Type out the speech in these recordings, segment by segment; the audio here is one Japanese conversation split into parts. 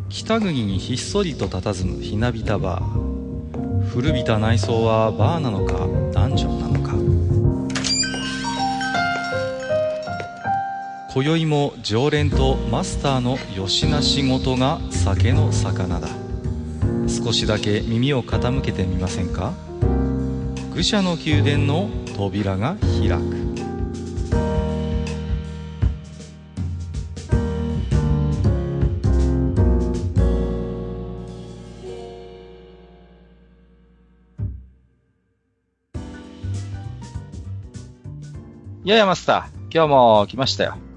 北国にひっそりと佇むひなびたバー。古びた内装はバーなのかダンジョンなのか。今宵も常連とマスターのよしな仕事が酒の魚だ。少しだけ耳を傾けてみませんか。愚者の宮殿の扉が開く。いやいやマスター、今日も来ましたよ。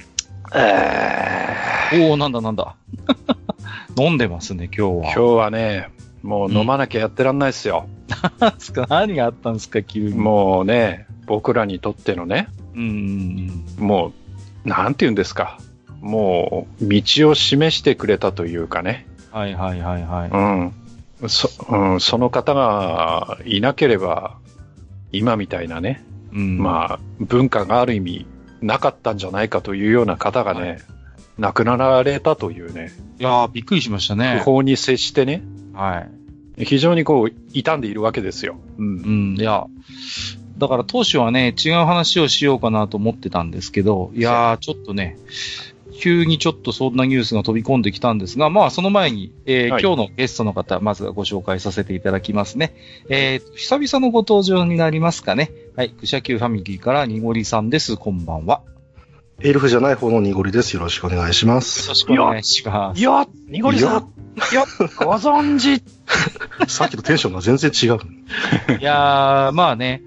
おー、なんだなんだ。飲んでますね、今日は。 今日はね、もう飲まなきゃやってらんないっすよ。 何があったんですか、急に。 もうね、僕らにとってのね、もう、なんて言うんですか。もう、道を示してくれたというかね。 はいはいはいはい。 その方がいなければ、今みたいなね、まあ、文化がある意味、なかったんじゃないかというような方がね、はい、亡くなられたというね。 いやー、びっくりしましたね。 不法に接してね。 はい。 非常にこう、傷んでいるわけですよ。 いや、だから当初はね、違う話をしようかなと思ってたんですけど、いやー、ちょっとね、急にちょっとそんなニュースが飛び込んできたんですが、まあその前に、今日のゲストの方、まずはご紹介させていただきますね。久々のご登場になりますかね。はい、愚者級ファミリーからにごりさんです。こんばんは。 エルフじゃない方のにごりです。よろしくお願いします。 よろしくお願いします。 いや、にごりさん。いや、ご存知。 さっきとテンションが全然違う。 いやー、まあね、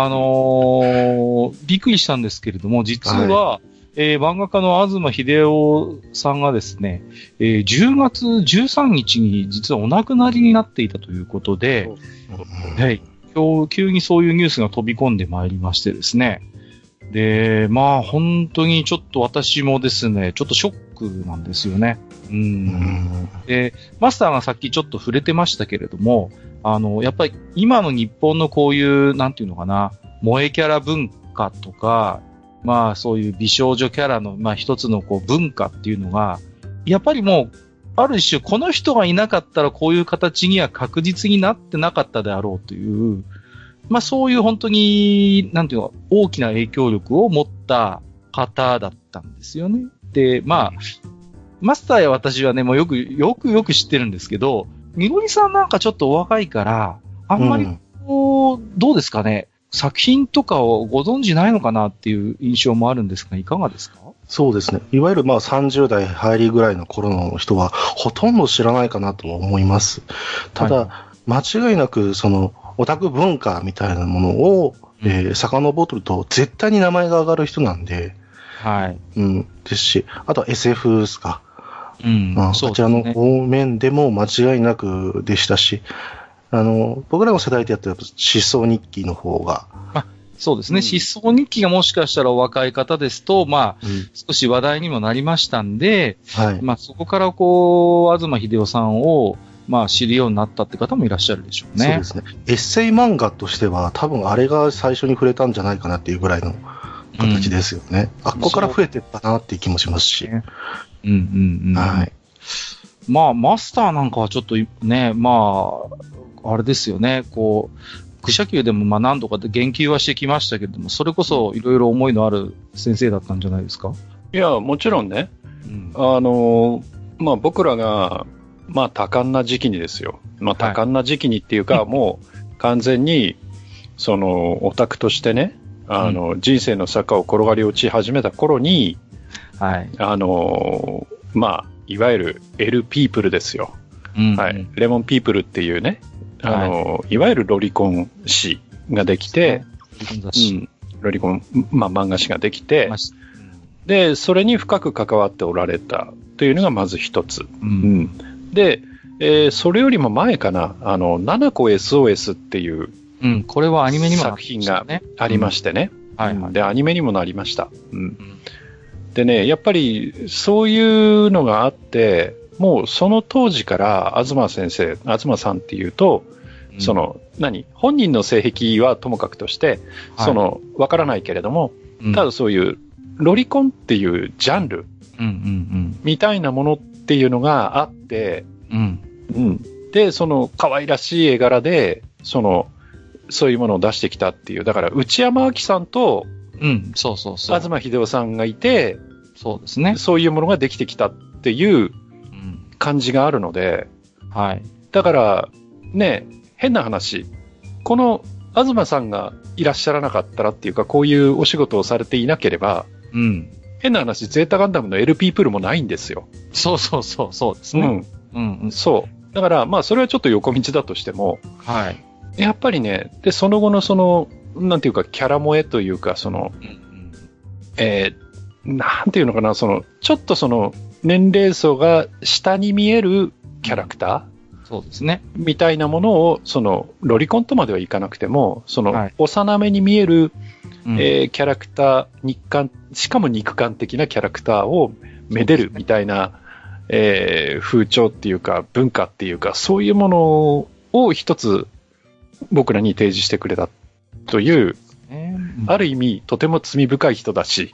びっくりしたんですけれども、実は、漫画家の東秀夫さんがですね、10月13日に実はお亡くなりになっていたということで、はい、今日急にそういうニュースが飛び込んでまいりましてですね。で、まあ本当にちょっと私もですね、ちょっとショックなんですよね。で、マスターがさっきちょっと触れてましたけれども、やっぱり今の日本のこういう、なんていうのかな、萌えキャラ文化とか、まあそういう美少女キャラの、まあ一つのこう文化っていうのが、やっぱりもう、ある種この人がいなかったらこういう形には確実になってなかったであろうという、まあそういう本当に、なんていうの、大きな影響力を持った方だったんですよね。で、まあ、マスターや私はね、もうよく知ってるんですけど、みごりさんなんかちょっとお若いから、あんまりこう、どうですかね。作品とかをご存知ないのかなっていう印象もあるんですが、いかがですか？ そうですね。いわゆるまあ30代入りぐらいの頃の人はほとんど知らないかなと思います。ただ、間違いなくそのオタク文化みたいなものを、遡ると絶対に名前が上がる人なんで、 はい。 ですし、あとは SF ですか。 そちらの方面でも間違いなくでしたし、僕らの世代でやってる失踪日記の方が。 そうですね。失踪日記がもしかしたらお若い方ですと、まあ、少し話題にもなりましたんで、まあそこからこう、東秀夫さんを、まあ知るようになったって方もいらっしゃるでしょうね。 そうですね。エッセイ漫画としては多分あれが最初に触れたんじゃないかなっていうぐらいの形ですよね。あっこから増えてったなっていう気もしますし。 はい。まあ、マスターなんかはちょっとね、まあ、あれですよね、こう、愚者級でもまあ何度かで言及はしてきましたけれども、それこそいろいろ思いのある先生だったんじゃないですか？ いや、もちろんね。まあ僕らが、まあ多感な時期にですよ。まあ多感な時期にっていうか、もう完全に、その、オタクとしてね、人生の坂を転がり落ち始めた頃に、まあ、いわゆる L ピープルですよ。レモンピープルっていうね、いわゆるロリコン誌ができて、ロリコン、まあ漫画誌ができて、で、それに深く関わっておられたというのがまず一つ。で、それよりも前かな、7個 SOS っていう、 これはアニメにも作品がありましてね。で、アニメにもなりました。でね、やっぱりそういうのがあって、もうその当時から東さんっていうと、その、本人の性癖はともかくとして、わからないけれども、ただそういうロリコンっていうジャンルみたいなものっっていうのがあって、 うん。 うん。で、その可愛らしい絵柄で、そういうものを出してきたっていう。だから、内山亜紀さんと、 うん、そうそうそう。 東秀夫さんがいて、 そうですね。 そういうものができてきたっていう感じがあるので、 はい。 だから、ね、変な話。この東さんがいらっしゃらなかったらっていうか、こういうお仕事をされていなければ、 うん。 変な話、ゼータガンダムの LP プールもないんですよ。 そうそうそう、そうですね。 うん。うん、そう。だから、まあ、それはちょっと横道だとしても、 はい。 やっぱりね、で、その後のなんていうか、キャラ萌えというか、なんていうのかな、ちょっと年齢層が下に見えるキャラクター、 そうですね。 みたいなものを、ロリコンとまではいかなくても、 はい、 幼めに見える、キャラクター、しかも肉感的なキャラクターをめでるみたいな、風潮っていうか、文化っていうか、そういうものを一つ僕らに提示してくれたという、ある意味とても罪深い人だし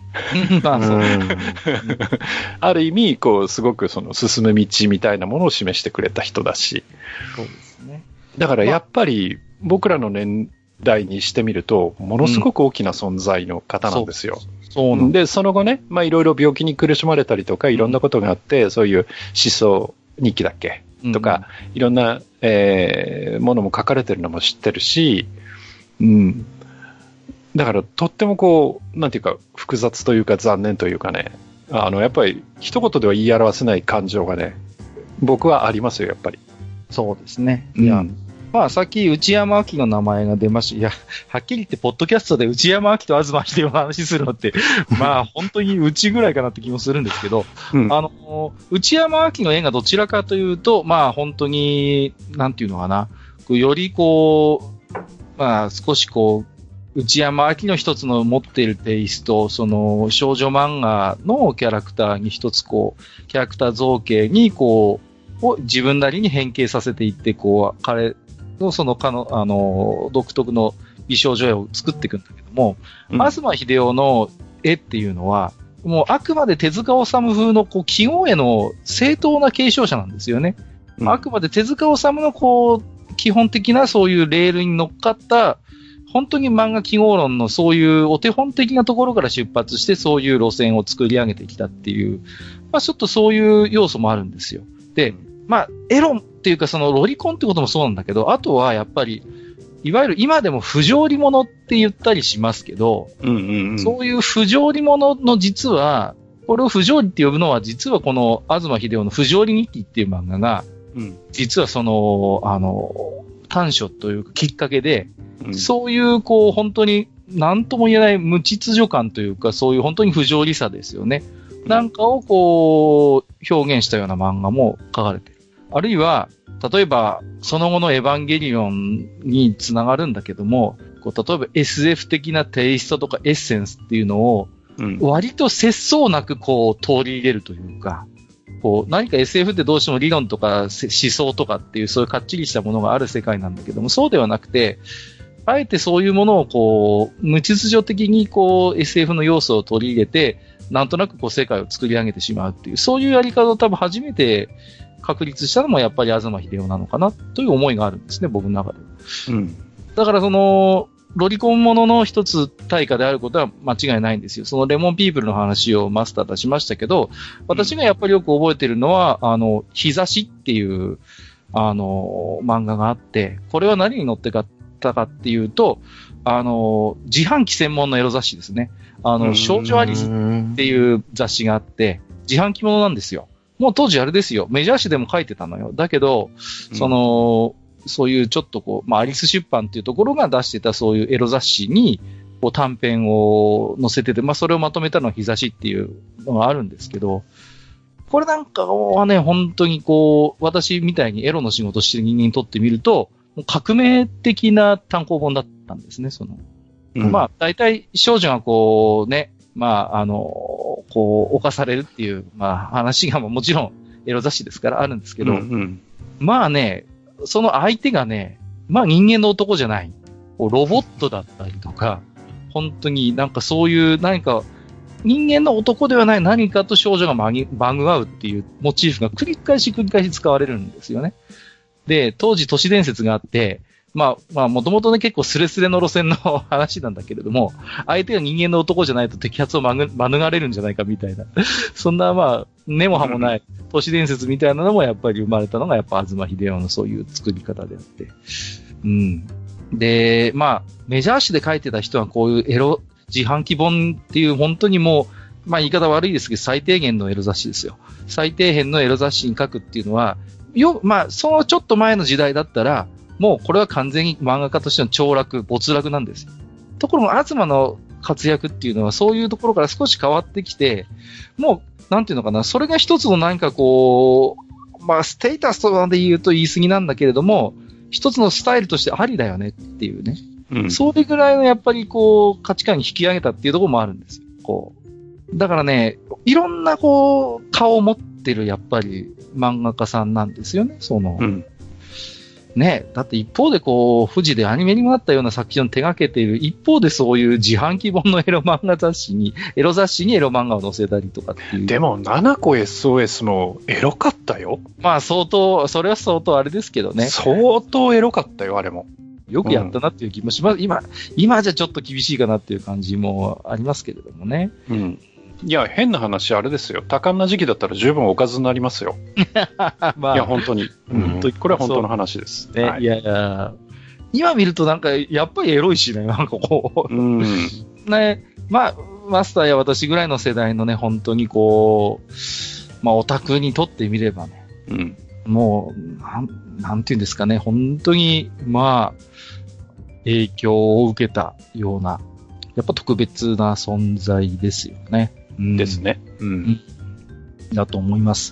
ある意味すごく進む道みたいなものを示してくれた人だし、 そうですね。 だからやっぱり僕らの年代にしてみるとものすごく大きな存在の方なんですよ。 そうなんで、その後ね、まあいろいろ病気に苦しまれたりとかいろんなことがあって、そういう思想日記だっけとか、いろんな、ものも書かれてるのも知ってるし、うん。だから、とってもなんていうか、複雑というか残念というかね、やっぱり、一言では言い表せない感情がね、僕はありますよ、やっぱり。 そうですね。いや、まあ、さっき内山亜紀の名前が出ました。いや、はっきり言って、ポッドキャストで内山亜紀と東秀夫の話するのって、まあ、本当にうちぐらいかなって気もするんですけど、内山亜紀の絵がどちらかというと、まあ、本当に、なんていうのかな、よりまあ、少し内山亜紀の一つの持っているテイスト、少女漫画のキャラクターに一つキャラクター造形にを自分なりに変形させていって、彼の独特の美少女絵を作っていくんだけども、東秀夫の絵っていうのは、もうあくまで手塚治虫風の記号絵の正当な継承者なんですよね。あくまで手塚治虫の基本的なそういうレールに乗っかった、本当に漫画記号論のそういうお手本的なところから出発してそういう路線を作り上げてきたっていう、まあちょっとそういう要素もあるんですよ。で、まあエロっていうかロリコンってこともそうなんだけど、あとはやっぱり、いわゆる今でも不条理者って言ったりしますけど、そういう不条理者の実は、これを不条理って呼ぶのは実はこの東秀夫の不条理日記っていう漫画が、実は短所というかきっかけで、そういう本当に何とも言えない無秩序感というか、そういう本当に不条理さですよね。なんかを表現したような漫画も書かれている。あるいは、例えば、その後のエヴァンゲリオンにつながるんだけども、例えば SF 的なテイストとかエッセンスっていうのを、割と節操なく取り入れるというか、何か SF ってどうしても理論とか思想とかっていうそういうかっちりしたものがある世界なんだけども、そうではなくて、あえてそういうものを無秩序的にSF の要素を取り入れて、なんとなく世界を作り上げてしまうっていう、そういうやり方を多分初めて確立したのもやっぱり東秀夫なのかなという思いがあるんですね、僕の中で。だからロリコンものの一つ対価であることは間違いないんですよ。そのレモンピープルの話をマスター出しましたけど、私がやっぱりよく覚えてるのは、日差しっていう、漫画があって、これは何に載ってたかっていうと、自販機専門のエロ雑誌ですね。少女アリスっていう雑誌があって、自販機ものなんですよ。もう当時あれですよ。メジャー誌でも書いてたのよ。だけど、そういうちょっとアリス出版っていうところが出してたそういうエロ雑誌に、短編を載せてて、それをまとめたのは日差しっていうのがあるんですけど、これなんかはね、本当に私みたいにエロの仕事してる人間にとってみると、革命的な単行本だったんですね、大体少女が犯されるっていう、話がもちろんエロ雑誌ですからあるんですけど、その相手がね、人間の男じゃない。ロボットだったりとか、本当になんかそういう何か人間の男ではない何かと少女が番組合うっていうモチーフが繰り返し使われるんですよね。で、当時都市伝説があって、もともとね結構スレスレの路線の話なんだけれども、相手が人間の男じゃないと摘発を免れるんじゃないかみたいな、そんな根も葉もない都市伝説みたいなのもやっぱり生まれたのがやっぱ東秀夫のそういう作り方であって。うん。で、メジャー誌で書いてた人はこういう自販機本っていう本当にもう、言い方悪いですけど最低限のエロ雑誌ですよ。最低限のエロ雑誌に書くっていうのは、そのちょっと前の時代だったら、もうこれは完全に漫画家としての没落なんですよ。ところが、東の活躍っていうのはそういうところから少し変わってきて、もう、なんていうのかな、それが一つの何かこう、ステータスとかで言うと言い過ぎなんだけれども、一つのスタイルとしてありだよねっていうね。うん、それぐらいのやっぱりこう、価値観に引き上げたっていうところもあるんですよ。こう。だからね、いろんなこう、顔を持ってるやっぱり漫画家さんなんですよね、うんね、だって一方でこう、富士でアニメにもなったような作品を手掛けている、一方でそういう自販機本のエロ雑誌にエロ漫画を載せたりとかっていう。 でも、7個 SOS もエロかったよ。 それは相当あれですけどね。 相当エロかったよ、あれも。 よくやったなっていう気もします。今じゃちょっと厳しいかなっていう感じもありますけれどもね。 うん。いや、変な話、あれですよ。多感な時期だったら十分おかずになりますよ。いや、本当に。これは本当の話です。 ね、はい、いや、今見るとなんか、やっぱりエロいしね、なんかこう。ね、マスターや私ぐらいの世代のね、本当にこう、オタクにとってみればね、もう、なんていうんですかね、本当に、影響を受けたような、やっぱ特別な存在ですよね。 ですね。 だと思います。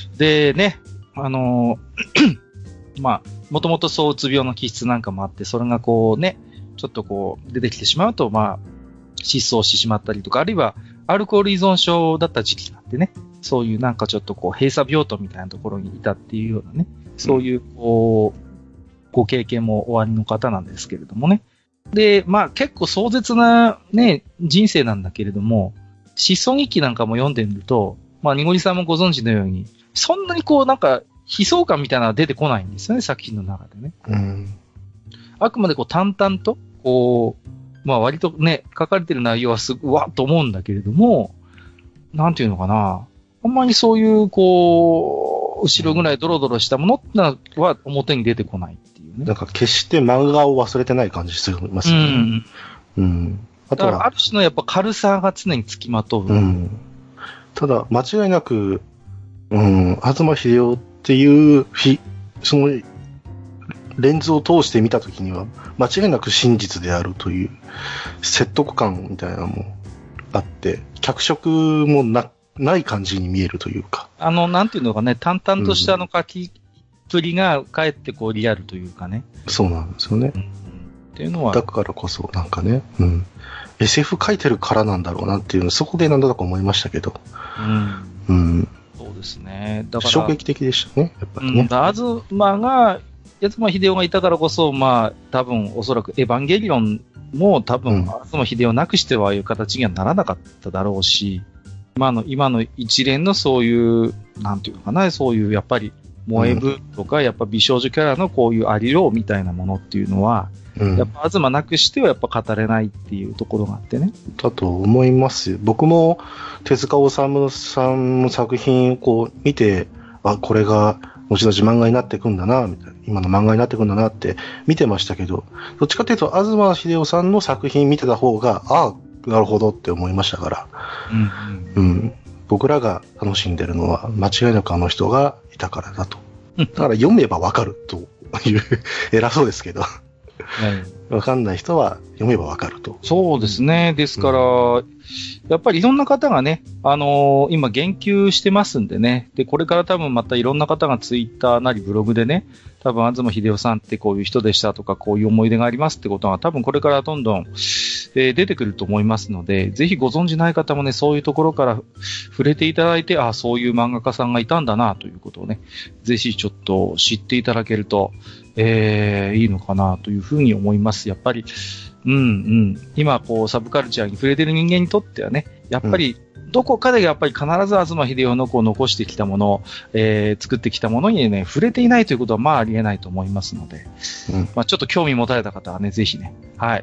でね、もともとそううつ病の気質なんかもあって、それがこうね、ちょっとこう出てきてしまうと、失踪してしまったりとか、あるいはアルコール依存症だった時期があってね、そういうなんかちょっとこう閉鎖病棟みたいなところにいたっていうようなね、そういうこう、ご経験もおありの方なんですけれどもね。で、結構壮絶なね、人生なんだけれども、失踪日記なんかも読んでみると、にごりさんもご存知のように、そんなにこうなんか悲壮感みたいなのは出てこないんですよね、作品の中でね。あくまでこう淡々と、こう、割とね、書かれてる内容はうわっと思うんだけれども、なんていうのかな、あんまりそういうこう、後ろぐらいドロドロしたものってのは表に出てこないっていうね。 なんか決して漫画を忘れてない感じしますよね。 あとは、ある種のやっぱ軽さが常につきまとう。 ただ、間違いなく、東秀夫っていうそのレンズを通して見たときには、間違いなく真実であるという説得感みたいなのもあって、脚色もない感じに見えるというか。 なんていうのかね、淡々とした書きっぷりがかえってこうリアルというかね。 そうなんですよね。 っていうのは。 だからこそ、なんかね、SF 書いてるからなんだろうなっていうの、そこでなんだか思いましたけど。 そうですね。だから。 衝撃的でしたね、やっぱりね。 東秀夫がいたからこそ、多分、おそらくエヴァンゲリオンも多分、東秀夫なくしてはああいう形にはならなかっただろうし、今の一連のそういう、なんていうのかな、そういうやっぱり、萌え部とか、やっぱ美少女キャラのこういうありようみたいなものっていうのは、やっぱ東なくしてはやっぱ語れないっていうところがあってね。 だと思いますよ。僕も手塚治虫さんの作品をこう見て、これが後々漫画になっていくんだな、みたいな、今の漫画になっていくんだなって見てましたけど、どっちかというと東秀夫さんの作品見てた方が、なるほどって思いましたから、僕らが楽しんでるのは間違いなくあの人がいたからだと。だから読めばわかるという偉そうですけど。わかんない人は読めばわかると。 そうですね。ですから、やっぱりいろんな方がね、今言及してますんでね。で、これから多分またいろんな方がツイッターなりブログでね、多分東秀夫さんってこういう人でしたとか、こういう思い出がありますってことが多分これからどんどん、出てくると思いますので、ぜひご存じない方もね、そういうところから触れていただいて、そういう漫画家さんがいたんだなということをね、ぜひちょっと知っていただけると、いいのかなというふうに思います。やっぱり、今こうサブカルチャーに触れてる人間にとってはね、 やっぱり、どこかでやっぱり必ず東秀夫のこう残してきたもの、作ってきたものにね、触れていないということはまあありえないと思いますので、まあちょっと興味持たれた方はね、ぜひね、はい、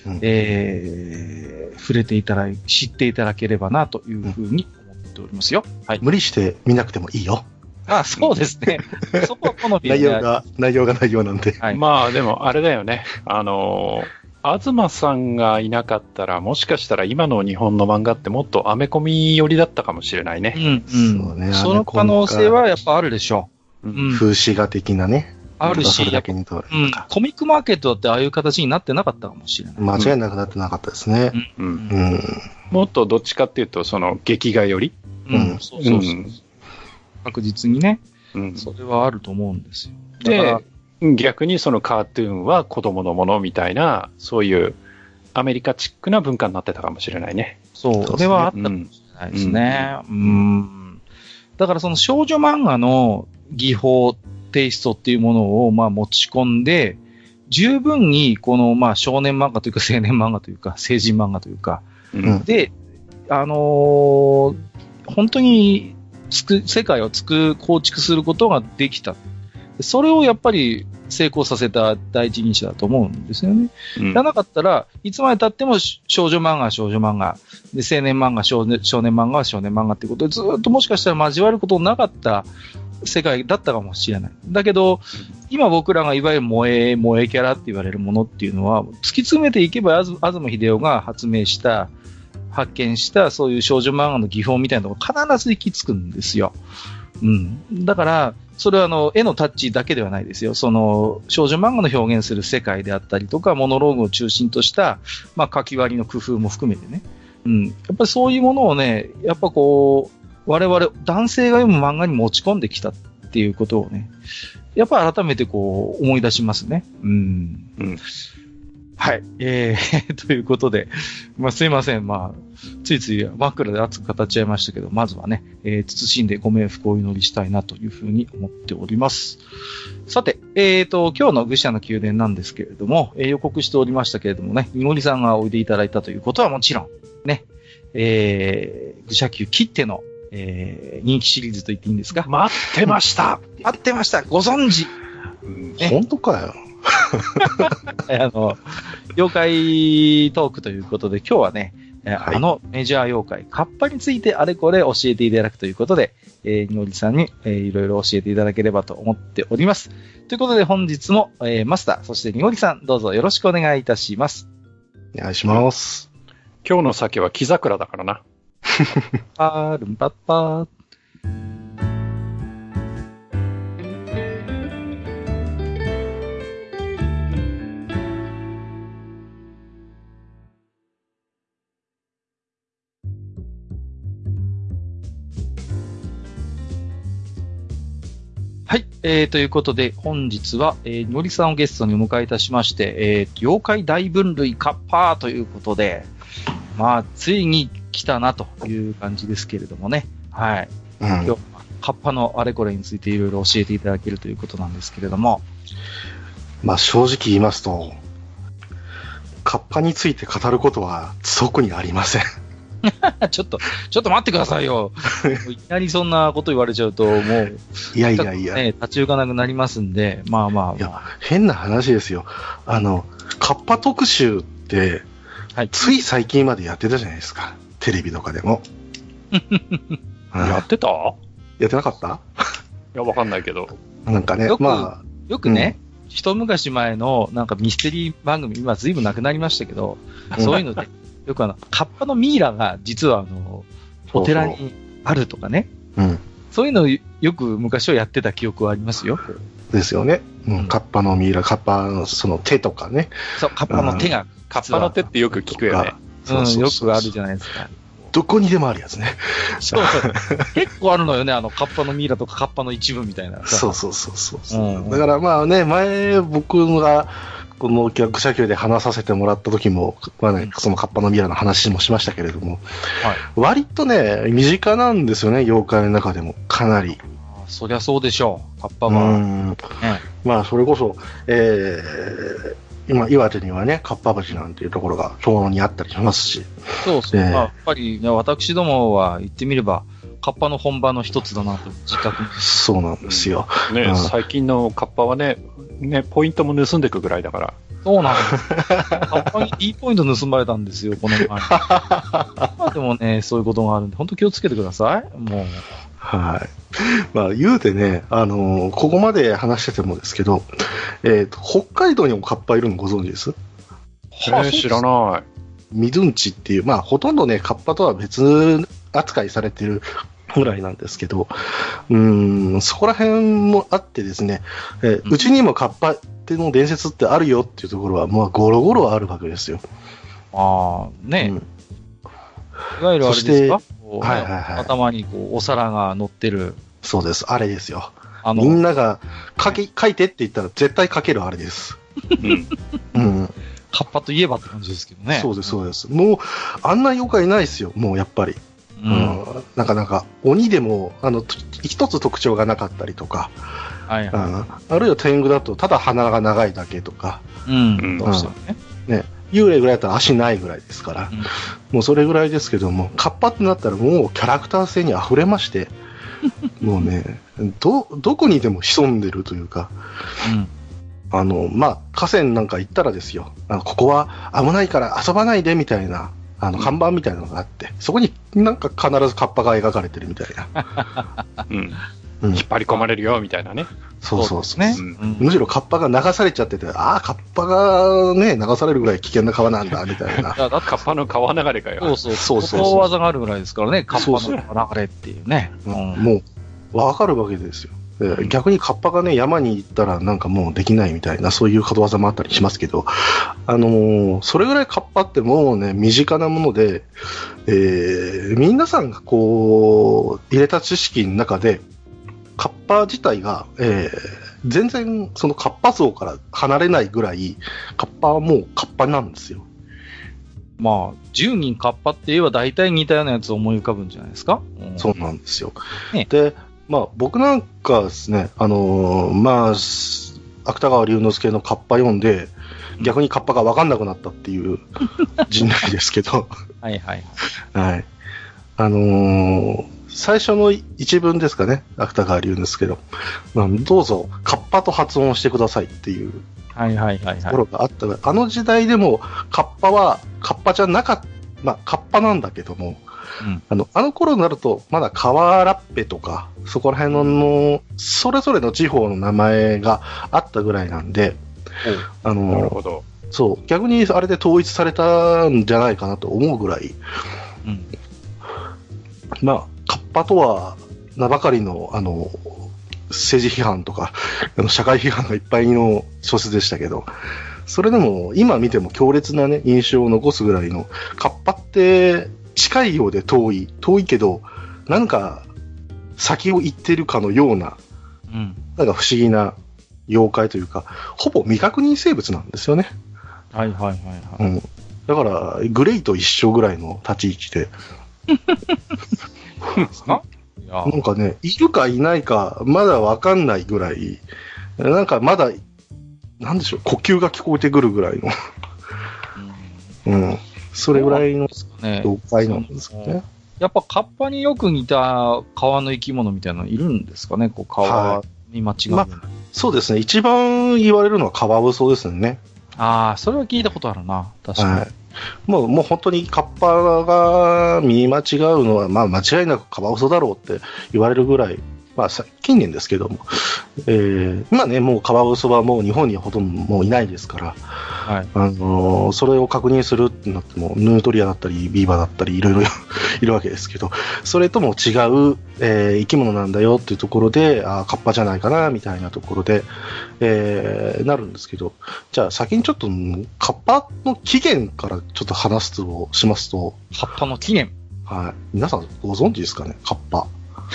触れていただい、知っていただければなというふうに思っておりますよ。はい。 無理して見なくてもいいよ。 そうですね。そこは好みで、 ね、内容が内容なんで。 はい、まあでもあれだよね。東さんがいなかったら、もしかしたら今の日本の漫画ってもっとアメコミ寄りだったかもしれないね。 そうね。 その可能性はやっぱあるでしょう。 風刺画的なね。 あるし、コミックマーケットだってああいう形になってなかったかもしれない。 間違いなくなってなかったですね。 もっとどっちかっていうと、その劇画より。 そう。確実にね。それはあると思うんですよ。 で、逆にそのカートゥーンは子供のものみたいな、そういうアメリカチックな文化になってたかもしれないね。 それはあったかもしれないですね。だからその少女漫画の技法、テイストっていうものをまあ持ち込んで、十分にこのまあ少年漫画というか青年漫画というか成人漫画というか、で、本当に世界を構築することができた。それをやっぱり成功させた第一人者だと思うんですよね。じゃなかったらいつまで経っても少女漫画は少女漫画で、青年漫画少年漫画は少年漫画っていうことでずっともしかしたら交わることなかった世界だったかもしれない。だけど今僕らがいわゆる萌えキャラって言われるものっていうのは突き詰めていけば東秀夫が発見したそういう少女漫画の技法みたいなのが必ず行き着くんですよ。だからそれは絵のタッチだけではないですよ。その少女漫画の表現する世界であったりとか、モノローグを中心とした、まあ、書き割りの工夫も含めてね。やっぱりそういうものをね、やっぱこう、我々、男性が読む漫画に持ち込んできたっていうことをね、やっぱり改めてこう、思い出しますね。はい。ということで、まあ、すいません。まあ、ついつい枕で熱く語っちゃいましたけど、まずはね、謹んでご冥福をお祈りしたいなというふうに思っております。さて、今日の愚者の宮殿なんですけれども、予告しておりましたけれどもね、みごりさんがおいでいただいたということはもちろん、ね、愚者級切っての、人気シリーズと言っていいんですか？ 待ってました待ってましたご存知、 本当かよ。 妖怪トークということで、今日はね、メジャー妖怪、カッパについてあれこれ教えていただくということで、にごりさんに、いろいろ教えていただければと思っております。ということで本日も、マスター、そしてにごりさん、どうぞよろしくお願いいたします。 お願いします。 今日の酒は木桜だからな。 パールンパッパー。はい、ということで、本日は、にごりさんをゲストにお迎えいたしまして、妖怪大分類カッパーということで、まあ、ついに来たなという感じですけれどもね。はい。今日はカッパのあれこれについていろいろ教えていただけるということなんですけれども。 まあ、正直言いますと、カッパについて語ることは特にありません。 ちょっと待ってくださいよ。いきなりそんなこと言われちゃうと、もう、 いや、 ね、立ち行かなくなりますんで、まあ。 いや、変な話ですよ。カッパ特集って、はい、つい最近までやってたじゃないですか。テレビとかでも。 やってた？ やってなかった？いや、わかんないけど。 なんかね、 よくね、一昔前のなんかミステリー番組、今ずいぶんなくなりましたけど、そういうので、よくカッパのミイラが実はお寺にあるとかね。そういうのをよく昔はやってた記憶はありますよ。 ですよね。カッパのミイラ、カッパのその手とかね。 そう、カッパの手が。 カッパの手ってよく聞くよね。 よくあるじゃないですか。 どこにでもあるやつね。 そう。結構あるのよね、カッパのミイラとかカッパの一部みたいな。 そう。だからまあね、前僕がこの愚者級で話させてもらった時も、まあね、そのカッパのミイラの話もしましたけれども、割とね、身近なんですよね、妖怪の中でも。かなり。 そりゃそうでしょう、カッパは。 まあ、それこそ、 今、岩手にはね、かっぱ橋なんていうところが遠野にあったりしますし。 そうそう。やっぱり、ね、私どもは言ってみれば、カッパの本場の一つだなと自覚。 そうなんですよ。 ね、最近のカッパはね、ポイントも盗んでいくぐらいだから。 そうなんです。カッパに D ポイント盗まれたんですよ、この前。今でもね、そういうことがあるんで、本当気をつけてください。もう。 はい。まあ、言うてね、ここまで話しててもですけど、北海道にもカッパいるのご存知です？ 知らない。 ミドゥンチっていう、まあ、ほとんどね、カッパとは別扱いされてるぐらいなんですけど、そこら辺もあってですね、うちにもカッパっての伝説ってあるよっていうところは、まあ、ゴロゴロあるわけですよ。 ああ、ね、いわゆるあれですか？ はいはいはい。 頭にこうお皿が乗ってる。 そうです。あれですよ。みんなが書いてって言ったら絶対書けるあれです。 うん。カッパといえばって感じですけどね。 そうです、そうです。もう、あんな妖怪ないですよ。もうやっぱり。なかなか、鬼でも、一つ特徴がなかったりとか。はいはい。あるいは天狗だと、ただ鼻が長いだけとか。どうしてもね。幽霊ぐらいだったら足ないぐらいですから、もうそれぐらいですけども、カッパってなったらもうキャラクター性に溢れまして、もうね、どこにでも潜んでるというか、まあ、河川なんか行ったらですよ、ここは危ないから遊ばないでみたいな、看板みたいなのがあって、そこになんか必ずカッパが描かれてるみたいな。 引っ張り込まれるよみたいなね。 そうですね。むしろカッパが流されちゃってて、カッパがね、流されるぐらい危険な川なんだみたいな。 カッパの川流れかよ。 そう。ことわざがあるぐらいですからね、カッパの川流れっていうね。 もう、わかるわけですよ。逆にカッパがね、山に行ったらなんかもうできないみたいな、そういうことわざもあったりしますけど、それぐらいカッパってもうね、身近なもので、皆さんがこう、入れた知識の中で、カッパ自体が、全然そのカッパ像から離れないぐらい、カッパはもうカッパなんですよ。 まあ、10人カッパって言えば大体似たようなやつを思い浮かぶんじゃないですか？ そうなんですよ。で、まあ僕なんかですね、まあ、芥川龍之介のカッパ読んで、逆にカッパが分かんなくなったっていう人類ですけど。はいはいはい。はい。最初の一文ですかね、芥川龍之介の。どうぞ、カッパと発音してくださいっていうところがあったが、あの時代でも、カッパは、カッパじゃなかった、まあ、カッパなんだけども、あの頃になると、まだ川ラッペとか、そこら辺の、それぞれの地方の名前があったぐらいなんで、 なるほど。 そう、逆にあれで統一されたんじゃないかなと思うぐらい、まあ、カッパとは名ばかりの、政治批判とか、社会批判がいっぱいの小説でしたけど、それでも今見ても強烈なね、印象を残すぐらいの、カッパって近いようで遠いけど、なんか先を行ってるかのような、なんか不思議な妖怪というか、ほぼ未確認生物なんですよね。はいはいはいはい。だから、グレイと一緒ぐらいの立ち位置で。なんかね、いるかいないか、まだわかんないぐらい、なんかまだ、なんでしょう、呼吸が聞こえてくるぐらいの、それぐらいの妖怪なんですかね。 やっぱカッパによく似た川の生き物みたいなのいるんですかね、こう川に間違う、 そうですね、一番言われるのはカワウソですね。 ああ、それは聞いたことあるな、確かに。 もう本当にカッパが見間違うのは、まあ間違いなくカワウソだろうって言われるぐらい、まあ近年ですけども、今ね、もうカワウソはもう日本にほとんどもういないですから、それを確認するってなっても、ヌートリアだったり、ビーバーだったり、いろいろいるわけですけど、それとも違う、生き物なんだよっていうところで、カッパじゃないかな、みたいなところで、なるんですけど、じゃあ先にちょっと、カッパの起源からちょっと話すとしますと、 カッパの起源？ はい。皆さんご存知ですかね、カッパ。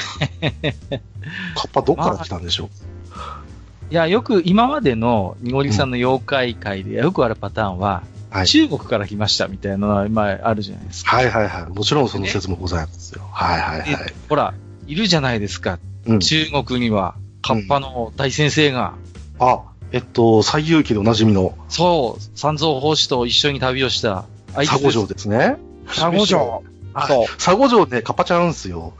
カッパどっから来たんでしょう？ いや、よく今までのにごりさんの妖怪界でよくあるパターンは、中国から来ましたみたいなのは今あるじゃないですか。 はいはいはい。もちろんその説もございますよ。はいはいはい。 ほら、いるじゃないですか。中国にはカッパの大先生が。 西遊記でおなじみの。 そう、三蔵法師と一緒に旅をした。 佐護城ですね。 佐護城。 そう。佐護城ね、カッパちゃうんすよ。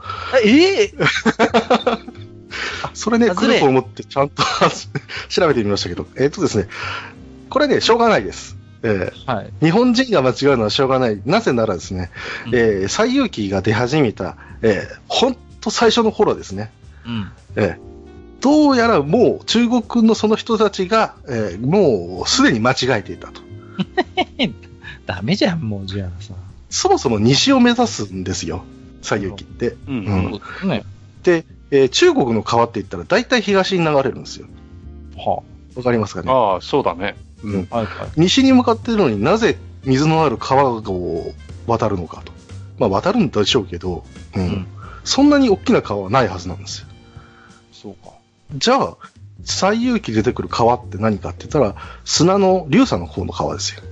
それね、来ると思ってちゃんと調べてみましたけど、ですね、これね、しょうがないです。はい、日本人が間違うのはしょうがない。なぜならですね、西遊記が出始めた、ほんと最初の頃ですね。どうやらもう中国のその人たちが、もうすでに間違えていたと。 ダメじゃん、もうじゃあさ。 そもそも西を目指すんですよ、西遊記って。で、中国の川って言ったら大体東に流れるんですよ。わかりますかね。 ああ、そうだね。 西に向かっているのになぜ水のある川を渡るのかと。まあ渡るんでしょうけど、そんなに大きな川はないはずなんですよ。 そうか。 じゃあ、西遊記出てくる川って何かって言ったら、砂の流砂の方の川ですよ。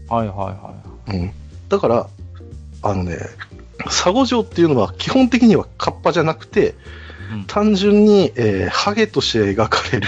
だから、佐護城っていうのは基本的にはカッパじゃなくて、単純に、ハゲとして描かれる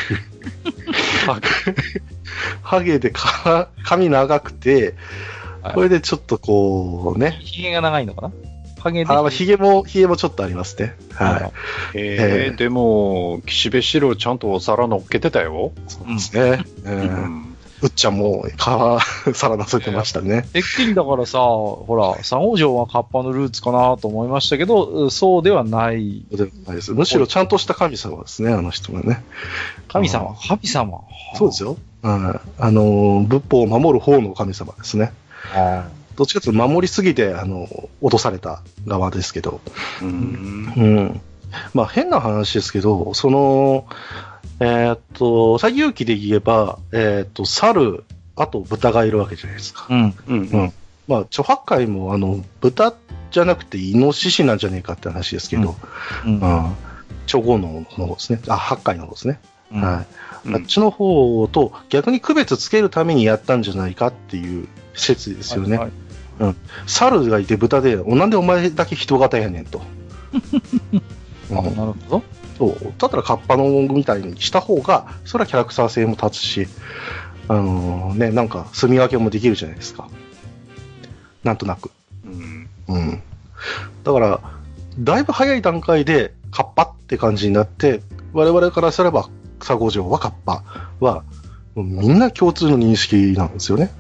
ハゲで髪長くて、これでちょっとこうね。 ヒゲが長いのかな？ハゲで。ヒゲもちょっとありますね。 でも、岸辺四郎ちゃんとお皿乗っけてたよ。 そうですね。うっちゃんも皿乗せてましたね。 てっきりだからさ、ほら、佐護城はカッパのルーツかなと思いましたけど、そうではない。 そうではないです。むしろちゃんとした神様ですね、あの人はね。 神様。 そうですよ。仏法を守る方の神様ですね。どっちかというと守りすぎて、落とされた側ですけど。まあ変な話ですけど、西遊記で言えば、猿、あと豚がいるわけじゃないですか。まあ、猪八戒も、豚じゃなくてイノシシなんじゃねえかって話ですけど、猪五の方ですね。八戒の方ですね。あっちの方と逆に区別つけるためにやったんじゃないかっていう説ですよね。猿がいて豚で、なんでお前だけ人型やねんと。 なるほど。 だったらカッパのみたいにした方が、それはキャラクター性も立つし、なんか住み分けもできるじゃないですか。なんとなく。だから、だいぶ早い段階でカッパって感じになって、我々からすれば、佐護城はカッパは、もうみんな共通の認識なんですよね。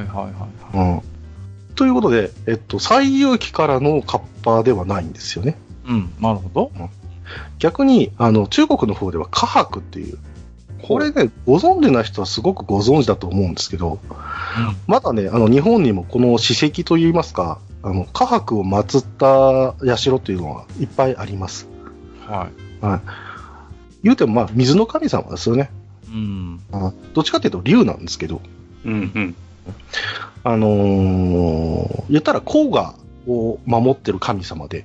ということで、西遊記からのカッパではないんですよね。 なるほど。 逆に、中国の方ではカハクっていう、これね、ご存知な人はすごくご存知だと思うんですけど、まだね、日本にもこの史跡といいますか、カハクを祀った社というのはいっぱいあります。言うても、まあ、水の神様ですよね。どっちかというと竜なんですけど、言ったら黄河を守ってる神様で、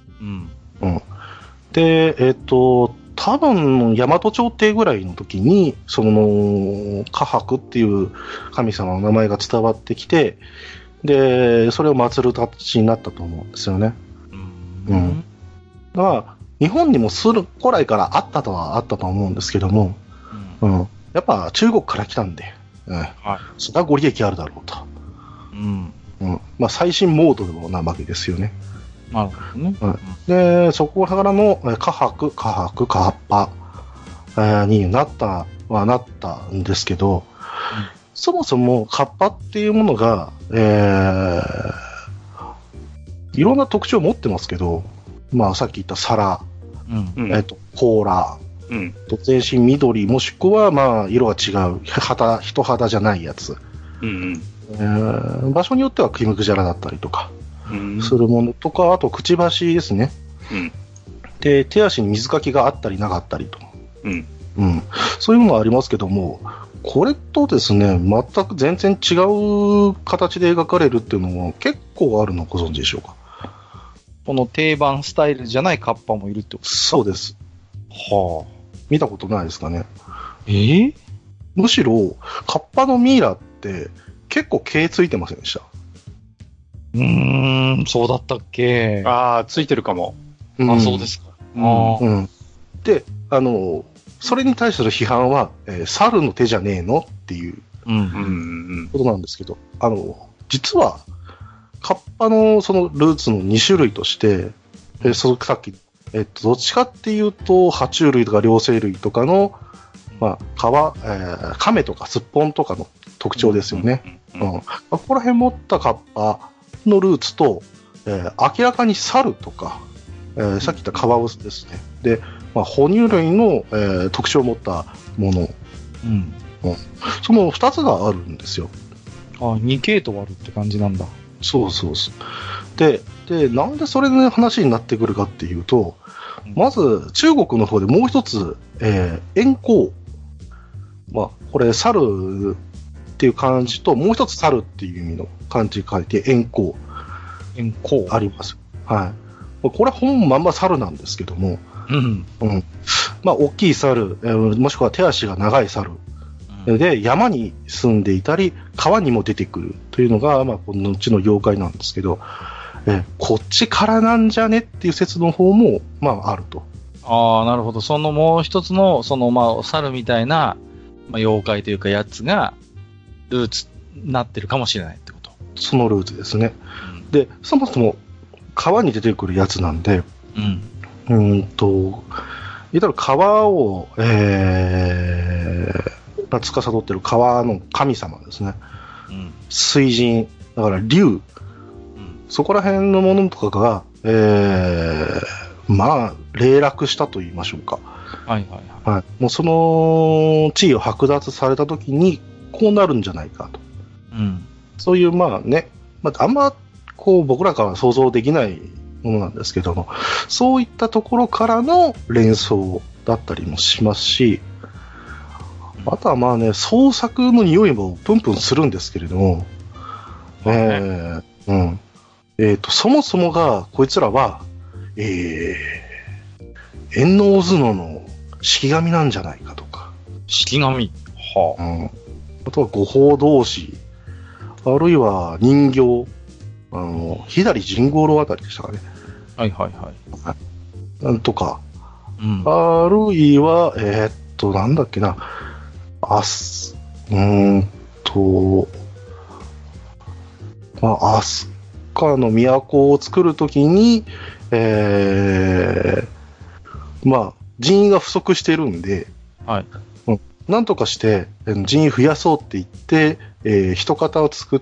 で、多分、大和朝廷ぐらいの時に、カハクっていう神様の名前が伝わってきて、で、それを祀る形になったと思うんですよね。だから、日本にも古来からあったとはあったと思うんですけども、やっぱ中国から来たんで、それはご利益あるだろうと。まあ、最新モードなわけですよね。 なるほどね。 で、そこからのカッパになったんですけど、そもそもカッパっていうものが、いろんな特徴を持ってますけど、まあさっき言った皿、甲羅、全身緑、もしくはまあ色が違う、人肌じゃないやつ、場所によってはクリムクジャラだったりとか、するものとか、あとくちばしですね。で、手足に水かきがあったりなかったりと。そういうものがありますけども、これとですね、全く全然違う形で描かれるっていうのも結構あるのをご存知でしょうか。 この定番スタイルじゃないカッパもいるってことですか？ そうです。見たことないですかね。むしろ、カッパのミイラって結構毛ついてませんでした？ そうだったっけ？ ついてるかも。 そうですか。 で、 それに対する批判は、猿の手じゃねえのっていうことなんですけど、実は、カッパのそのルーツの2種類として、さっき、どっちかっていうと、爬虫類とか両生類とかの、まあ、亀とかスッポンとかの特徴ですよね。ここら辺持ったカッパのルーツと、明らかに猿とか、さっき言ったカワウソですね。で、まあ、哺乳類の、特徴を持ったもの、その2つがあるんですよ。 2系統あるって感じなんだ。 そうそうそう。で、なんでそれの話になってくるかっていうと、まず中国の方でもう一つ、円光。まあ、これ、猿っていう漢字と、もう一つ猿っていう意味の漢字書いて、円光。 円光。 あります。はい。これ本まんま猿なんですけども、まあ、大きい猿、もしくは手足が長い猿。で、山に住んでいたり、川にも出てくるというのが、まあ、このうちの妖怪なんですけど、こっちからなんじゃねっていう説の方も、まあ、あると。 なるほど。そのもう一つの、まあ、猿みたいな、まあ、妖怪というかやつが、ルーツになってるかもしれないってこと。 そのルーツですね。で、そもそも、川に出てくるやつなんで、言ったら川を、司っている川の神様ですね。水神、だから竜、そこら辺のものとかが、まあ、霊落したと言いましょうか。もうその地位を剥奪されたときに、こうなるんじゃないかと。そういう、まあね、あんま、こう、僕らからは想像できないものなんですけども、そういったところからの連想だったりもしますし、あとはまあね、創作の匂いもプンプンするんですけれども、そもそもが、こいつらは、円王頭脳の式神なんじゃないかとか。 式神あとは五法同士、あるいは人形、左神五郎あたりでしたかね。なんとか、あるいは、なんだっけな、アスカの都を作るときに、まあ、人員が不足してるんで、なんとかして人員増やそうって言って、一方を作って、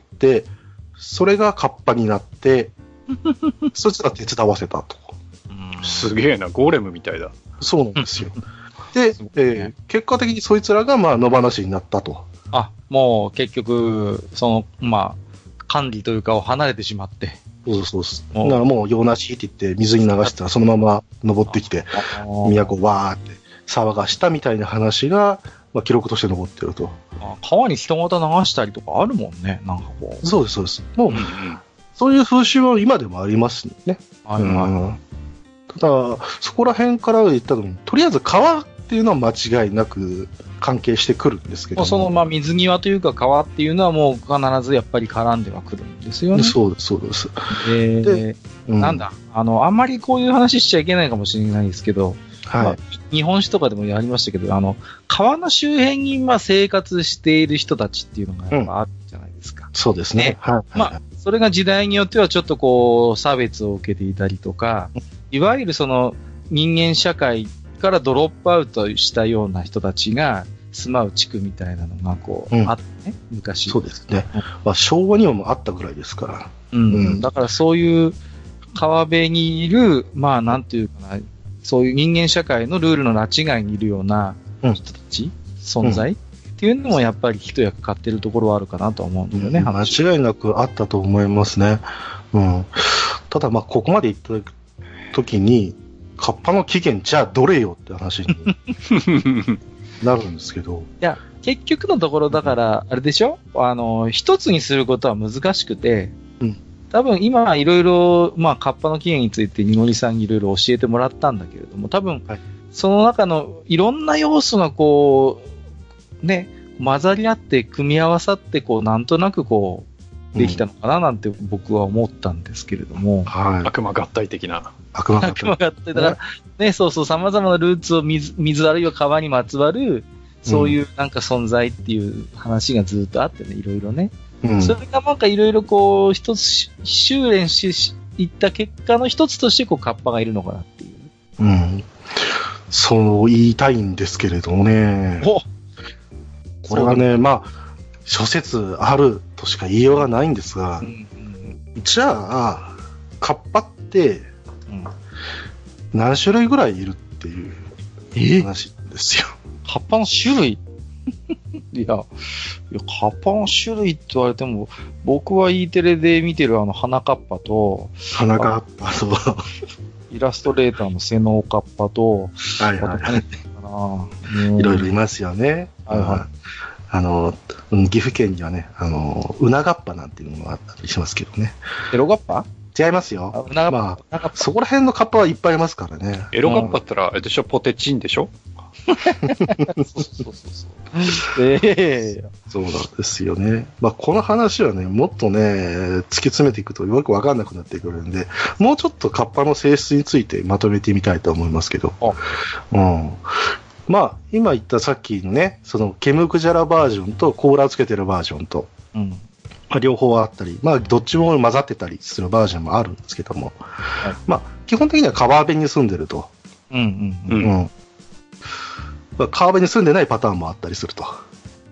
それがカッパになって、そいつら手伝わせたと。 すげえな、ゴーレムみたいだ。 そうなんですよ。で、結果的にそいつらが、まあ、野放しになったと。 もう結局、まあ、管理というかを離れてしまって。 そう。だからもう用なしって言って水に流したらそのまま登ってきて、都をわーって騒がしたみたいな話が、まあ、記録として残ってると。 川に人型流したりとかあるもんね、なんかこう。 そうです。もう、そういう風習は今でもありますね。ただ、そこら辺から言ったのに、とりあえず川っていうのは間違いなく関係してくるんですけども。 まあ、水際というか川っていうのはもう必ずやっぱり絡んではくるんですよね。 そうです。 で、なんだ、あんまりこういう話しちゃいけないかもしれないですけど、まあ、日本史とかでもやりましたけど、川の周辺に生活している人たちっていうのがやっぱあるじゃないですか。 そうですね。 まあ、それが時代によってはちょっとこう、差別を受けていたりとか、いわゆるその人間社会からドロップアウトしたような人たちが住まう地区みたいなのがこう、あってね、昔。 そうですね。まあ、昭和にはもうあったぐらいですから。 だからそういう川辺にいる、まあなんていうかな、そういう人間社会のルールの拉致外にいるような人たち、存在っていうのもやっぱり一役買ってるところはあるかなと思うんだよね、 間違いなくあったと思いますね。ただまあここまで言った時に、カッパの起源じゃあどれよって話になるんですけど。 いや、結局のところだから、あれでしょ？一つにすることは難しくて、多分今いろいろ、まあ、カッパの起源について、にのりさんにいろいろ教えてもらったんだけれども、多分、その中のいろんな要素がこう、ね、混ざり合って、組み合わさって、こう、なんとなくこう、できたのかななんて僕は思ったんですけれども。 悪魔合体的な。 悪魔がってたら、ね、そうそう、様々なルーツを水あるいは川にまつわる、そういうなんか存在っていう話がずっとあってね、いろいろね。それがなんかいろいろこう、一つ修練していった結果の一つとしてこう、カッパがいるのかなっていう。 そう言いたいんですけれどもね。これはね、まあ、諸説あるとしか言いようがないんですが、じゃあ、カッパって、何種類ぐらいいるっていう話ですよ。 カッパの種類いや、カッパの種類って言われても、僕は E テレで見てる花カッパと、イラストレーターの瀬能カッパと、 いろいろいますよね。岐阜県にはね、うながっぱなんていうのがあったりしますけどね。 エロガッパ？ 違いますよ。まあ、そこら辺のカッパはいっぱいいますからね。 エロガッパって言ったら、あれでしょ、ポテチンでしょ？ そうなんですよね。まあ、この話はね、もっとね、突き詰めていくとよくわかんなくなってくるんで、もうちょっとカッパの性質についてまとめてみたいと思いますけど。まあ、今言ったさっきのね、そのケムクジャラバージョンとコーラをつけてるバージョンと、両方あったり、まあ、どっちも混ざってたりするバージョンもあるんですけども、まあ、基本的には川辺に住んでると。川辺に住んでないパターンもあったりすると。こ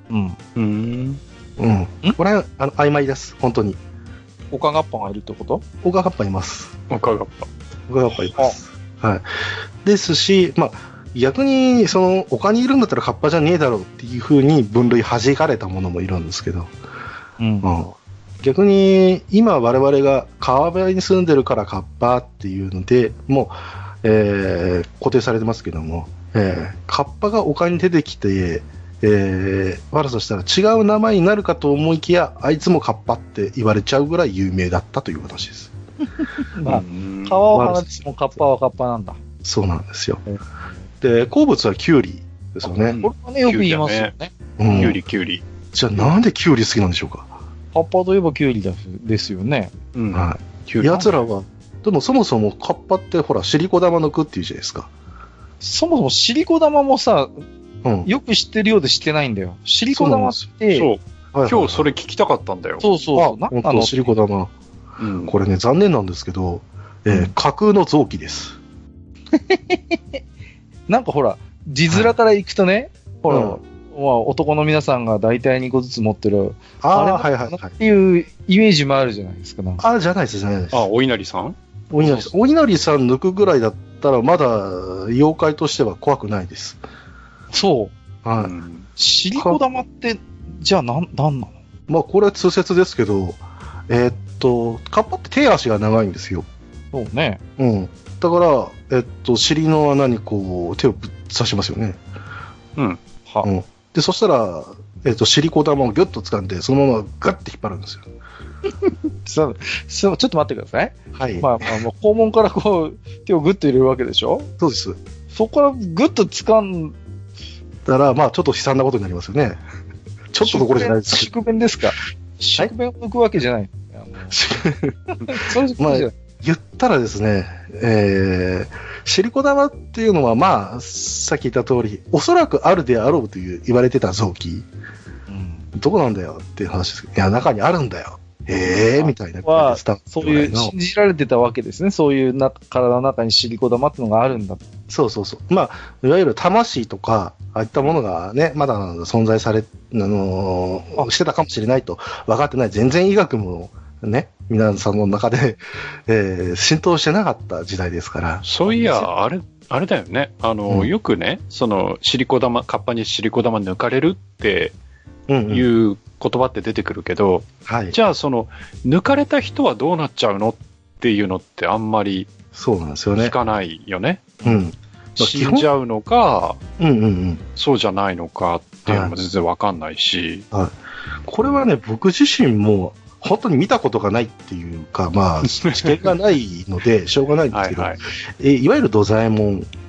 れは曖昧です、本当に。 オカガッパがいるってこと？ オカガッパいます。 オカガッパいます。はい。ですし、まあ、逆に、丘にいるんだったらカッパじゃねえだろうっていう風に分類弾かれたものもいるんですけど、逆に、今我々が川辺に住んでるからカッパっていうので、もう、固定されてますけども、カッパが丘に出てきて、悪さしたら違う名前になるかと思いきや、あいつもカッパって言われちゃうぐらい有名だったという話です。 まあ、川を放つもカッパはカッパなんだ。 そうなんですよ。で、好物はキュウリですよね。 これはね、よく言いますよね。 キュウリ。 じゃあなんでキュウリ好きなんでしょうか？ カッパといえばキュウリですよね。 奴らは、でもそもそもカッパってほら、シリコ玉の句っていうじゃないですか。 そもそもシリコ玉もさ、よく知ってるようで知ってないんだよ。シリコ玉って、 そう。今日それ聞きたかったんだよ。 そう。 本当シリコ玉。これね、残念なんですけど、架空の臓器です。 なんかほら、字面からいくとね、ほら、男の皆さんが大体2個ずつ持ってる、っていうイメージもあるじゃないですか。 じゃないです。 お稲荷さん？ お稲荷さん抜くぐらいだったら、まだ妖怪としては怖くないです。 そう。シリコ玉って、じゃあなんなの？ まあ、これは通説ですけど、カッパって手足が長いんですよ。 そうね。 だから、尻の穴にこう、手をぶっ刺しますよね。で、そしたら、シリコ玉をギュッと掴んで、そのままガッて引っ張るんですよ。 ちょっと待ってください。 はい。 まあ、肛門からこう、手をグッと入れるわけでしょ？ そうです。 そこからグッと掴んだら、まあ、ちょっと悲惨なことになりますよね。ちょっとどころじゃないですか。 宿便ですか？宿便を抜くわけじゃない。そういうことじゃない。 言ったらですね、シリコ玉っていうのは、まあ、さっき言った通り、おそらくあるであろうという言われてた臓器。どこなんだよっていう話ですけど、いや、中にあるんだよ。みたいな。 そういう、信じられてたわけですね。そういう体の中にシリコ玉っていうのがあるんだ。 そう。まあ、いわゆる魂とか、ああいったものがね、まだ存在してたかもしれないと分かってない。全然医学もね、皆さんの中で、浸透してなかった時代ですから。 そういや、あれだよね。よくね、カッパにシリコ玉抜かれるっていう言葉って出てくるけど、じゃあ抜かれた人はどうなっちゃうのっていうのってあんまり聞かないよね。死んじゃうのか、そうじゃないのかっていうのも全然わかんないし。 これはね、僕自身も本当に見たことがないっていうか、まあ、知見がないので、しょうがないんですけど、いわゆる土左衛門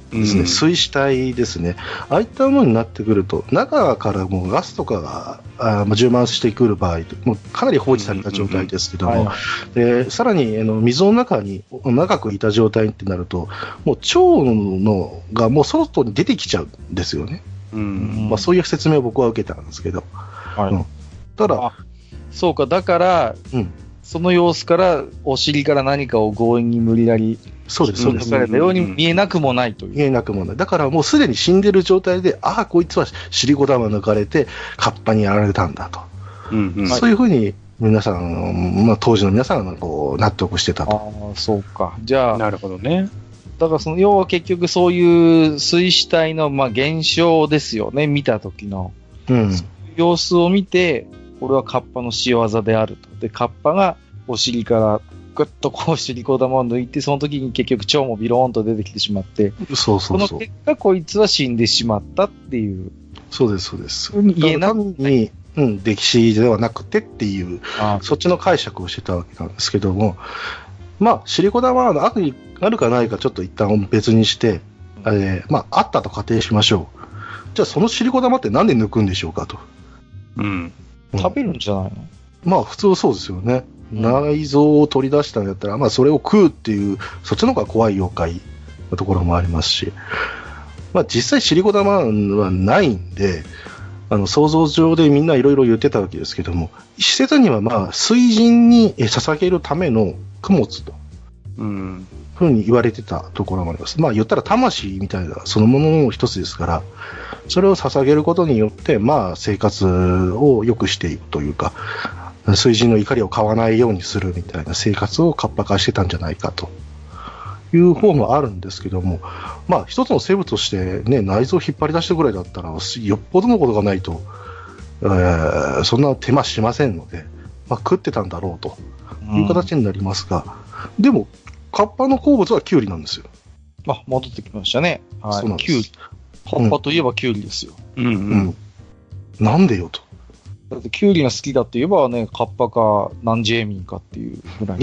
ですね、水死体ですね。ああいったものになってくると、中からもうガスとかが充満してくる場合、もうかなり放置された状態ですけども、でさらに水の中に長くいた状態ってなると、もう腸のがもう外に出てきちゃうんですよね。そういう説明を僕は受けたんですけど。ただ、 そうか、だから、その様子から、お尻から何かを強引に無理やり、 そうです、そうです。 されたように見えなくもないという。 見えなくもない。だからもうすでに死んでる状態で、こいつは尻子玉抜かれて、カッパにやられたんだと。そういうふうに、皆さん、当時の皆さんがこう納得してたと。 そうか。じゃあ、 なるほどね。 だから要は結局そういう水死体の現象ですよね、見た時の。様子を見て、これはカッパの仕業であると。で、カッパがお尻からぐっとこう尻子玉を抜いて、その時に結局腸もビローンと出てきてしまって、その結果こいつは死んでしまったっていう。 そうです、そうです。 言えなくに、溺死ではなくてっていう、そっちの解釈をしてたわけなんですけども、尻子玉はあるかないかちょっと一旦別にして、あったと仮定しましょう。じゃあその尻子玉ってなんで抜くんでしょうかと。 食べるんじゃないの？ 普通そうですよね。内臓を取り出したんだったら、それを食うっていう、そっちの方が怖い妖怪のところもありますし、実際尻子玉はないんで、想像上でみんないろいろ言ってたわけですけども、施設には水神に捧げるための供物と、ふうに言われてたところもあります。言ったら魂みたいなそのものの一つですから、それを捧げることによって、生活を良くしていくというか、水神の怒りを買わないようにするみたいな生活を活発化してたんじゃないかという方もあるんですけども、一つの生物としてね、内臓を引っ張り出したぐらいだったら、よっぽどのことがないと、そんな手間しませんので、食ってたんだろうという形になりますが、でも、カッパの好物はキュウリなんですよ。 戻ってきましたね。 そうなんです。 キュウリ。カッパといえばキュウリですよ。 なんでよと。 だってキュウリが好きだって言えばね、カッパかナンジェーミンかっていうぐらいね。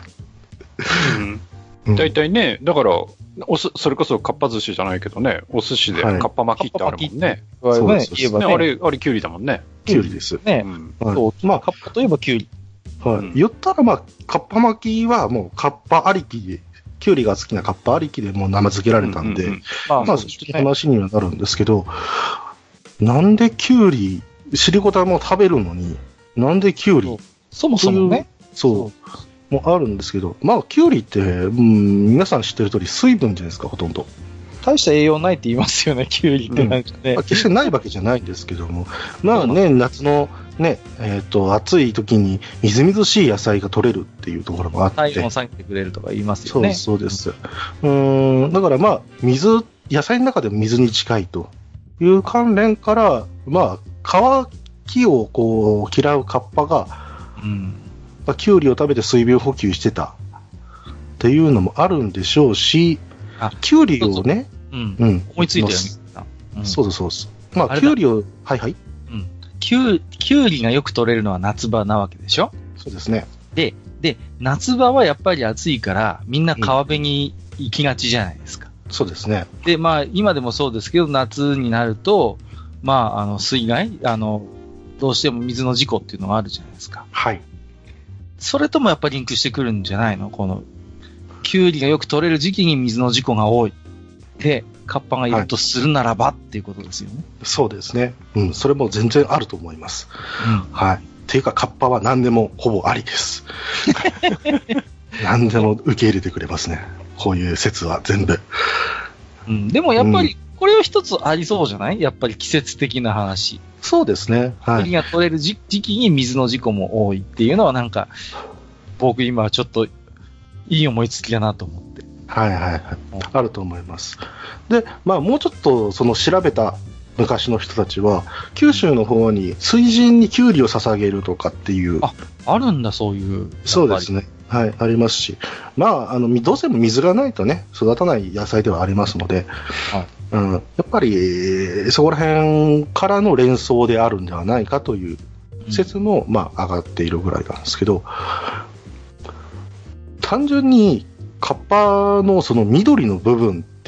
大体ね、だから、それこそカッパ寿司じゃないけどね、お寿司でカッパ巻きってあるもんね。 そうですね。 あれキュウリだもんね。 キュウリです。 ね。カッパといえばキュウリ。 言ったらカッパ巻きはもうカッパありきで、キュウリが好きなカッパありきでもう名前付けられたんで、そういう話にはなるんですけど、なんでキュウリ、尻子玉も食べるのに、なんでキュウリそもそもね。 もあるんですけど、キュウリって、皆さん知ってる通り水分じゃないですか、ほとんど。 大した栄養ないって言いますよね、キュウリってなんかね。 決してないわけじゃないんですけども、夏のね、暑い時にみずみずしい野菜が取れるっていうところもあって。 体温を下げてくれるとか言いますよね。 そうです。だから野菜の中でも水に近いという関連から、乾きをこう嫌うカッパが、キュウリを食べて水分補給してたっていうのもあるんでしょうし、キュウリをね、 思いついたよね。 そうです。キュウリを、 キュウリがよく取れるのは夏場なわけでしょ？ そうですね。 で、夏場はやっぱり暑いから、みんな川辺に行きがちじゃないですか。 そうですね。 で、今でもそうですけど、夏になると、水害、どうしても水の事故っていうのがあるじゃないですか。それともやっぱりリンクしてくるんじゃないの？この、キュウリがよく取れる時期に水の事故が多い。で、カッパがいるとするならばっていうことですよね。 そうですね。それも全然あると思います。っていうか、カッパは何でもほぼありです。何でも受け入れてくれますね。こういう説は全部。 でもやっぱり、これは一つありそうじゃない？やっぱり季節的な話。 そうですね。 キュウリが取れる時期に水の事故も多いっていうのは僕今ちょっといい思いつきだなと思って。あると思います。で、もうちょっと調べた昔の人たちは、九州の方に水神にキュウリを捧げるとかっていう。 あるんだ、そういう。 そうですね。ありますし。どうせも水がないとね、育たない野菜ではありますので、やっぱり、そこら辺からの連想であるんではないかという説も、上がっているぐらいなんですけど、単純に、カッパのその緑の部分って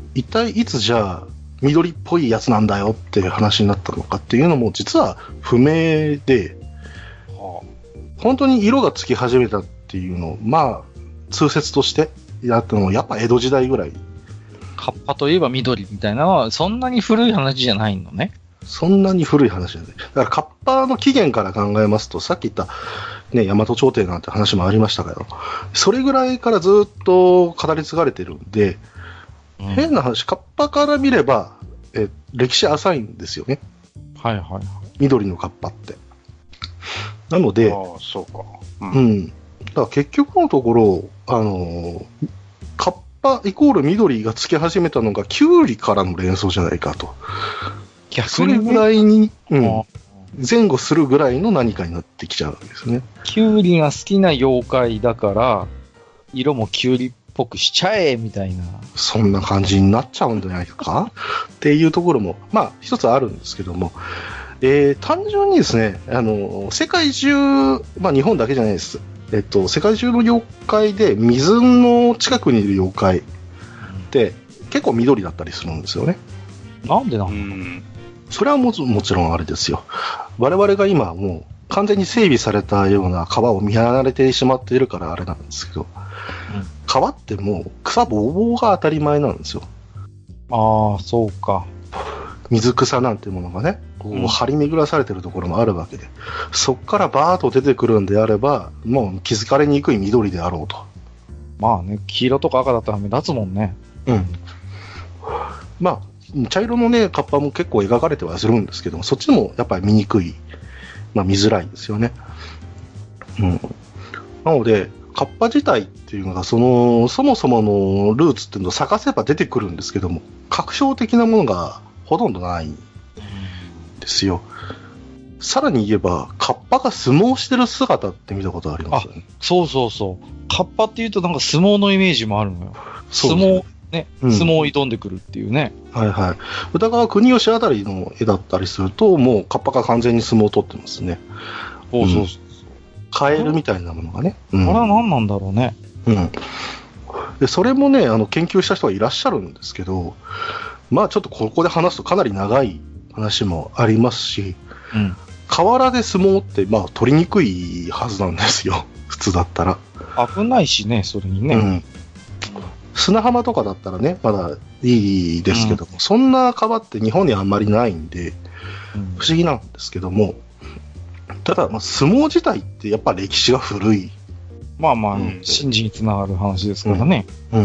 一体いつじゃあ緑っぽいやつなんだよっていう話になったのかっていうのも実は不明で、本当に色がつき始めたっていうのを、まあ、通説としてやったのもやっぱ江戸時代ぐらい。 カッパといえば緑みたいなのはそんなに古い話じゃないのね。 そんなに古い話じゃない。だからカッパの起源から考えますと、さっき言った、ね、大和朝廷なんて話もありましたけど、それぐらいからずっと語り継がれてるんで、変な話、カッパから見れば、歴史浅いんですよね。 はいはいはい。 緑のカッパって。なので、 そうか。 うん。だから結局のところ、カッパイコール緑がつき始めたのがキュウリからの連想じゃないかと。それぐらいに、前後するぐらいの何かになってきちゃうんですね。 キュウリが好きな妖怪だから、色もキュウリっぽくしちゃえみたいな。 そんな感じになっちゃうんじゃないかっていうところも、まあ、一つあるんですけども、単純にですね、世界中、まあ日本だけじゃないです。世界中の妖怪で水の近くにいる妖怪って結構緑だったりするんですよね。 なんでなんだ？ それはもちろんあれですよ。我々が今もう完全に整備されたような川を見慣れてしまっているからあれなんですけど、川ってもう草ぼうぼうが当たり前なんですよ。 ああ、そうか。 水草なんていうものがね、こう張り巡らされてるところもあるわけで、そっからバーッと出てくるんであれば、もう気づかれにくい緑であろうと。 まあね、黄色とか赤だったら目立つもんね。 うん。まあ、茶色のね、カッパも結構描かれてはするんですけども、そっちもやっぱり見にくい、まあ見づらいですよね。うん。なので、カッパ自体っていうのが、そもそものルーツっていうのを探せば出てくるんですけども、確証的なものがほとんどないんですよ。さらに言えば、カッパが相撲してる姿って見たことありますよね。 そうそうそう。カッパっていうとなんか相撲のイメージもあるのよ。相撲、ね、相撲を挑んでくるっていうね。 はいはい。歌川国吉あたりの絵だったりすると、もうカッパが完全に相撲を取ってますね。 そうそうそう。 カエルみたいなものがね。 これは何なんだろうね。 うん。で、それもね、研究した人がいらっしゃるんですけど、まあちょっとここで話すとかなり長い話もありますし、河原で相撲ってまあ取りにくいはずなんですよ。普通だったら。 危ないしね、それにね。 砂浜とかだったらね、まだいいですけども、そんな川って日本にあんまりないんで、不思議なんですけども、ただ、まあ、相撲自体ってやっぱ歴史が古い。 まあまあ、神事につながる話ですからね。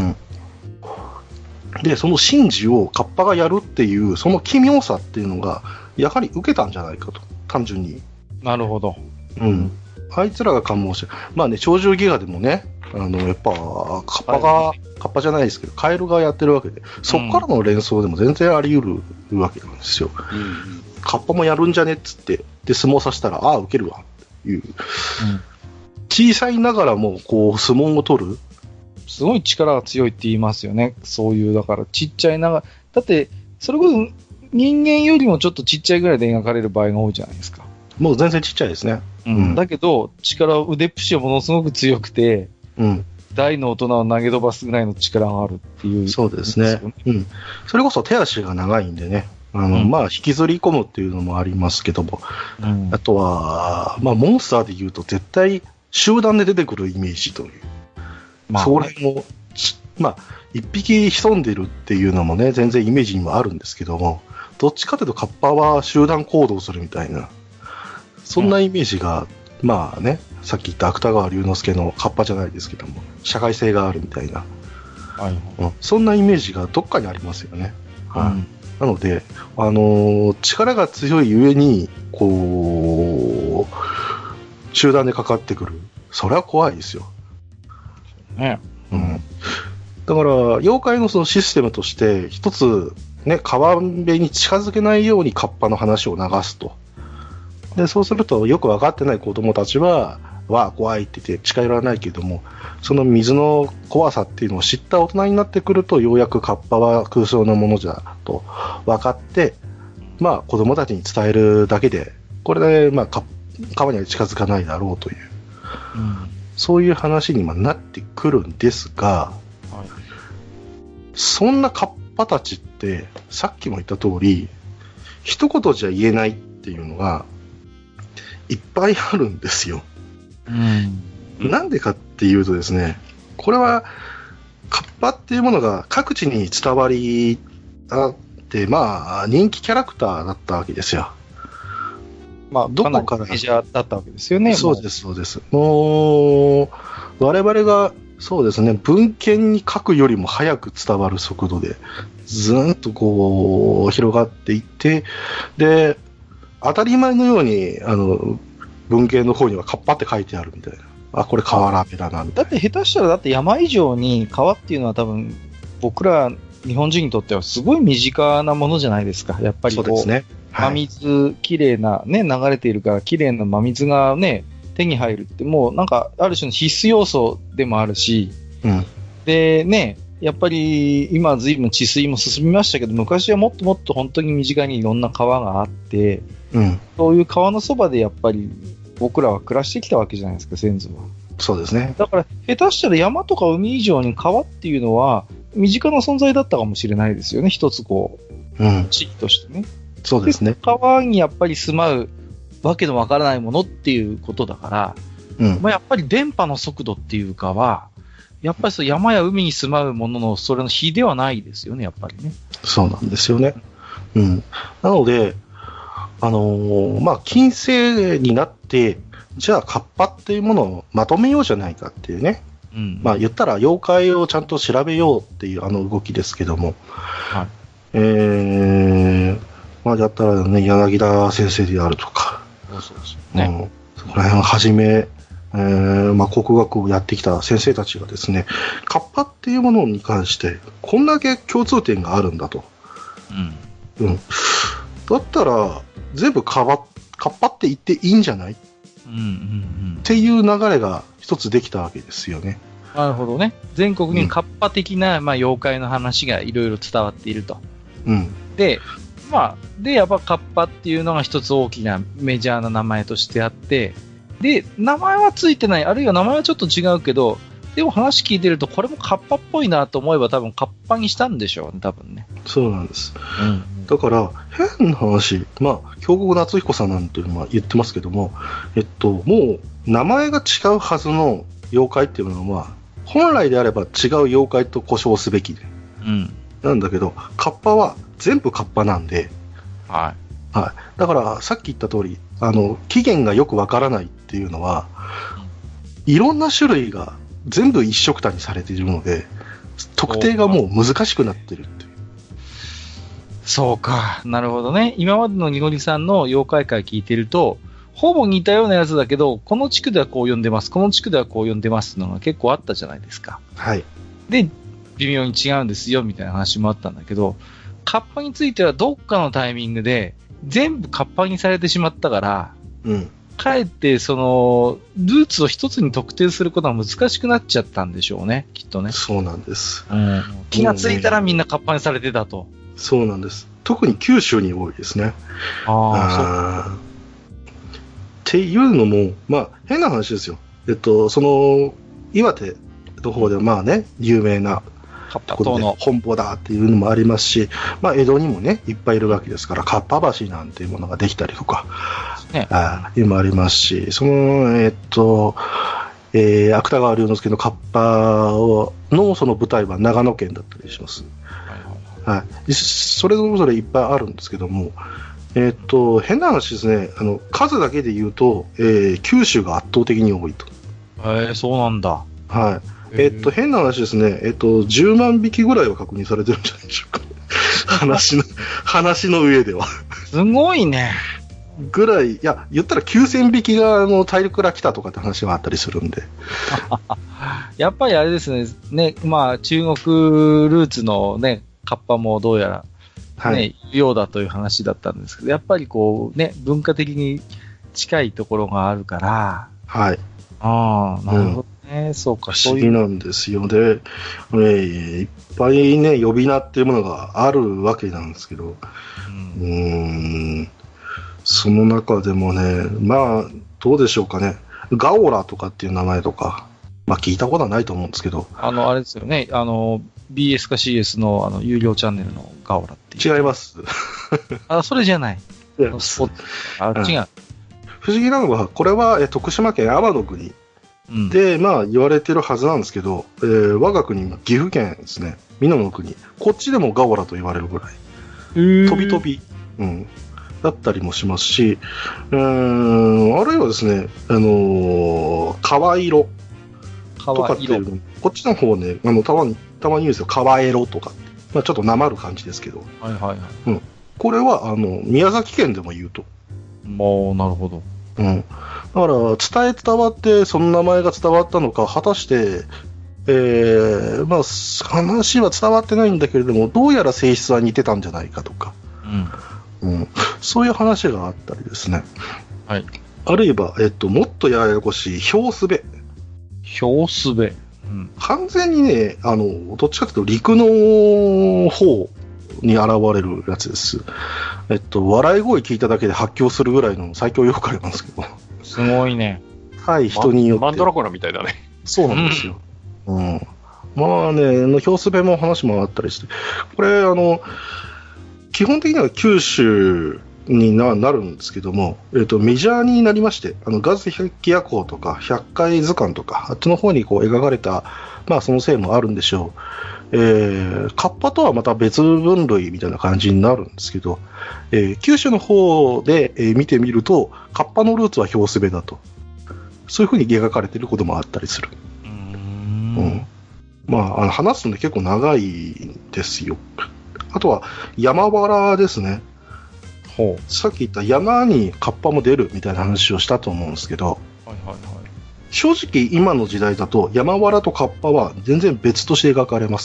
で、その神事をカッパがやるっていう、その奇妙さっていうのが、やはり受けたんじゃないかと、単純に。 なるほど。 あいつらが感銘して、まあね、鳥獣戯画でもね、やっぱ、カッパじゃないですけど、カエルがやってるわけで、そっからの連想でも全然あり得るわけなんですよ。カッパもやるんじゃねっつって、で、相撲させたら、ああ、受けるわ、っていう。小さいながらも、こう、相撲を取る。 すごい力が強いって言いますよね。そういう、だから、ちっちゃいながら、だって、それこそ、人間よりもちょっとちっちゃいぐらいで描かれる場合が多いじゃないですか。 もう全然ちっちゃいですね。 だけど、腕っぷしはものすごく強くて、大の大人を投げ飛ばすぐらいの力があるっていう。 そうですね。それこそ手足が長いんでね。まあ、引きずり込むっていうのもありますけども。あとは、まあ、モンスターで言うと絶対集団で出てくるイメージという。それも、まあ、一匹潜んでるっていうのもね、全然イメージにもあるんですけども、どっちかというとカッパは集団行動するみたいな、そんなイメージが、まあね、さっき言った芥川龍之介のカッパじゃないですけども、社会性があるみたいな、そんなイメージがどっかにありますよね。なので、力が強いゆえに、こう、集団でかかってくる。それは怖いですよ。だから、妖怪のそのシステムとして、一つ、ね、川辺に近づけないようにカッパの話を流すと。で、そうすると、よく分かってない子供たちは、わあ、怖いって言って近寄らないけれども、その水の怖さっていうのを知った大人になってくると、ようやくカッパは空想のものじゃと分かって、まあ、子供たちに伝えるだけで、これで、まあ、川には近づかないだろうという、そういう話になってくるんですが、そんなカッパたちって、さっきも言った通り、一言じゃ言えないっていうのが、いっぱいあるんですよ。なんでかっていうとですね、これは、カッパっていうものが各地に伝わりあって、まあ、人気キャラクターだったわけですよ。 まあ、どこからメジャーだったわけですよね。 そうです、そうです。もう、我々が、そうですね、文献に書くよりも早く伝わる速度で、ずーんとこう、広がっていって、で、当たり前のように、文献の方にはカッパって書いてあるみたいな。あ、これ河原辺だな、みたいな。 だって下手したら、だって山以上に川っていうのは多分、僕ら日本人にとってはすごい身近なものじゃないですか。やっぱりこう、 そうですね。 真水、綺麗なね、流れているから綺麗な真水がね、手に入るってもうなんかある種の必須要素でもあるし、でね、やっぱり今随分治水も進みましたけど、昔はもっともっと本当に身近にいろんな川があって、そういう川のそばでやっぱり僕らは暮らしてきたわけじゃないですか、先祖は。 そうですね。 だから下手したら山とか海以上に川っていうのは身近な存在だったかもしれないですよね、一つこう、地域としてね。 そうですね。 川にやっぱり住まうわけのわからないものっていうことだから、まあ、やっぱり電波の速度っていうかは、やっぱりそう山や海に住まうもののそれの比ではないですよね、やっぱりね。 そうなんですよね。なので、まあ、近世になって、じゃあ、カッパっていうものをまとめようじゃないかっていうね。まあ、言ったら妖怪をちゃんと調べようっていう動きですけども。まあ、だったらね、柳田先生であるとか。そこら辺をはじめ、まあ、国学をやってきた先生たちがですね、カッパっていうものに関して、こんだけ共通点があるんだと。だったら、全部カッパって言っていいんじゃない、っていう流れが一つできたわけですよね。 なるほどね。全国にカッパ的な、まあ、妖怪の話がいろいろ伝わっていると。で、まあ、で、やっぱカッパっていうのが一つ大きなメジャーな名前としてあって、で、名前はついてない、あるいは名前はちょっと違うけど、でも話聞いてると、これもカッパっぽいなと思えば多分カッパにしたんでしょうね、多分ね。 そうなんです。だから、変な話、まあ、京極夏彦さんなんていうのは言ってますけども、もう、名前が違うはずの妖怪っていうのは、本来であれば違う妖怪と呼称すべきで。なんだけど、カッパは全部カッパなんで、だから、さっき言った通り、起源がよくわからないっていうのは、いろんな種類が全部一緒くたにされているので、特定がもう難しくなってるっていう。 そうか。なるほどね。今までのにごりさんの妖怪界聞いてると、ほぼ似たようなやつだけど、この地区ではこう呼んでます、この地区ではこう呼んでますのが結構あったじゃないですか。で、微妙に違うんですよ、みたいな話もあったんだけど、カッパについてはどっかのタイミングで、全部カッパにされてしまったから、かえってその、ルーツを一つに特定することは難しくなっちゃったんでしょうね、きっとね。 そうなんです。 気がついたらみんなカッパにされてたと。 そうなんです。特に九州に多いですね。っていうのも、まあ、変な話ですよ。その、岩手の方ではまあね、有名なカッパ島の本坊だっていうのもありますし、まあ、江戸にもね、いっぱいいるわけですから、カッパ橋なんていうものができたりとか、いうのもありますし、その、芥川龍之介のカッパのその舞台は長野県だったりします。それぞれいっぱいあるんですけども、変な話ですね、数だけで言うと、九州が圧倒的に多いと。 そうなんだ。 変な話ですね、10万匹ぐらいは確認されてるんじゃないでしょうか。話の上では。 すごいね。 ぐらい、いや、言ったら9000匹が大陸から来たとかって話はあったりするんで。 やっぱりあれですね、まあ、中国ルーツのね、カッパもどうやら、いるようだという話だったんですけど、やっぱりこうね、文化的に近いところがあるから、なるほどね、そうか、 不思議なんですよ。で、いっぱいね、呼び名っていうものがあるわけなんですけど、その中でもね、まあ、どうでしょうかね、ガオラとかっていう名前とか、まあ聞いたことはないと思うんですけど。 あれですよね、 BS か CS の有料チャンネルのガオラっていう。 違います。 それじゃない。 違います。 違う。 不思議なのは、これは徳島県阿波の国で、まあ言われてるはずなんですけど、我が国、岐阜県ですね、美濃の国、こっちでもガオラと言われるぐらい、飛び飛び、だったりもしますし、あるいはですね、川色とかっていうの、こっちの方ね、たまに言うんですよ、川色とか、まあ、ちょっとなまる感じですけど、 はいはいはい。 これは宮崎県でも言うと。 もうなるほど。 だから伝わってその名前が伝わったのか、果たして、まあ話は伝わってないんだけれども、どうやら性質は似てたんじゃないかとか、そういう話があったりですね。 はい。 あるいはもっとややこしいヒョウスベ。 ヒョウスベ。 完全にね、どっちかというと陸の方に現れるやつです。笑い声聞いただけで発狂するぐらいの最強妖怪なんですけど。 すごいね。 はい、人によって。 マンドラゴラみたいだね。 そうなんですよ。まあね、ヒョウスベも話もあったりして。これ、基本的には九州になるんですけども、メジャーになりまして、ガズ百鬼夜行とか、百回図鑑とか、あっちの方にこう描かれた、まあそのせいもあるんでしょう。カッパとはまた別分類みたいな感じになるんですけど、九州の方で、見てみると、カッパのルーツはヒョウスベだと。そういう風に描かれていることもあったりする。まあ、話すので結構長いんですよ。あとは、山原ですね。さっき言った山にカッパも出るみたいな話をしたと思うんですけど、正直今の時代だと山原とカッパは全然別として描かれます。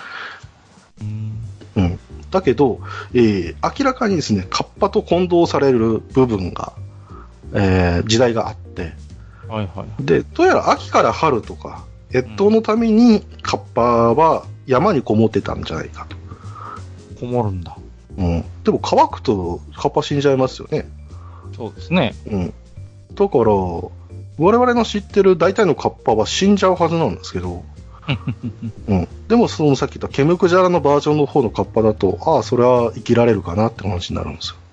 だけど、明らかにですね、カッパと混同される部分が、時代があって、で、どうやら秋から春とか、越冬のためにカッパは山にこもってたんじゃないかと。 こもるんだ。 でも乾くとカッパ死んじゃいますよね。 そうですね。 だから、我々の知ってる大体のカッパは死んじゃうはずなんですけど、でもそのさっき言ったケムクジャラのバージョンの方のカッパだと、ああ、それは生きられるかなって話になるんです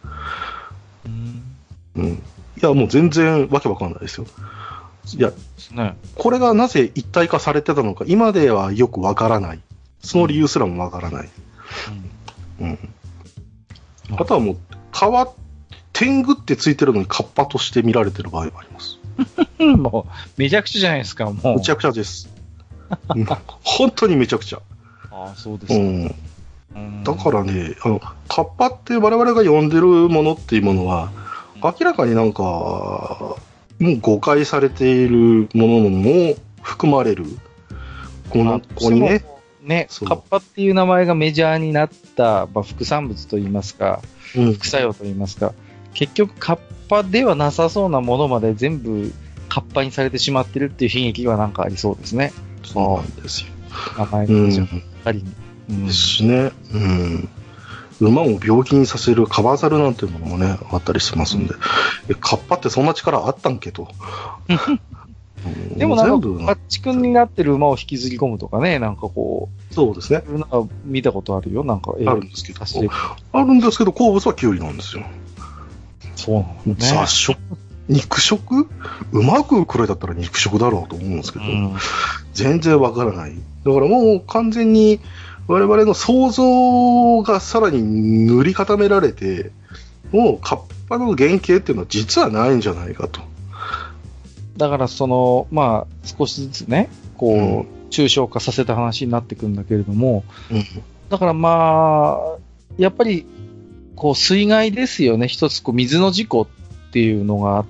よ。いや、もう全然わけわかんないですよ。いや、これがなぜ一体化されてたのか、今ではよくわからない。その理由すらもわからない。あとはもう、天狗ってついてるのにカッパとして見られてる場合もあります。 もう、めちゃくちゃじゃないですか、もう。 めちゃくちゃです。本当にめちゃくちゃ。 そうですか。 だからね、カッパって我々が呼んでるものっていうものは、明らかになんか、もう誤解されているものも含まれる。ここにね。 カッパっていう名前がメジャーになった、副産物といいますか、副作用といいますか、結局カッパではなさそうなものまで全部カッパにされてしまってるっていう悲劇がなんかありそうですね。 そうなんですよ。 名前のメジャーありに。ですね。馬を病気にさせるカバザルなんていうものもね、あったりしますんで、カッパってそんな力あったんけと。 でもなんか、パッチ君になってる馬を引きずり込むとかね、なんかこう。 そうですね。 なんか見たことあるよ、なんか。 あるんですけど。あるんですけど、好物はキュウリなんですよ。 そうなのね。 雑食肉食うまくくらいだったら肉食だろうと思うんですけど、全然わからない。だからもう完全に我々の想像がさらに塗り固められて、もうカッパの原型っていうのは実はないんじゃないかと。 だから少しずつね、こう、抽象化させた話になってくるんだけれども、だからやっぱり、こう、水害ですよね。一つ、水の事故っていうのがあって、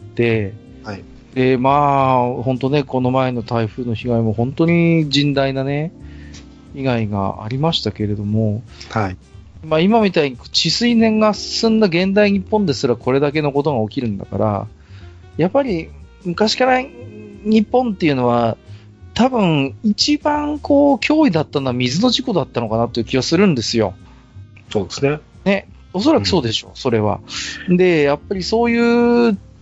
で、本当ね、この前の台風の被害も本当に甚大なね、被害がありましたけれども、今みたいに治水年が進んだ現代日本ですらこれだけのことが起きるんだから、やっぱり、昔から日本っていうのは多分一番脅威だったのは水の事故だったのかなという気がするんですよ。 そうですね。 おそらくそうでしょう、それは。で、やっぱりそういうね、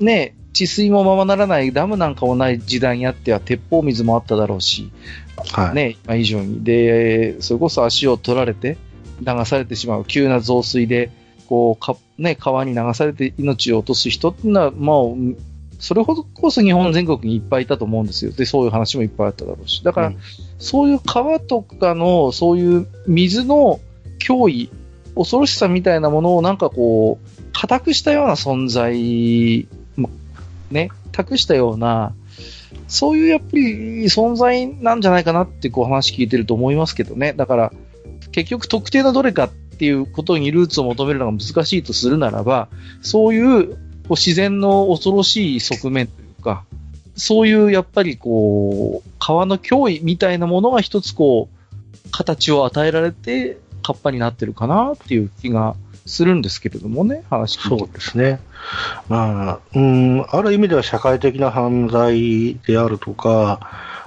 治水もままならないダムなんかもない時代にあっては鉄砲水もあっただろうし、はい、ね、今以上に。で、それこそ足を取られて流されてしまう急な増水で、こう、ね、川に流されて命を落とす人っていうのは、まあ、それほどこそ日本全国にいっぱいいたと思うんですよ。で、そういう話もいっぱいあっただろうし。だから、そういう川とかの、そういう水の脅威、恐ろしさみたいなものをなんかこう、固くしたような存在、ね、託したような、そういうやっぱり存在なんじゃないかなってこう話聞いてると思いますけどね。だから、結局特定のどれかっていうことにルーツを求めるのが難しいとするならば、そういうこう自然の恐ろしい側面というか、そういうやっぱりこう、川の脅威みたいなものが一つこう、形を与えられて、カッパになってるかなっていう気がするんですけれどもね、話聞いて。 そうですね。まあ、ある意味では社会的な犯罪であるとか、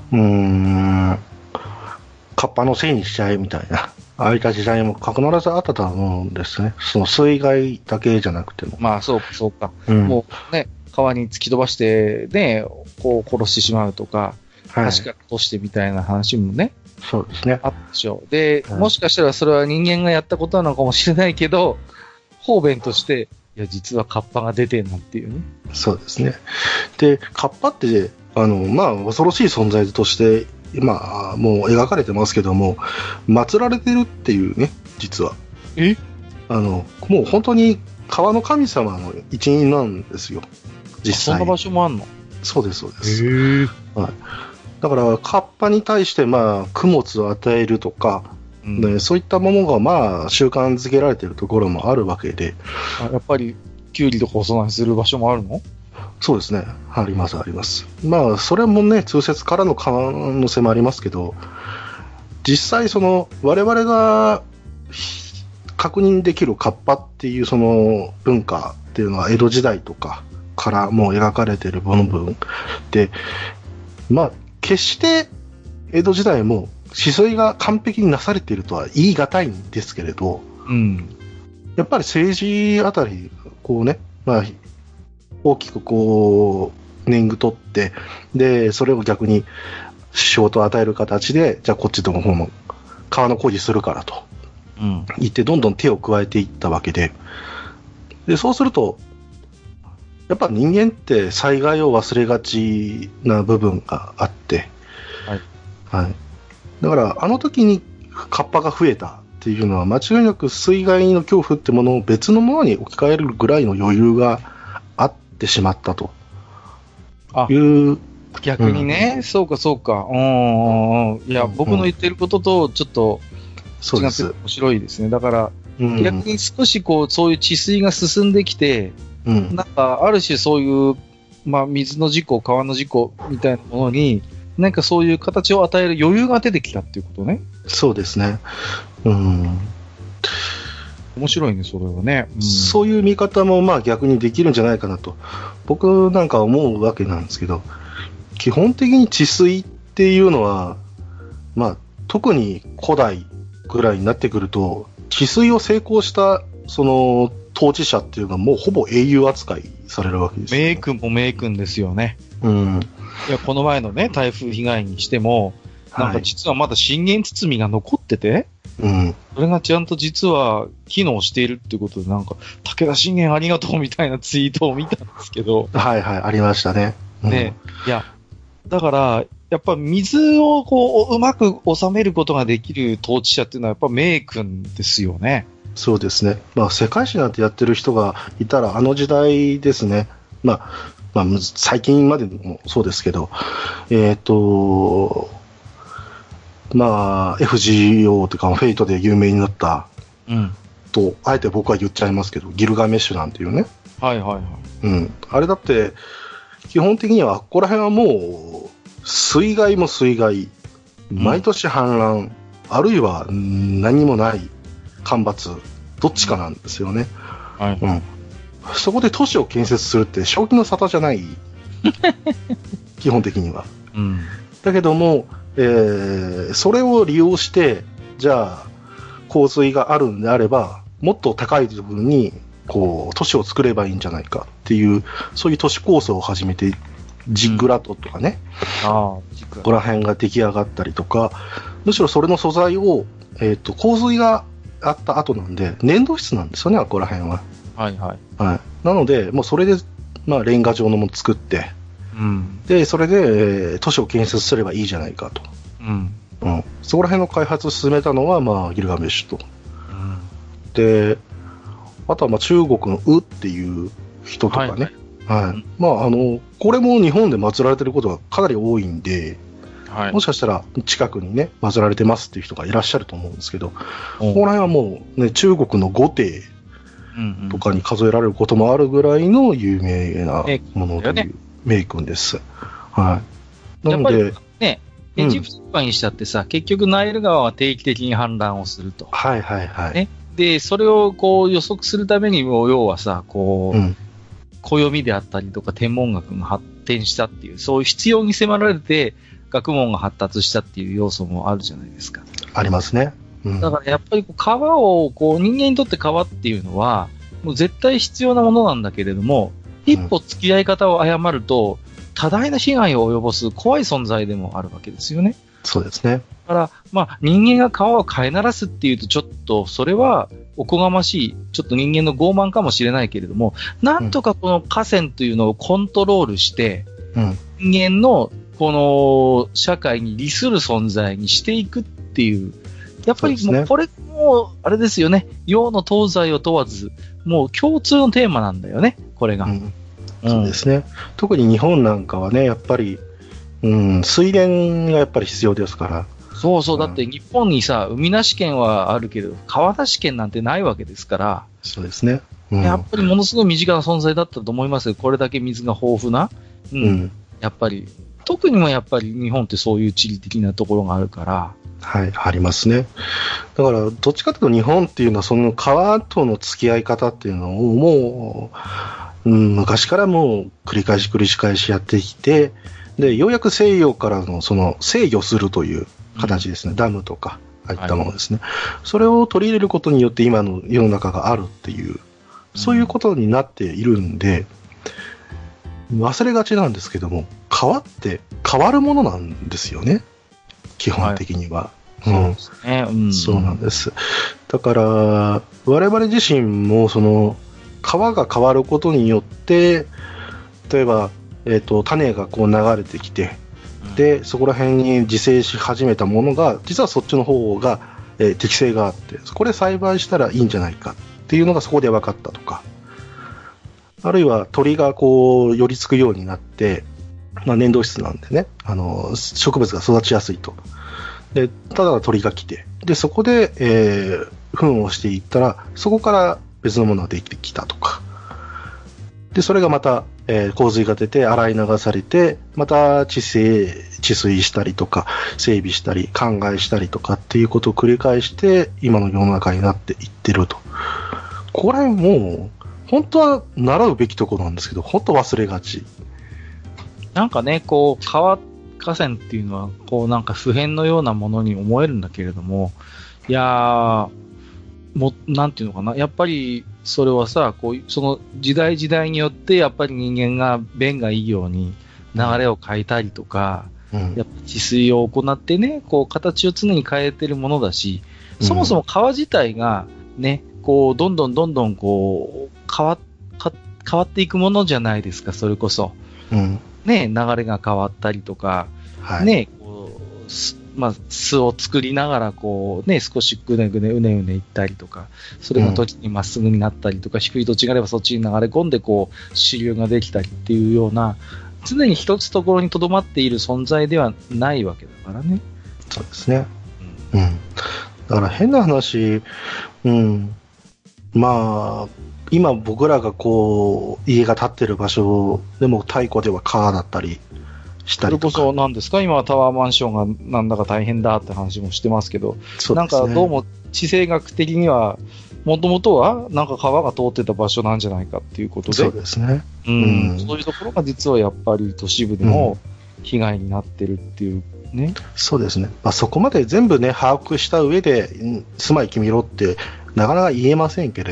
カッパのせいにしちゃえみたいな、ああいった時代も必ずあったと思うんですね。その水害だけじゃなくても。 まあ、そうか。もうね、川に突き飛ばして、ね、こう殺してしまうとか、橋から落としてみたいな話もね、 そうですね。 あったでしょう。で、もしかしたらそれは人間がやったことなのかもしれないけど、方便として、いや、実はカッパが出てんなっていうね。 そうですね。で、カッパって、まあ、恐ろしい存在として、今、もう描かれてますけども、祀られてるっていうね、実は。もう本当に川の神様の一員なんですよ。実際。 そんな場所もあんの？ そうです、そうです。はい。だから、カッパに対して、まあ、供物を与えるとか、ね、そういったものが、まあ、習慣づけられているところもあるわけで。 やっぱり、キュウリとかお供えする場所もあるの？ そうですね。あります、あります。まあ、それもね、通説からの可能性もありますけど、実際、我々が確認できるカッパっていうその文化っていうのは、江戸時代とかからもう描かれている部分で、まあ、決して江戸時代も治水が完璧になされているとは言い難いんですけれど、やっぱり政治あたり、こうね、まあ、大きくこう、年貢取って、で、それを逆に仕事を与える形で、じゃあこっちの方の川の工事するからと、言ってどんどん手を加えていったわけで、で、そうすると、やっぱ人間って災害を忘れがちな部分があって、はい。だから、あの時にカッパが増えたっていうのは、間違いなく水害の恐怖ってものを別のものに置き換えるぐらいの余裕があってしまったという。 逆にね、そうか。いや、僕の言ってることとちょっと違って面白いですね。だから、逆に少しこう、そういう治水が進んできて、なんか、ある種そういう、まあ、水の事故、川の事故みたいなものに、なんかそういう形を与える余裕が出てきたっていうことね。 そうですね。 面白いね、それはね。 そういう見方もまあ逆にできるんじゃないかなと、僕なんか思うわけなんですけど、基本的に治水っていうのは、まあ特に古代ぐらいになってくると、治水を成功したその当事者っていうのはもうほぼ英雄扱いされるわけですよね。 名君も名君ですよね。いや、この前のね、台風被害にしても、なんか実はまだ信玄包みが残ってて、それがちゃんと実は機能しているっていうことで、なんか、武田信玄ありがとうみたいなツイートを見たんですけど。 ありましたね。 ね、いや、だから、やっぱ水をこう、うまく収めることができる統治者っていうのはやっぱ名君ですよね。 そうですね。まあ、世界史なんてやってる人がいたら、あの時代ですね。まあ、最近までもそうですけど、まあ、FGO というか、フェイトで有名になった、と、あえて僕は言っちゃいますけど、ギルガメッシュなんていうね。あれだって、基本的には、ここら辺はもう、水害も水害、毎年氾濫、あるいは何もない干ばつ、どっちかなんですよね。そこで都市を建設するって正気の沙汰じゃない基本的には、だけども、それを利用してじゃあ洪水があるんであればもっと高いところにこう、都市を作ればいいんじゃないかっていう、そういう都市構想を始めて、ジッグラトとかね、ここら辺が出来上がったりとか、むしろそれの素材を、洪水があった後なんで、粘土質なんですよね、ここら辺は。 はいはい。 はい。なので、もうそれで、まあ、レンガ状のものを作って、で、それで、都市を建設すればいいじゃないかと。そこら辺の開発を進めたのは、まあ、ギルガメッシュと。で、あとは、まあ、中国のウっていう人とかね。まあ、これも日本で祀られてることがかなり多いんで、もしかしたら近くにね、祀られてますっていう人がいらっしゃると思うんですけど、ここら辺はもうね、中国の御帝とかに数えられることもあるぐらいの有名なものという名君です。はい。なので、 ね、エジプトとかにしたってさ、結局ナイル川は定期的に氾濫をすると。ね。で、それをこう予測するためにも、要はさ、こう、暦であったりとか天文学が発展したっていう、そういう必要に迫られて、学問が発達したっていう要素もあるじゃないですか。 ありますね。 だからやっぱり川を、こう人間にとって川っていうのは、もう絶対必要なものなんだけれども、一歩付き合い方を誤ると、多大な被害を及ぼす怖い存在でもあるわけですよね。 そうですね。 だから、まあ人間が川を飼いならすっていうとちょっと、それはおこがましい、ちょっと人間の傲慢かもしれないけれども、なんとかこの河川というのをコントロールして、人間のこの社会に利する存在にしていくっていう、やっぱりもうこれもあれですよね、洋の東西を問わず、もう共通のテーマなんだよね、これが。 そうですね。特に日本なんかはね、やっぱり、水田がやっぱり必要ですから。 そうそう、だって日本にさ、海なし県はあるけど、川なし県なんてないわけですから。 そうですね。 やっぱりものすごい身近な存在だったと思いますよ。これだけ水が豊富な。やっぱり、特にもやっぱり日本ってそういう地理的なところがあるから。 はい、ありますね。だから、どっちかというと日本っていうのは、その川との付き合い方っていうのをもう、昔からもう繰り返しやってきて、で、ようやく西洋からのその制御するという形ですね。ダムとか、ああいったものですね。それを取り入れることによって今の世の中があるっていう、そういうことになっているんで、忘れがちなんですけども、川って変わるものなんですよね。基本的には。そうなんです。だから、我々自身もその、川が変わることによって、例えば、種がこう流れてきて、で、そこら辺に自生し始めたものが、実はそっちの方が、適性があって、そこで栽培したらいいんじゃないかっていうのがそこで分かったとか、あるいは鳥がこう寄りつくようになって、まあ、粘土質なんでね、植物が育ちやすいと。で、ただ鳥が来て、で、そこで、糞をしていったら、そこから別のものができてきたとか。で、それがまた、洪水が出て洗い流されて、また治水したりとか、整備したり、灌漑したりとかっていうことを繰り返して、今の世の中になっていってると。これもう、本当は習うべきところなんですけど、本当忘れがち。 なんかね、こう、河川っていうのは、こうなんか普遍のようなものに思えるんだけれども、いやー、なんていうのかな、やっぱり、それはさ、こう、その時代時代によって、やっぱり人間が便がいいように流れを変えたりとか、やっぱ治水を行ってね、こう、形を常に変えてるものだし、そもそも川自体がね、こう、どんどんこう、変わっていくものじゃないですか、それこそ。ね、流れが変わったりとか、ね、こう、まあ、巣を作りながら、こう、ね、少しうねいったりとか、それが土地にまっすぐになったりとか、低い土地があればそっちに流れ込んで、こう、支流ができたりっていうような、常に一つところに留まっている存在ではないわけだからね。 そうですね。だから変な話、まあ、今僕らがこう、家が建ってる場所でも太古では川だったりしたりとか。 それこそ何ですか、今はタワーマンションがなんだか大変だって話もしてますけど、なんかどうも地政学的には、もともとはなんか川が通ってた場所なんじゃないかっていうことで。 そうですね。 そういうところが実はやっぱり都市部でも被害になってるっていうね。 そうですね。まあ、そこまで全部ね、把握した上で、住まい決めろってなかなか言えませんけれど、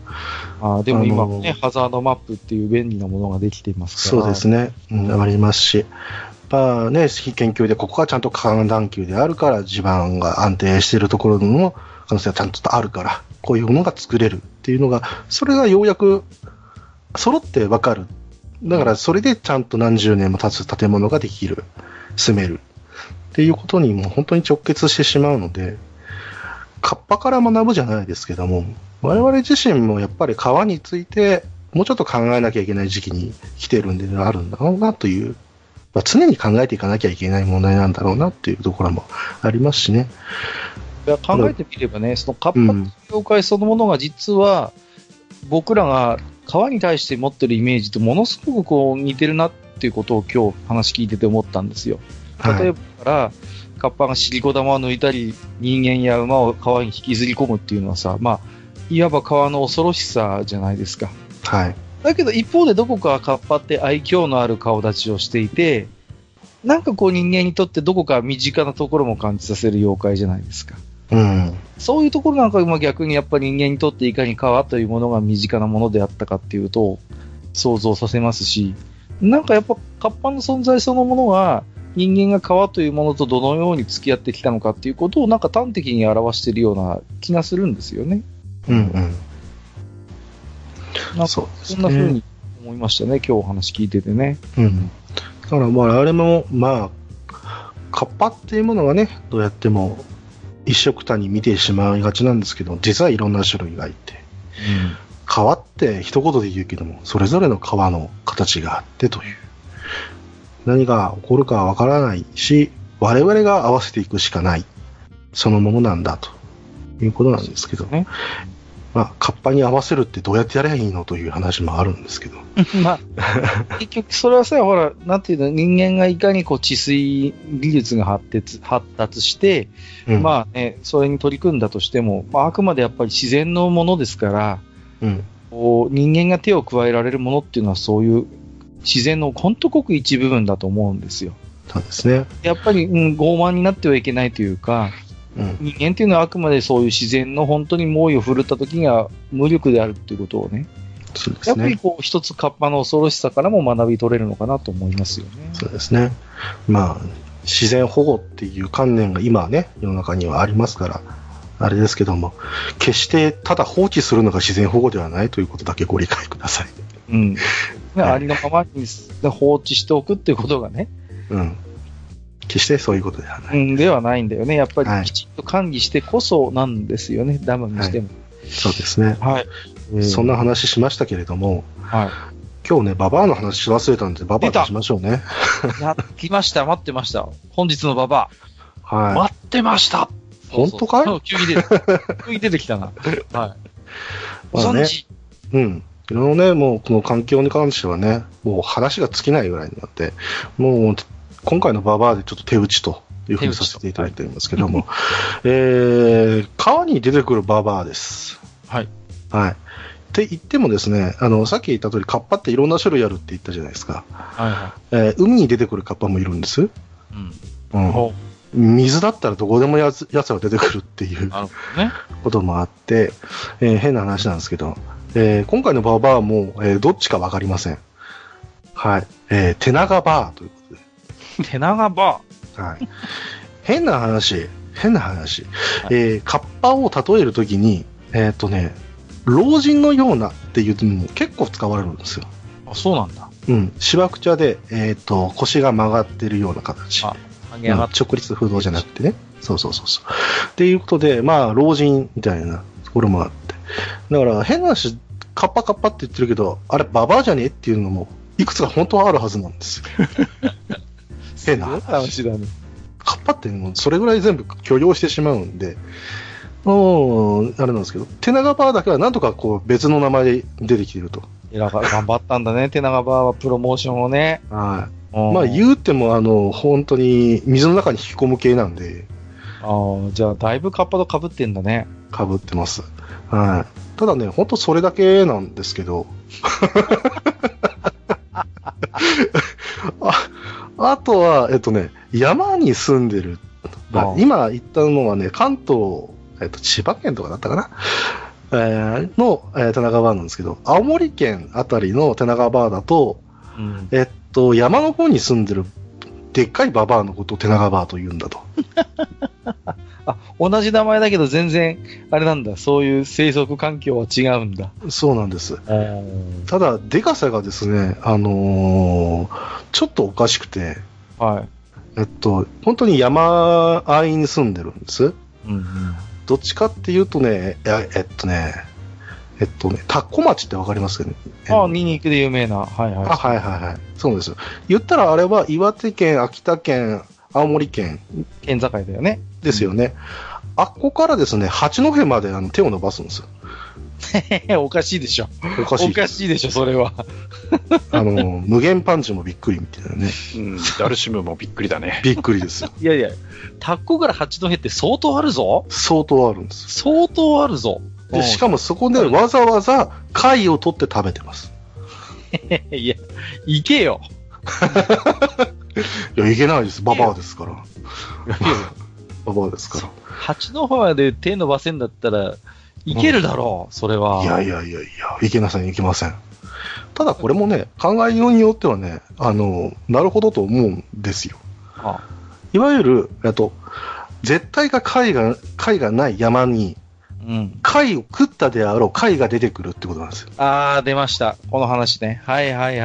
でも今ね、ハザードマップっていう便利なものができていますから。 そうですね。ありますし。非研究でここがちゃんと寒暖球であるから地盤が安定しているところの可能性がちゃんとあるから、こういうものが作れるっていうのが、それがようやく揃ってわかる。だからそれでちゃんと何十年も経つ建物ができる、住めるっていうことにもう本当に直結してしまうので、カッパから学ぶじゃないですけども、我々自身もやっぱり川についてもうちょっと考えなきゃいけない時期に来てるんであるんだろうなという、常に考えていかなきゃいけない問題なんだろうなっていうところもありますしね。 いや考えてみればね、そのカッパの業界そのものが実は、僕らが川に対して持ってるイメージとものすごくこう似てるなっていうことを今日話聞いてて思ったんですよ。例えばから、カッパが尻子玉を抜いたり、人間や馬を川に引きずり込むっていうのはさ、いわば川の恐ろしさじゃないですか。 はい。 だけど一方でどこかカッパって愛嬌のある顔立ちをしていて、なんかこう人間にとってどこか身近なところも感じさせる妖怪じゃないですか。そういうところなんか逆にやっぱり人間にとっていかに川というものが身近なものであったかっていうと想像させますし、なんかやっぱカッパの存在そのものが人間が川というものとどのように付き合ってきたのかっていうことをなんか端的に表しているような気がするんですよね。なんかそんな風に思いましたね、今日お話聞いててね。 だからあれもカッパっていうものはね、どうやっても一色たに見てしまいがちなんですけど、実はいろんな種類がいて、川って一言で言うけども、それぞれの川の形があってという、何が起こるかわからないし、我々が合わせていくしかない、そのものなんだということなんですけど、カッパに合わせるってどうやってやればいいのという話もあるんですけど。 結局それはさ、ほら、なんていうの、人間がいかにこう治水技術が発達して、それに取り組んだとしても、あくまでやっぱり自然のものですから、こう人間が手を加えられるものっていうのはそういう自然のほんとごく一部分だと思うんですよ。 そうですね。 やっぱり、傲慢になってはいけないというか、人間っていうのはあくまでそういう自然の本当に猛威を振るった時には無力であるっていうことをね、 そうですね、 やっぱりこう一つカッパの恐ろしさからも学び取れるのかなと思いますよね。 そうですね。自然保護っていう観念が今はね、世の中にはありますから、あれですけども、決してただ放置するのが自然保護ではないということだけご理解ください。 ありのままに放置しておくっていうことがね。 決してそういうことではない。 ではないんだよね。やっぱりきちっと管理してこそなんですよね、ダムにしても。 そうですね。そんな話しましたけれども、今日ね、ババアの話し忘れたんで、ババア出しましょうね。 来ました、待ってました。本日のババア。待ってました。 本当かい？ 急に出てきたな。ご存知。 もうこの環境に関してはね、もう話が尽きないぐらいになって、もう今回のババアでちょっと手打ちというふうにさせていただいていますけども、川に出てくるババアです。って言ってもですね、さっき言った通りカッパっていろんな種類あるって言ったじゃないですか。海に出てくるカッパもいるんです。水だったらどこでもやつは出てくるっていうこともあって、変な話なんですけど、今回のババアも、どっちかわかりません。手長バーということで。 手長バー変な話。カッパを例えるときに、老人のようなっていうのも結構使われるんですよ。 そうなんだ。 しわくちゃで、腰が曲がってるような形。直立不動じゃなくてね。そう。っていうことで、老人みたいなところもあって。だから変な話、カッパって言ってるけど、あれババアじゃねっていうのも、いくつか本当はあるはずなんですよ。変な話だね。 カッパってもうそれぐらい全部許容してしまうんで、あれなんですけど、手長バーだけはなんとかこう別の名前で出てきていると。 頑張ったんだね、手長バーはプロモーションをね。 言うても本当に水の中に引き込む系なんで。 じゃあだいぶカッパと被ってんだね。 被ってます。ただね、本当それだけなんですけど。あとは、山に住んでる。今言ったのはね、関東、千葉県とかだったかな手長バーなんですけど、青森県あたりの手長バーだと、山の方に住んでるでっかいババアのことを手長バーと言うんだと。 あ、同じ名前だけど全然、あれなんだ、そういう生息環境は違うんだ。 そうなんです。ただ、でかさがですね、ちょっとおかしくて、 はい。 本当に山あいに住んでるんです。 うんうん、 どっちかっていうとね、田子町ってわかりますかね。 ニンニクで有名な。はいはい。 はいはいはい。そうですよ。言ったらあれは岩手県、秋田県、青森県。 県境だよね。 ですよね。あっこからですね、八戸まで手を伸ばすんですよ。おかしいでしょ。おかしいでしょ、それは。 無限パンチもびっくりみたいなね。 ダルシムもびっくりだね。 びっくりですよ。 いやいや、田子から八戸って相当あるぞ。 相当あるんです。 相当あるぞ。 で、しかもそこでわざわざ貝を取って食べてます。 いや、行けよ。 いや、行けないです。ババアですから。ババアですから。 八戸まで手伸ばせんだったら、行けるだろう、それは。 いや、行けません、行けません。ただこれもね、考えようによってはね、なるほどと思うんですよ。いわゆる、絶対が貝がない山に、貝を食ったであろう貝が出てくるってことなんですよ。 出ました。この話ね。はい。 だ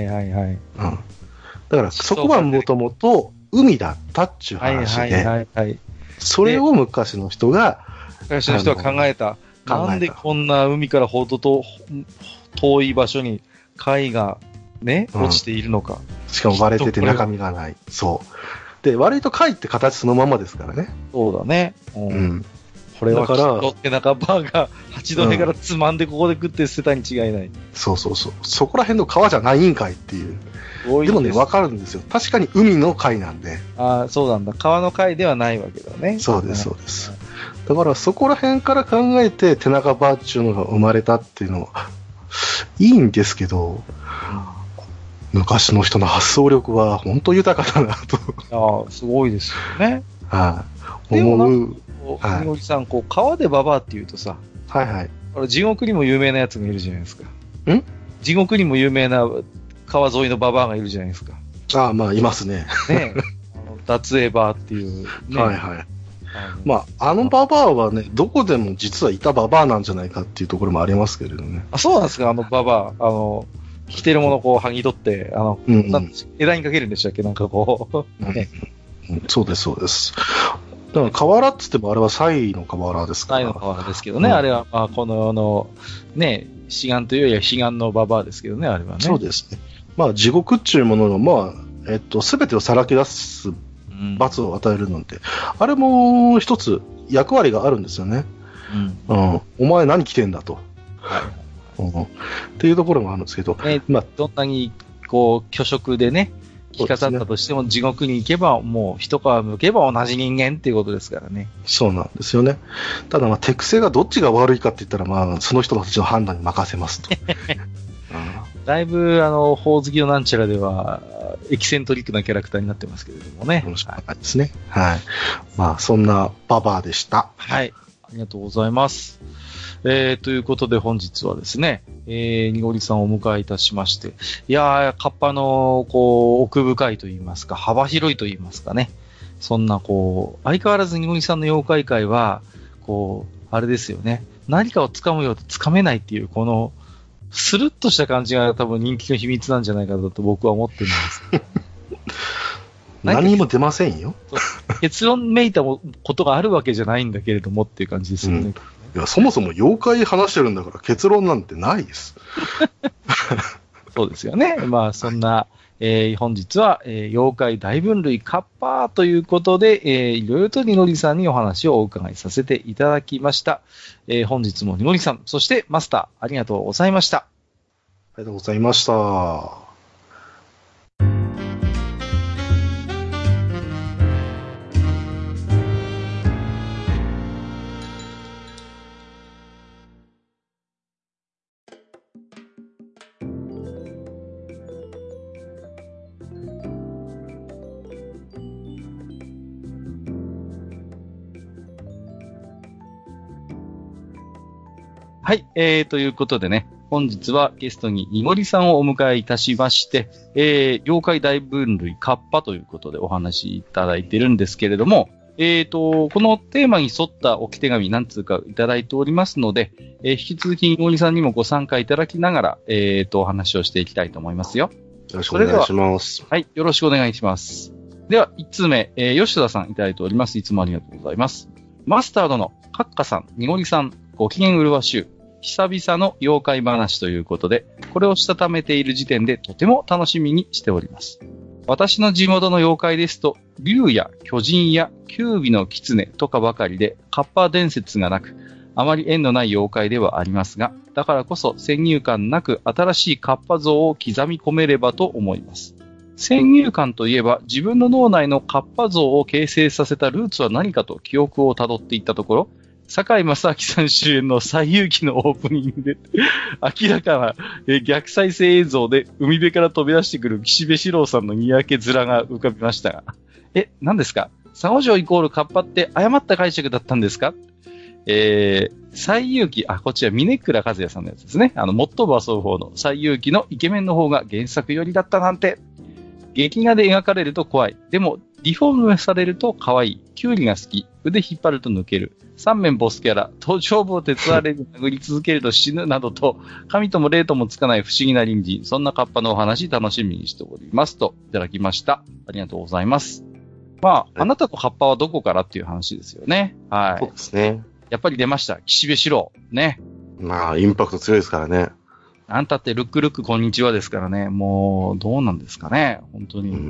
からそこはもともと海だったっちゅう話で、それを昔の人が考えた。なんでこんな海からほどと遠い場所に貝がね、落ちているのか。 しかも割れてて中身がない。そう。で、割と貝って形そのままですからね。 そうだね。これはきっと手長バーが八戸からつまんでここで食って捨てたに違いない。 そう。そこら辺の川じゃないんかいっていう。でもね、わかるんですよ。確かに海の貝なんで。 そうなんだ。川の貝ではないわけだね。 そうです。だからそこら辺から考えて手長バーっていうのが生まれたっていうのは、いいんですけど、昔の人の発想力は本当豊かだなと。 すごいですよね。 思う。 みのりさん、川でババアって言うとさ、地獄にも有名なやつがいるじゃないですか。地獄にも有名な川沿いのババアがいるじゃないですか。 いますね。 脱エバーっていう、ね。 ババアはね、どこでも実はいたババアなんじゃないかっていうところもありますけれどね。 そうなんですか、ババア。着てるものを剥ぎ取って、枝にかけるんでしたっけ、なんかそうです。だから河原っつってもあれはサイの河原ですから。 サイの河原ですけどね、あれは、この世の、ね、志願というよりは悲願のババアですけどね、あれはね。 そうですね。地獄っていうものの、すべてをさらけ出す罰を与えるので、あれも一つ役割があるんですよね。お前何着てんだと。っていうところもあるんですけど。 どんなに、虚飾でね、着飾ったとしても地獄に行けば、もう一皮むけば同じ人間っていうことですからね。 そうなんですよね。ただ手癖がどっちが悪いかって言ったら、その人たちの判断に任せますと。 だいぶ、ほおずきのなんちゃらでは、エキセントリックなキャラクターになってますけれどもね。 ですね。そんなババアでした。 はい。ありがとうございます。ということで本日はですね、にごりさんをお迎えいたしまして、いやー、カッパの、奥深いと言いますか、幅広いと言いますかね。そんな、相変わらずにごりさんの妖怪界は、あれですよね。何かを掴むようと掴めないっていう、スルッとした感じが多分人気の秘密なんじゃないかと僕は思ってるんですけど。 何にも出ませんよ。 結論めいたことがあるわけじゃないんだけれどもっていう感じですよね。 いや、そもそも妖怪話してるんだから結論なんてないです。 そうですよね。そんな、本日は、妖怪大分類カッパーということで、いろいろとにのりさんにお話をお伺いさせていただきました。本日もにのりさん、そしてマスター、ありがとうございました。 ありがとうございました。 はい、ということでね、本日はゲストににごりさんをお迎えいたしまして、妖怪大分類カッパということでお話しいただいてるんですけれども、このテーマに沿った置き手紙何通かいただいておりますので、引き続きにごりさんにもご参加いただきながら、お話をしていきたいと思いますよ。 よろしくお願いします。 はい、よろしくお願いします。では、1通目、吉田さんいただいております。いつもありがとうございます。マスタードのカッカさん、にごりさん、ご機嫌うるわしゅう。久々の妖怪話ということで、これをしたためている時点でとても楽しみにしております。私の地元の妖怪ですと、竜や巨人や九尾の狐とかばかりで、カッパ伝説がなく、あまり縁のない妖怪ではありますが、だからこそ先入観なく新しいカッパ像を刻み込めればと思います。先入観といえば、自分の脳内のカッパ像を形成させたルーツは何かと記憶をたどっていったところ、堺正明さん主演の西遊記のオープニングで、明らかな逆再生映像で海辺から飛び出してくる岸辺四郎さんのにやけ面が浮かびましたが、何ですか？佐護城イコールカッパって誤った解釈だったんですか？西遊記、こっちは峰倉和也さんのやつですね。もっとも遊ぶ方の西遊記のイケメンの方が原作寄りだったなんて。劇画で描かれると怖い。でも、リフォームされると可愛い。キュウリが好き。腕引っ張ると抜ける。三面ボスキャラ。頭頂部を鉄アレに殴り続けると死ぬなどと、神とも霊ともつかない不思議な隣人。そんなカッパのお話楽しみにしております。と、いただきました。ありがとうございます。あなたのカッパはどこからっていう話ですよね。はい。 そうですね。 やっぱり出ました。岸辺四郎。ね。 インパクト強いですからね。 あんたってルックルックこんにちはですからね。もう、どうなんですかね。本当に。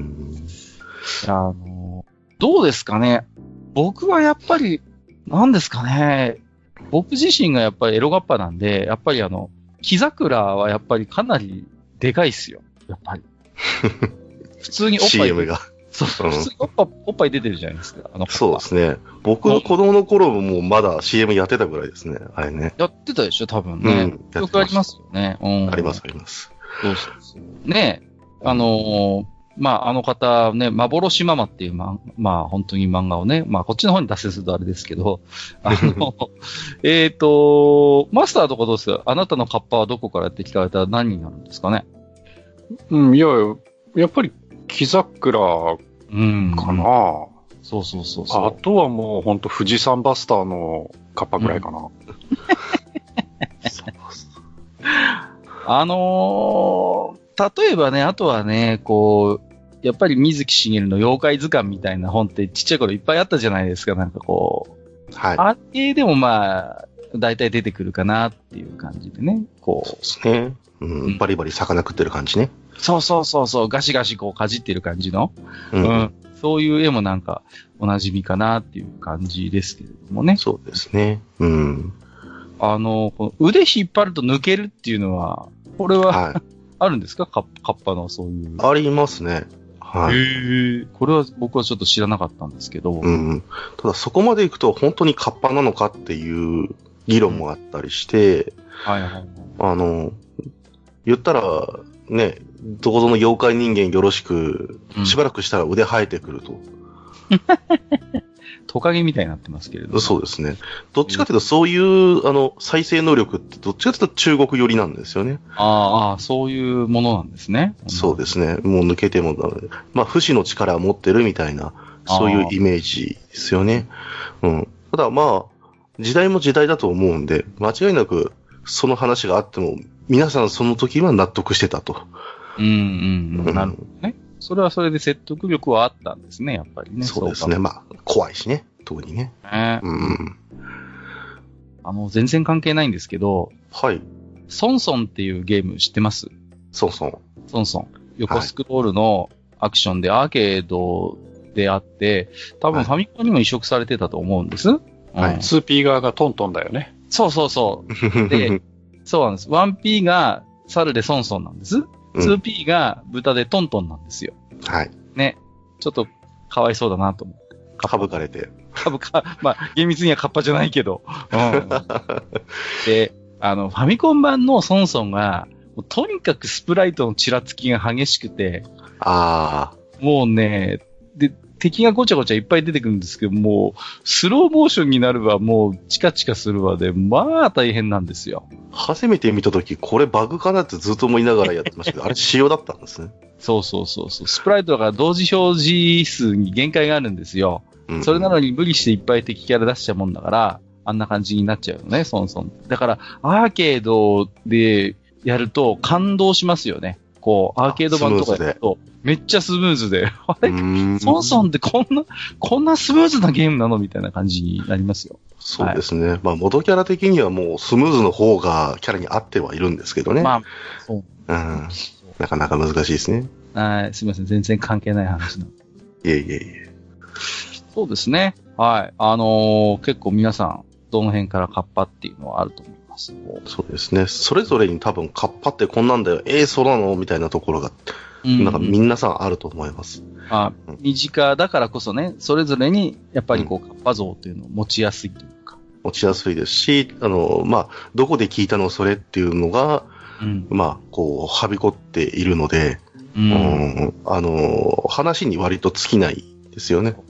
どうですかね。僕はやっぱり、なんですかね。僕自身がやっぱりエロガッパなんで、やっぱり木桜はやっぱりかなりでかいっすよ。やっぱり。普通におっぱい。 CM が。 そう、普通におっぱい出てるじゃないですか。 そうですね。僕の子供の頃もまだ CM やってたぐらいですね。あれね。 やってたでしょ、多分ね。よくありますよね。 あります、あります。 そうそう。ねあの方ね、幻ママっていう本当に漫画をね、こっちの方に脱線するとあれですけど、マスターとかどうですか？あなたのカッパはどこからって聞かれたら何になるんですかね？ いや、やっぱり木桜かな。 そう。 あとはもうほんと富士山バスターのカッパぐらいかな。 例えばね、あとはね、やっぱり水木しげるの妖怪図鑑みたいな本ってちっちゃい頃いっぱいあったじゃないですか、なんかはい。 あれでも大体出てくるかなっていう感じでね、 そうですね。バリバリ魚食ってる感じね。 そう、ガシガシかじってる感じの、そういう絵もなんかおなじみかなっていう感じですけれどもね。 そうですね。この腕引っ張ると抜けるっていうのは、これは、あるんですか？カッパのそういう。 ありますね。はい。 これは僕はちょっと知らなかったんですけど。 ただそこまで行くと本当にカッパなのかっていう議論もあったりして、言ったら、ね、どこぞの妖怪人間よろしく、しばらくしたら腕生えてくると。 トカゲみたいになってますけれど。 そうですね。どっちかというと、そういう、再生能力って、どっちかというと中国寄りなんですよね。 そういうものなんですね。 そうですね。もう抜けてもダメ。不死の力を持ってるみたいな、そういうイメージですよね。ただ時代も時代だと思うんで、間違いなく、その話があっても、皆さんその時は納得してたと。 なるほどね。それはそれで説得力はあったんですね、やっぱりね。 そうですね。怖いしね。特にね。 全然関係ないんですけど。 はい。 ソンソンっていうゲーム知ってます？ ソンソン。 横スクロールのアクションでアーケードであって、多分ファミコンにも移植されてたと思うんです。 はい。2P 側がトントンだよね。 そう。で、そうなんです。1P が猿でソンソンなんです。2P が豚でトントンなんですよ。 はい。 ね。ちょっとかわいそうだなと思って。 省かれて。 厳密にはカッパじゃないけど。で、ファミコン版のソンソンが、とにかくスプライトのちらつきが激しくて、もうね、で、 敵がごちゃごちゃいっぱい出てくるんですけど、もう、スローモーションになるわ、もう、チカチカするわで、まあ大変なんですよ。 初めて見たとき、これバグかなってずっと思いながらやってましたけど、あれ仕様だったんですね。 そう。スプライトだから同時表示数に限界があるんですよ。それなのに無理していっぱい敵キャラ出しちゃうもんだから、あんな感じになっちゃうよね、そん。だから、アーケードでやると感動しますよね。こう、アーケード版とかやると、めっちゃスムーズで、あれソンってこんなスムーズなゲームなのみたいな感じになりますよ。 そうですね。はい、まあ、元キャラ的にはもうスムーズの方がキャラに合ってはいるんですけどね。まあ、そう。なかなか難しいですね。 はい、すみません。全然関係ない話の。 いえ。 そうですね。はい。結構皆さん、どの辺からカッパっていうのはあると思います。 そうですね。それぞれに多分カッパってこんなんだよ。そうなのみたいなところが、なんか皆さんあると思います。 身近だからこそね、それぞれにやっぱりこう、カッパ像っていうのを持ちやすいというか。 持ちやすいですし、まあ、どこで聞いたのそれっていうのが、まあ、こう、はびこっているので、話に割と尽きないですよね。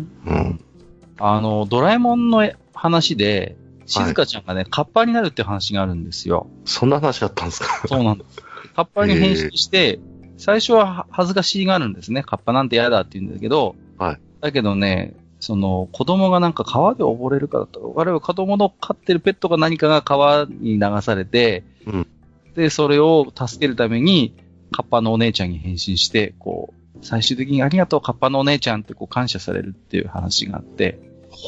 ドラえもんの話で、静香ちゃんがね、カッパになるって話があるんですよ。 そんな話だったんですか？ そうなんです。カッパに変身して、最初は恥ずかしがるんですね。カッパなんて嫌だって言うんだけど、だけどね、子供がなんか川で溺れるからと、我々子供の飼ってるペットが何かが川に流されて、で、それを助けるために、カッパのお姉ちゃんに変身して、こう、最終的にありがとう、カッパのお姉ちゃんってこう感謝されるっていう話があって、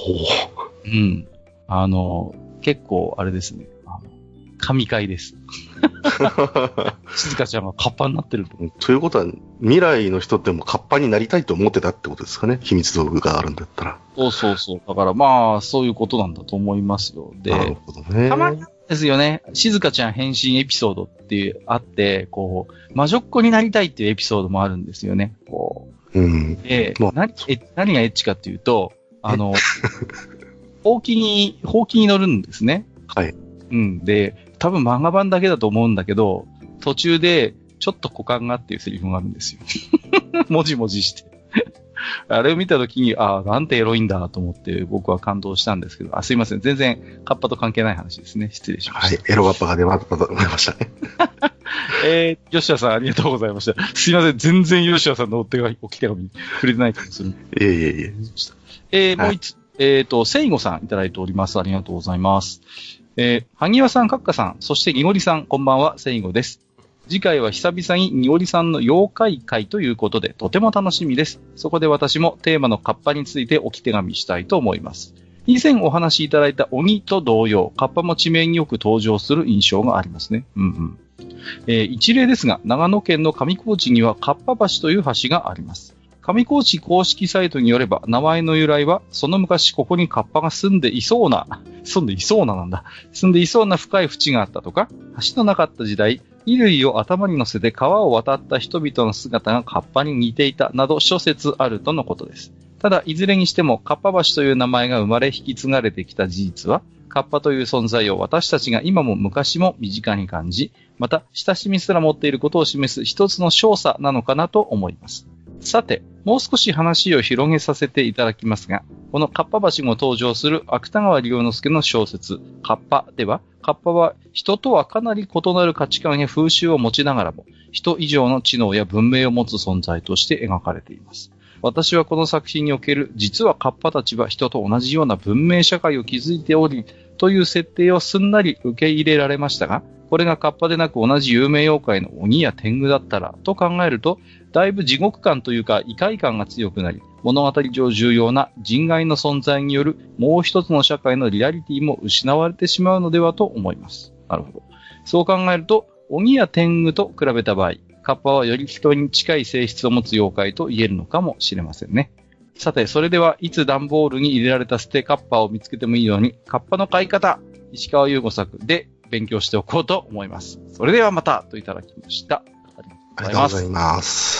結構、あれですね。神回です。静香ちゃんがカッパになってるということは、未来の人ってもカッパになりたいと思ってたってことですかね。秘密道具があるんだったら。 そう。だからまあ、そういうことなんだと思いますよ。で、なるほどね。たまにですよね。静香ちゃん変身エピソードってあって、こう、魔女っ子になりたいっていうエピソードもあるんですよね。こう。で、何がエッチかっていうと、ほうきに乗るんですね。 はい。 で、多分漫画版だけだと思うんだけど、途中で、ちょっと股間がっていうセリフがあるんですよ。もじもじして。あれを見たときに、なんてエロいんだと思って僕は感動したんですけど、すいません。全然カッパと関係ない話ですね。失礼しました。 はい。エロカッパが出ましたと思いましたね。吉田さんありがとうございました。すいません。全然吉田さんのお手紙に触れてない気がする。 いえ。 もう一つ、聖子さんいただいております。ありがとうございます。萩和さん、カッカさん、そしてにごりさん、こんばんは、聖子です。次回は久々ににごりさんの妖怪会ということで、とても楽しみです。そこで私もテーマのカッパについて置き手紙したいと思います。以前お話しいただいた鬼と同様、カッパも地名によく登場する印象がありますね。一例ですが、長野県の上高地にはカッパ橋という橋があります。上高地公式サイトによれば、名前の由来は、その昔ここにカッパが住んでいそうな深い淵があったとか、橋のなかった時代、衣類を頭に乗せて川を渡った人々の姿がカッパに似ていたなど諸説あるとのことです。ただ、いずれにしてもカッパ橋という名前が生まれ引き継がれてきた事実は、カッパという存在を私たちが今も昔も身近に感じ、また親しみすら持っていることを示す一つの証左なのかなと思います。さて、もう少し話を広げさせていただきますが、このカッパ橋も登場する芥川龍之介の小説、カッパでは、カッパは人とはかなり異なる価値観や風習を持ちながらも、人以上の知能や文明を持つ存在として描かれています。私はこの作品における、実はカッパたちは人と同じような文明社会を築いており、という設定をすんなり受け入れられましたが、これがカッパでなく同じ有名妖怪の鬼や天狗だったらと考えると、だいぶ地獄感というか異界感が強くなり、物語上重要な人外の存在によるもう一つの社会のリアリティも失われてしまうのではと思います。なるほど。そう考えると、鬼や天狗と比べた場合、カッパはより人に近い性質を持つ妖怪と言えるのかもしれませんね。さて、それではいつ段ボールに入れられた捨てカッパを見つけてもいいように、カッパの飼い方、石川優吾作で勉強しておこうと思います。それではまたといただきました。 ありがとうございます。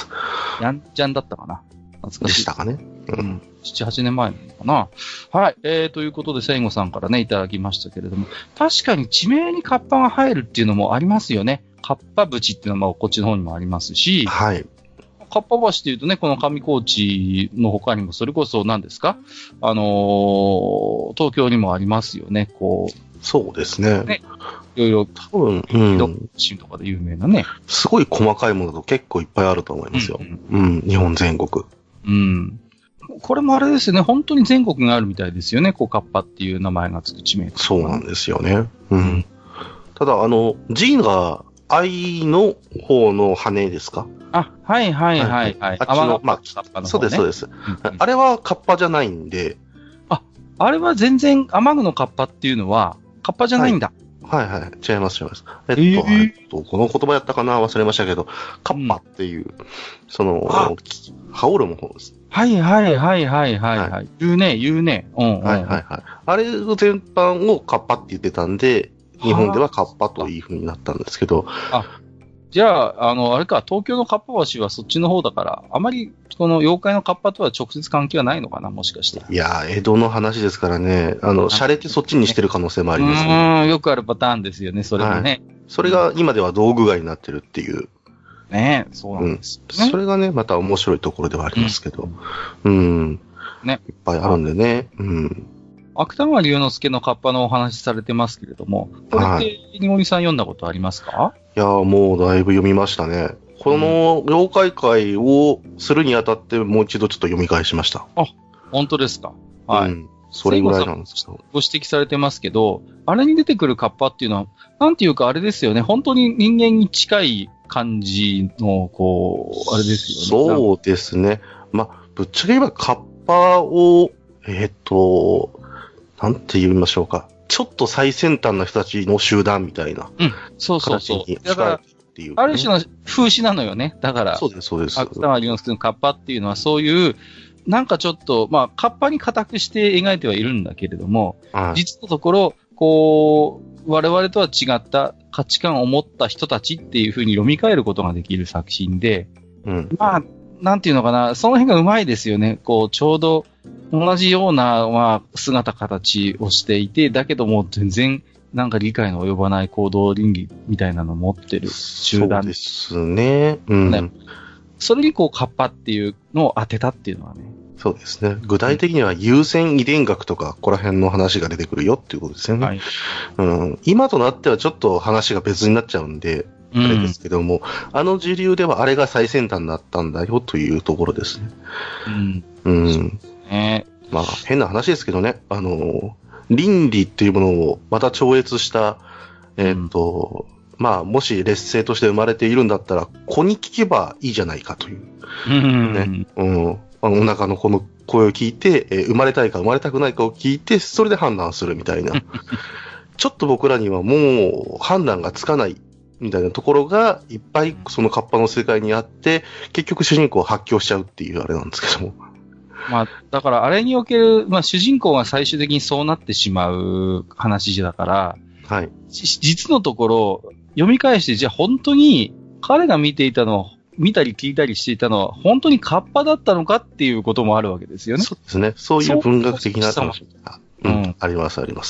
やんちゃんだったかな、懐かしい。 でしたかね。 7、8年前なのかな。はい。ということで、聖子さんからね、いただきましたけれども、確かに地名にカッパが入るっていうのもありますよね。カッパ淵っていうのはこっちの方にもありますし、 はい。 かっぱ橋っていうとね、この上高地の他にも、それこそ何ですか東京にもありますよね、こう。 そうですね。 いろいろ、 多分、 ドッシンとかで有名なね。 すごい細かいものと結構いっぱいあると思いますよ。日本全国。 これもあれですよね、本当に全国があるみたいですよね、こう、カッパっていう名前がつく地名。 そうなんですよね。ただ、G が愛の方の羽ですか？ はい。あっちの、 そうです。あれはカッパじゃないんで。 あれは全然、雨具のカッパっていうのは、カッパじゃないんだ。 はい。違います。この言葉やったかな忘れましたけど、カッパっていう、羽織るものです。 はい。言うね。 あれ全般をカッパって言ってたんで、日本ではカッパという風になったんですけど。 じゃあ、あれか、東京のカッパ橋はそっちの方だから、あまり、この妖怪のカッパとは直接関係はないのかな、もしかして。 いや、江戸の話ですからね、洒落てそっちにしてる可能性もありますね。 よくあるパターンですよね、それもね。 それが今では道具街になってるっていう。 ねそうなんですね。 それがね、また面白いところではありますけど。ね。いっぱいあるんでね。 芥川龍之介のカッパのお話されてますけれども、これって、にごりさん読んだことありますか？ いや、もうだいぶ読みましたね。この妖怪会をするにあたってもう一度ちょっと読み返しました。 本当ですか？はい。 それぐらいなんですけど。 ご指摘されてますけど、あれに出てくるカッパっていうのは、なんていうかあれですよね、本当に人間に近い感じの、あれですよね。そうですね。ぶっちゃけ言えばカッパを、なんて言いましょうか。ちょっと最先端の人たちの集団みたいな。 そう。だから、ある種の風刺なのよね。だから、 そうです。 芥川龍之介のカッパっていうのはそういう、なんかちょっと、カッパに固くして描いてはいるんだけれども、実のところ、我々とは違った価値観を持った人たちっていう風に読み替えることができる作品で、なんていうのかな、その辺がうまいですよね。ちょうど同じような、姿形をしていて、だけども全然なんか理解の及ばない行動倫理みたいなのを持ってる集団。 そうですね。 それにカッパっていうのを当てたっていうのはね。 そうですね。具体的には優先遺伝学とか、ここら辺の話が出てくるよっていうことですよね。今となってはちょっと話が別になっちゃうんで、あれですけども、時流ではあれが最先端だったんだよというところですね。変な話ですけどね、倫理っていうものをまた超越した、もし劣勢として生まれているんだったら、子に聞けばいいじゃないかという。お腹の子の声を聞いて、生まれたいか生まれたくないかを聞いて、それで判断するみたいな。ちょっと僕らにはもう判断がつかないみたいなところがいっぱいそのカッパの世界にあって、結局主人公を発狂しちゃうっていうあれなんですけども。 だからあれにおける、主人公が最終的にそうなってしまう話だから、実のところ、読み返して、じゃあ本当に彼が見たり聞いたりしていたのは、本当にカッパだったのかっていうこともあるわけですよね。 そうですね。そういう文学的な楽しみが、あります。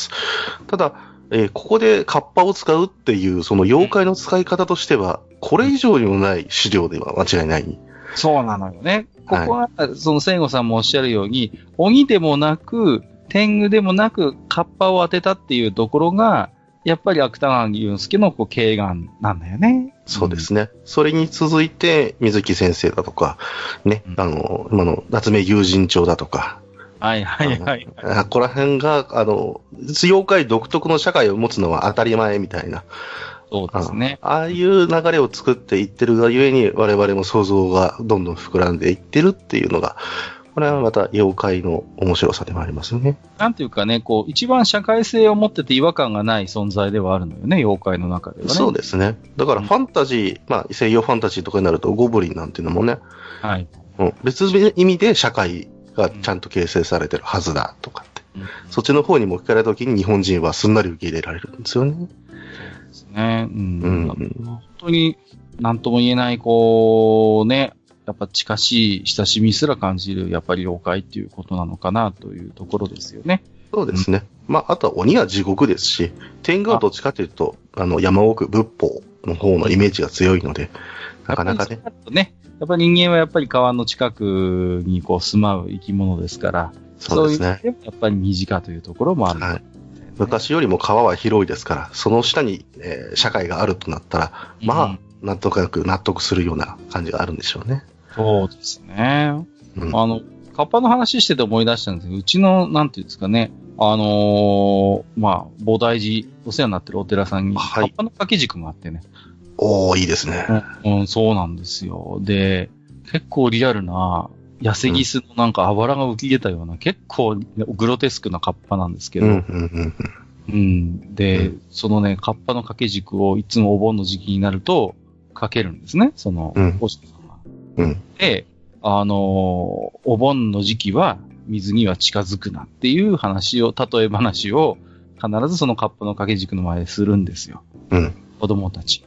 ただ、ここでカッパを使うっていう、その妖怪の使い方としては、これ以上にもない資料では間違いない。 そうなのよね。ここは、その聖子さんもおっしゃるように、鬼でもなく、天狗でもなく、カッパを当てたっていうところが、やっぱり芥川龍之介の敬願なんだよね。 そうですね。それに続いて、水木先生だとか、ね、今の夏目友人帳だとか、ここら辺が、妖怪独特の社会を持つのは当たり前みたいな。 そうですね。 ああいう流れを作っていってるがゆえに、我々も想像がどんどん膨らんでいってるっていうのが、これはまた妖怪の面白さでもありますよね。 なんていうかね、一番社会性を持ってて違和感がない存在ではあるのよね、妖怪の中ではね。 そうですね。だからファンタジー、西洋ファンタジーとかになるとゴブリンなんていうのもね、別の意味で社会がちゃんと形成されてるはずだとかって、そっちの方にも聞かれたときに日本人はすんなり受け入れられるんですよね。 そうですね。本当に何とも言えない、やっぱ近しい親しみすら感じる、やっぱり妖怪っていうことなのかなというところですよね。 そうですね。あとは鬼は地獄ですし、天狗はどっちかというと、山奥仏法の方のイメージが強いので、 なかなかね。 やっぱり人間はやっぱり川の近くにこう住まう生き物ですから、 そうですね。 そういうやっぱり身近というところもある、 はい。昔よりも川は広いですから、その下に、社会があるとなったら、まあ、なんとなく納得するような感じがあるんでしょうね。 そうですね。カッパの話してて思い出したんですけど、うちの、なんていうんですかね、菩提寺、お世話になってるお寺さんに、カッパの掛け軸があってね。 おー、いいですね。 そうなんですよ。で、結構リアルな、ヤセギスのなんかあばらが浮き出たような、結構グロテスクなカッパなんですけど、で、そのね、カッパの掛け軸をいつもお盆の時期になると、かけるんですね、その、お師匠さんが。で、お盆の時期は水には近づくなっていう話を、例え話を必ずそのカッパの掛け軸の前でするんですよ。子供たち。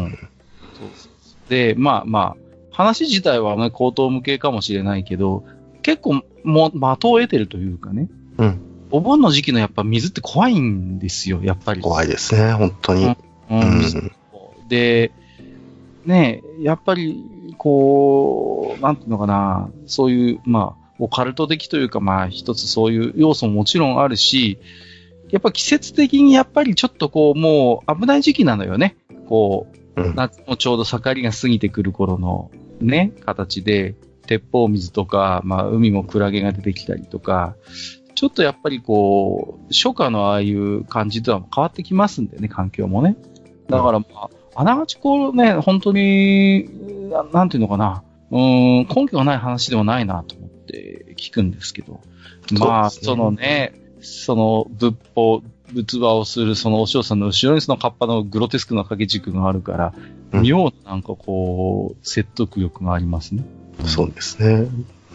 で、話自体はね、口頭無形かもしれないけど、結構もう的を得てるというかね。お盆の時期のやっぱ水って怖いんですよ、やっぱり。 怖いですね、本当に。 で、ね、やっぱり、こう、なんていうのかな、そういう、オカルト的というか、一つそういう要素ももちろんあるし、やっぱ季節的にやっぱりちょっとこう、もう危ない時期なのよね。こう、夏もちょうど盛りが過ぎてくる頃のね、形で、鉄砲水とか、海もクラゲが出てきたりとか、ちょっとやっぱりこう、初夏のああいう感じとは変わってきますんでね、環境もね。だからあながちこうね、本当に、なんていうのかな、根拠がない話ではないなと思って聞くんですけど。そのね、その仏話をするそのお嬢さんの後ろにそのカッパのグロテスクな掛け軸があるから、妙ななんかこう、説得力がありますね。 そうですね。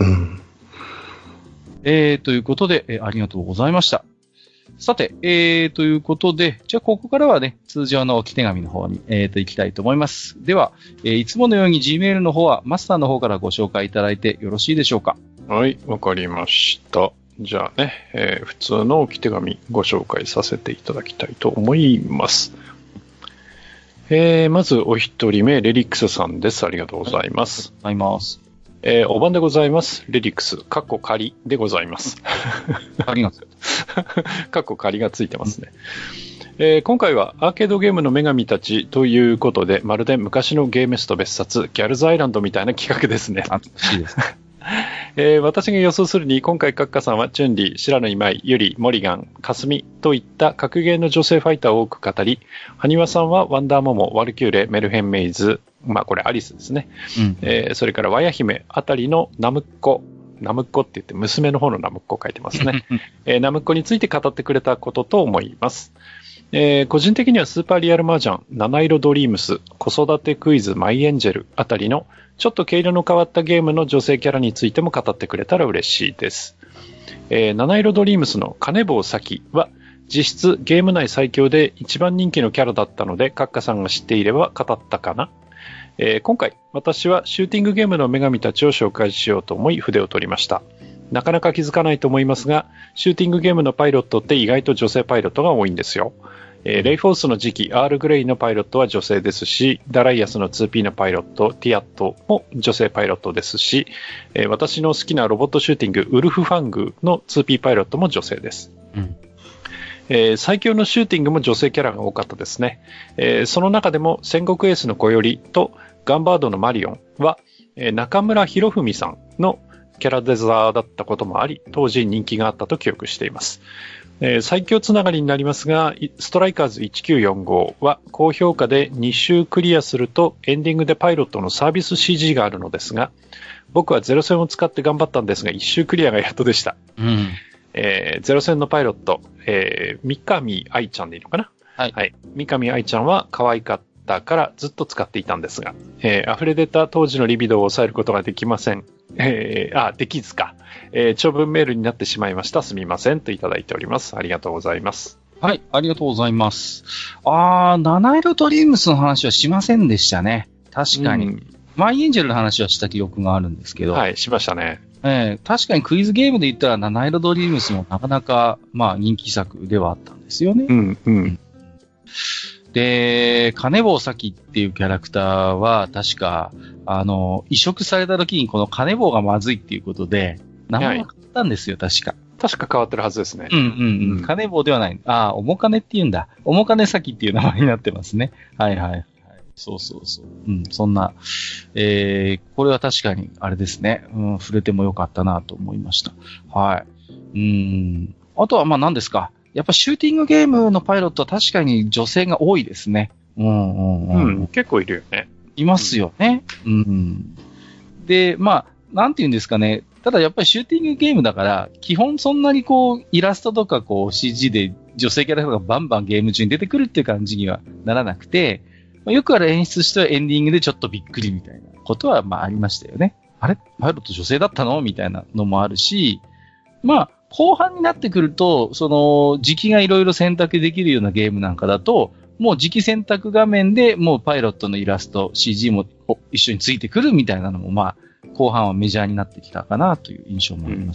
ということで、ありがとうございました。さて、ということで、じゃあここからはね、通常の置き手紙の方に、行きたいと思います。では、いつものように Gmail の方はマスターの方からご紹介いただいてよろしいでしょうか。 はい、わかりました。じゃあね、普通の置き手紙ご紹介させていただきたいと思います。まずお一人目、レリックスさんです。ありがとうございます。 ありがとうございます。 お晩でございます。レリックス、カッコ仮でございます。 仮がついてカッコ仮がついてますね。今回はアーケードゲームの女神たちということで、まるで昔のゲーメスト別冊、ギャルズアイランドみたいな企画ですね。 いいですね。 私が予想するに、今回カッカさんはチュンリー、白野今井、ユリ、モリガン、カスミといった格ゲーの女性ファイターを多く語り、ハニワさんはワンダーモモ、ワルキューレ、メルヘンメイズ、これアリスですね。それからワヤ姫あたりのナムッコって言って娘の方のナムッコ書いてますね。ナムッコについて語ってくれたことと思います。個人的にはスーパーリアルマージャン、七色ドリームス、子育てクイズマイエンジェルあたりのちょっと毛色の変わったゲームの女性キャラについても語ってくれたら嬉しいです。七色ドリームスの金坊咲は実質ゲーム内最強で一番人気のキャラだったので、カッカさんが知っていれば語ったかな。今回私はシューティングゲームの女神たちを紹介しようと思い筆を取りました。なかなか気づかないと思いますが、シューティングゲームのパイロットって意外と女性パイロットが多いんですよ。レイフォースの次期アールグレイのパイロットは女性ですし、ダライアスの 2P のパイロットティアットも女性パイロットですし、私の好きなロボットシューティングウルフファングの 2P パイロットも女性です。最強のシューティングも女性キャラが多かったですね。その中でも戦国エースの小よりとガンバードのマリオンは、中村博文さんのキャラデザーだったこともあり、当時人気があったと記憶しています。最強つながりになりますが、ストライカーズ1945は高評価で2周クリアするとエンディングでパイロットのサービス CG があるのですが、僕はゼロ戦を使って頑張ったんですが、1周クリアがやっとでした。ゼロ戦のパイロット、三上愛ちゃんでいいのかな。はい。三上愛ちゃんは可愛かったからずっと使っていたんですが、溢れ出た当時のリビドーを抑えることができません。できずか。長文メールになってしまいました。すみませんといただいております。ありがとうございます。 はい、ありがとうございます。七色ドリームスの話はしませんでしたね。確かに。マイエンジェルの話はした記憶があるんですけど。 はい、しましたね。 確かにクイズゲームで言ったら七色ドリームスもなかなか、人気作ではあったんですよね。 で、金坊咲っていうキャラクターは、確か、移植された時にこの金坊がまずいっていうことで、名前が変わったんですよ、確か。 確か変わってるはずですね。 金坊ではない。おもかねって言うんだ。おもかね咲っていう名前になってますね。はい。そう。そんな、これは確かに、あれですね。触れてもよかったなと思いました。はい。あとは、何ですか。やっぱシューティングゲームのパイロットは確かに女性が多いですね。 結構いるよね。 いますよね。で、なんて言うんですかね。ただやっぱりシューティングゲームだから、基本そんなにイラストとかCG で女性キャラクターがバンバンゲーム中に出てくるっていう感じにはならなくて、よくある演出としてはエンディングでちょっとびっくりみたいなことはありましたよね。あれパイロット女性だったのみたいなのもあるし、後半になってくると、時期がいろいろ選択できるようなゲームなんかだと、もう時期選択画面でもうパイロットのイラスト、CG も一緒についてくるみたいなのも後半はメジャーになってきたかなという印象もあります。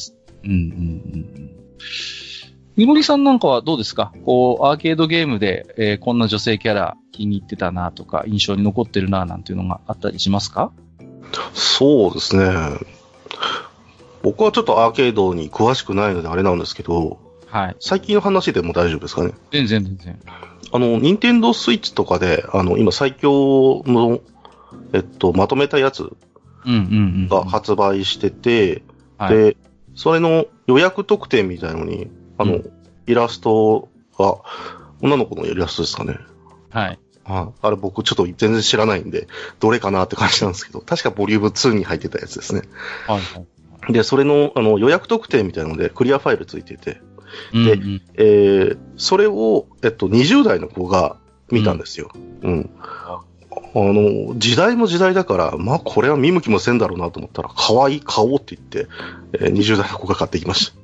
みのりさんなんかはどうですか？アーケードゲームで、こんな女性キャラ気に入ってたなとか、印象に残ってるななんていうのがあったりしますか？ そうですね。僕はちょっとアーケードに詳しくないのであれなんですけど、はい。最近の話でも大丈夫ですかね？ 全然。 ニンテンドースイッチとかで、今最強の、まとめたやつが発売してて、で、それの予約特典みたいのに、イラストが、女の子のイラストですかね。 はい。 あれ僕ちょっと全然知らないんで、どれかなって感じなんですけど、確かボリューム2に入ってたやつですね。はい。で、それの、予約特典みたいなので、クリアファイルついてて、で、それを、20代の子が見たんですよ。時代も時代だから、これは見向きもせんだろうなと思ったら、可愛い買おうって言って、20代の子が買ってきました。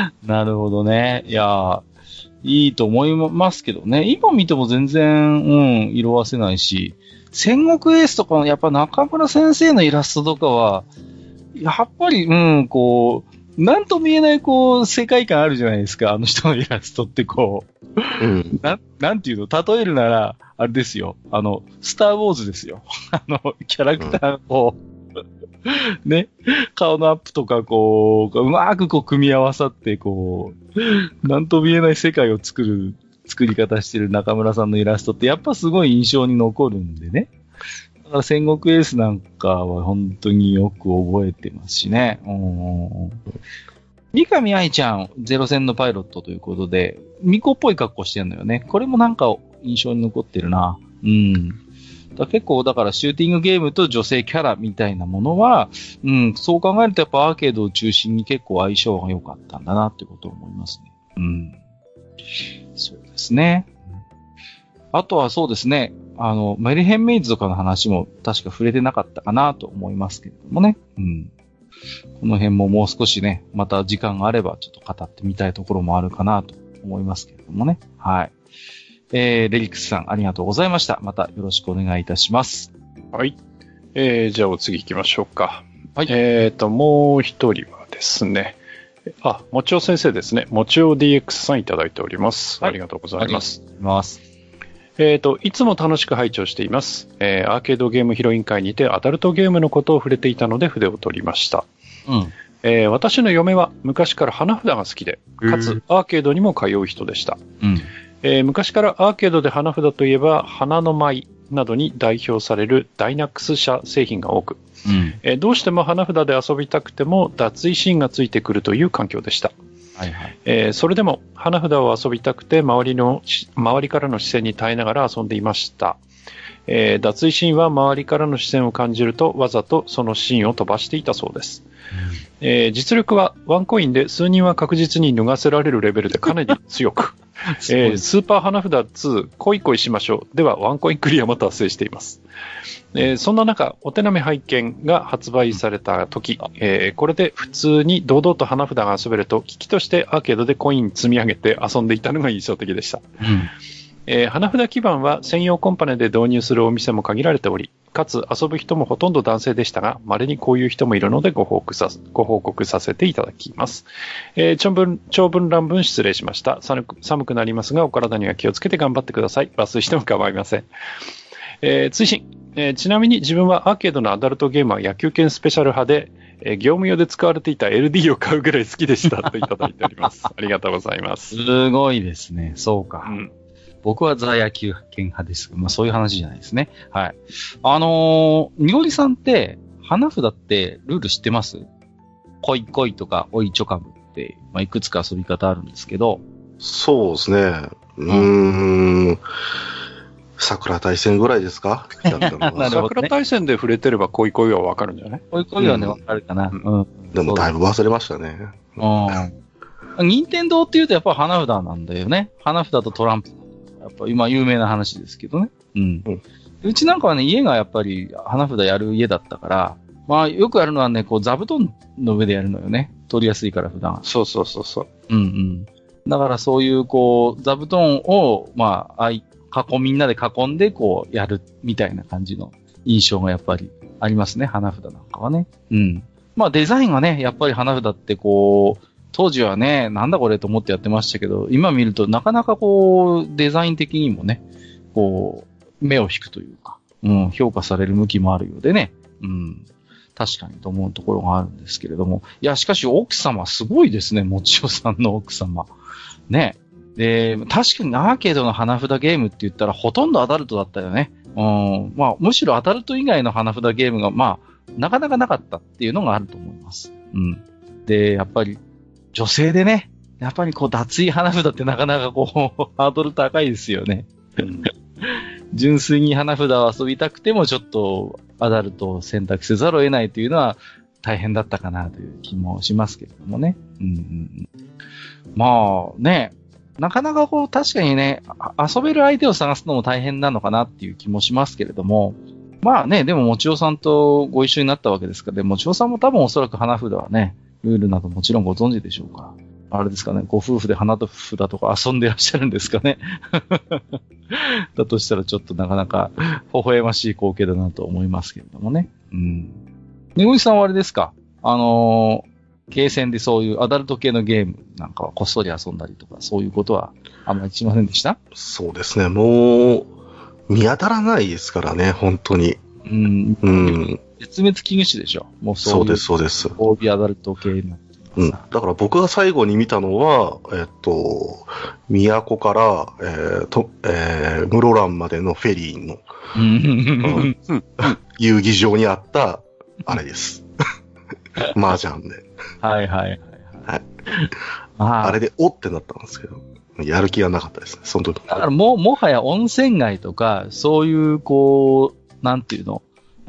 なるほどね。いやいいと思いますけどね。今見ても全然、色あせないし、戦国エースとかのやっぱ中村先生のイラストとかは、やっぱり、なんとも言えない、世界観あるじゃないですか。あの人のイラストってなんていうの？例えるなら、あれですよ。スターウォーズですよ。キャラクターを、ね、顔のアップとかうまく組み合わさってなんとも言えない世界を作り方してる中村さんのイラストってやっぱすごい印象に残るんでね。だから戦国エースなんかは本当によく覚えてますしね。三上愛ちゃん、ゼロ戦のパイロットということで、巫女っぽい格好してるのよね。これもなんか印象に残ってるな。結構、だからシューティングゲームと女性キャラみたいなものは、そう考えるとやっぱアーケードを中心に結構相性が良かったんだなってことを思いますね。そうですね。あとはそうですね、メルヘンメイズとかの話も確か触れてなかったかなと思いますけれどもね。この辺ももう少しね、また時間があればちょっと語ってみたいところもあるかなと思いますけれどもね。はい。レリックスさんありがとうございました。またよろしくお願いいたします。 はい。じゃあお次行きましょうか。はい。もう一人はですね、もちお先生ですね。もちお DX さんいただいております。はい、ありがとうございます。いつも楽しく拝聴しています。アーケードゲームヒロイン会にてアダルトゲームのことを触れていたので筆を取りました。私の嫁は昔から花札が好きで、かつアーケードにも通う人でした。昔からアーケードで花札といえば花の舞などに代表されるダイナックス社製品が多く、どうしても花札で遊びたくても脱衣シーンがついてくるという環境でした。それでも花札を遊びたくて周りからの視線に耐えながら遊んでいました。脱衣シーンは周りからの視線を感じるとわざとそのシーンを飛ばしていたそうです。実力はワンコインで数人は確実に脱がせられるレベルでかなり強くスーパー花札2恋恋しましょうではワンコインクリアも達成しています。そんな中お手並み拝見が発売された時、これで普通に堂々と花札が遊べると危機としてアーケードでコイン積み上げて遊んでいたのが印象的でした。 花札基板は専用コンパネで導入するお店も限られており、かつ遊ぶ人もほとんど男性でしたが、稀にこういう人もいるのでご報告させていただきます。長文乱文失礼しました。寒くなりますが、お体には気をつけて頑張ってください。抜粋しても構いません。追伸、ちなみに自分はアーケードのアダルトゲームは野球拳スペシャル派で、業務用で使われていた LD を買うぐらい好きでしたといただいております。ありがとうございます。 すごいですね。そうか。うん、僕はザ野球拳派です。まあそういう話じゃないですね。はい。にごりさんって花札ってルール知ってます？恋恋とかおいちょかぶって、まあいくつか遊び方あるんですけど。 そうですね。桜大戦ぐらいですか？ 桜大戦で触れてれば恋恋はわかるんじゃない？ 恋恋はね、わかるかな。 でもだいぶ忘れましたね。 任天堂って言うとやっぱ花札なんだよね。花札とトランプ。やっぱ今有名な話ですけどね。うちなんかはね、家がやっぱり花札やる家だったから、まあよくやるのはね、こう座布団の上でやるのよね。取りやすいから普段。 そう。 だからそういうこう、座布団を、まあ、みんなで囲んでこうやるみたいな感じの印象がやっぱりありますね、花札なんかはね。まあデザインがね、やっぱり花札ってこう、当時はね、なんだこれと思ってやってましたけど、今見るとなかなかこう、デザイン的にもね、こう、目を引くというか、評価される向きもあるようでね、確かにと思うところがあるんですけれども、いや、しかし奥様すごいですね、もちおさんの奥様。ね。で、確かにアーケードの花札ゲームって言ったらほとんどアダルトだったよね。まあ、むしろアダルト以外の花札ゲームが、まあ、なかなかなかったっていうのがあると思います。で、やっぱり、女性でね、やっぱりこう、脱衣花札ってなかなかこう、ハードル高いですよね。純粋に花札を遊びたくても、ちょっと、アダルトを選択せざるを得ないというのは、大変だったかなという気もしますけれどもね。まあ、ね、なかなかこう確かにね、遊べる相手を探すのも大変なのかなっていう気もしますけれども、まあね、でももちおさんとご一緒になったわけですから、もちおさんも多分おそらく花札はね、ルールなどもちろんご存知でしょうから、あれですかね、ご夫婦で花札とか遊んでらっしゃるんですかね。だとしたらちょっとなかなか微笑ましい光景だなと思いますけれどもね。ねごりさんはあれですか？ゲーセンでそういうアダルト系のゲームなんかはこっそり遊んだりとか、そういうことはあんまりしませんでした？ そうですね。もう、見当たらないですからね、本当に。 絶滅危惧種でしょ。 もうそうです、そうです。 オービーアダルト系の。 だから僕が最後に見たのは、都から、室蘭までのフェリーの、遊技場にあった、あれです。麻雀で。 はい。 あれでおってなったんですけど、やる気がなかったですね、その時。 だからもはや温泉街とか、そういう、こう、なんていうの、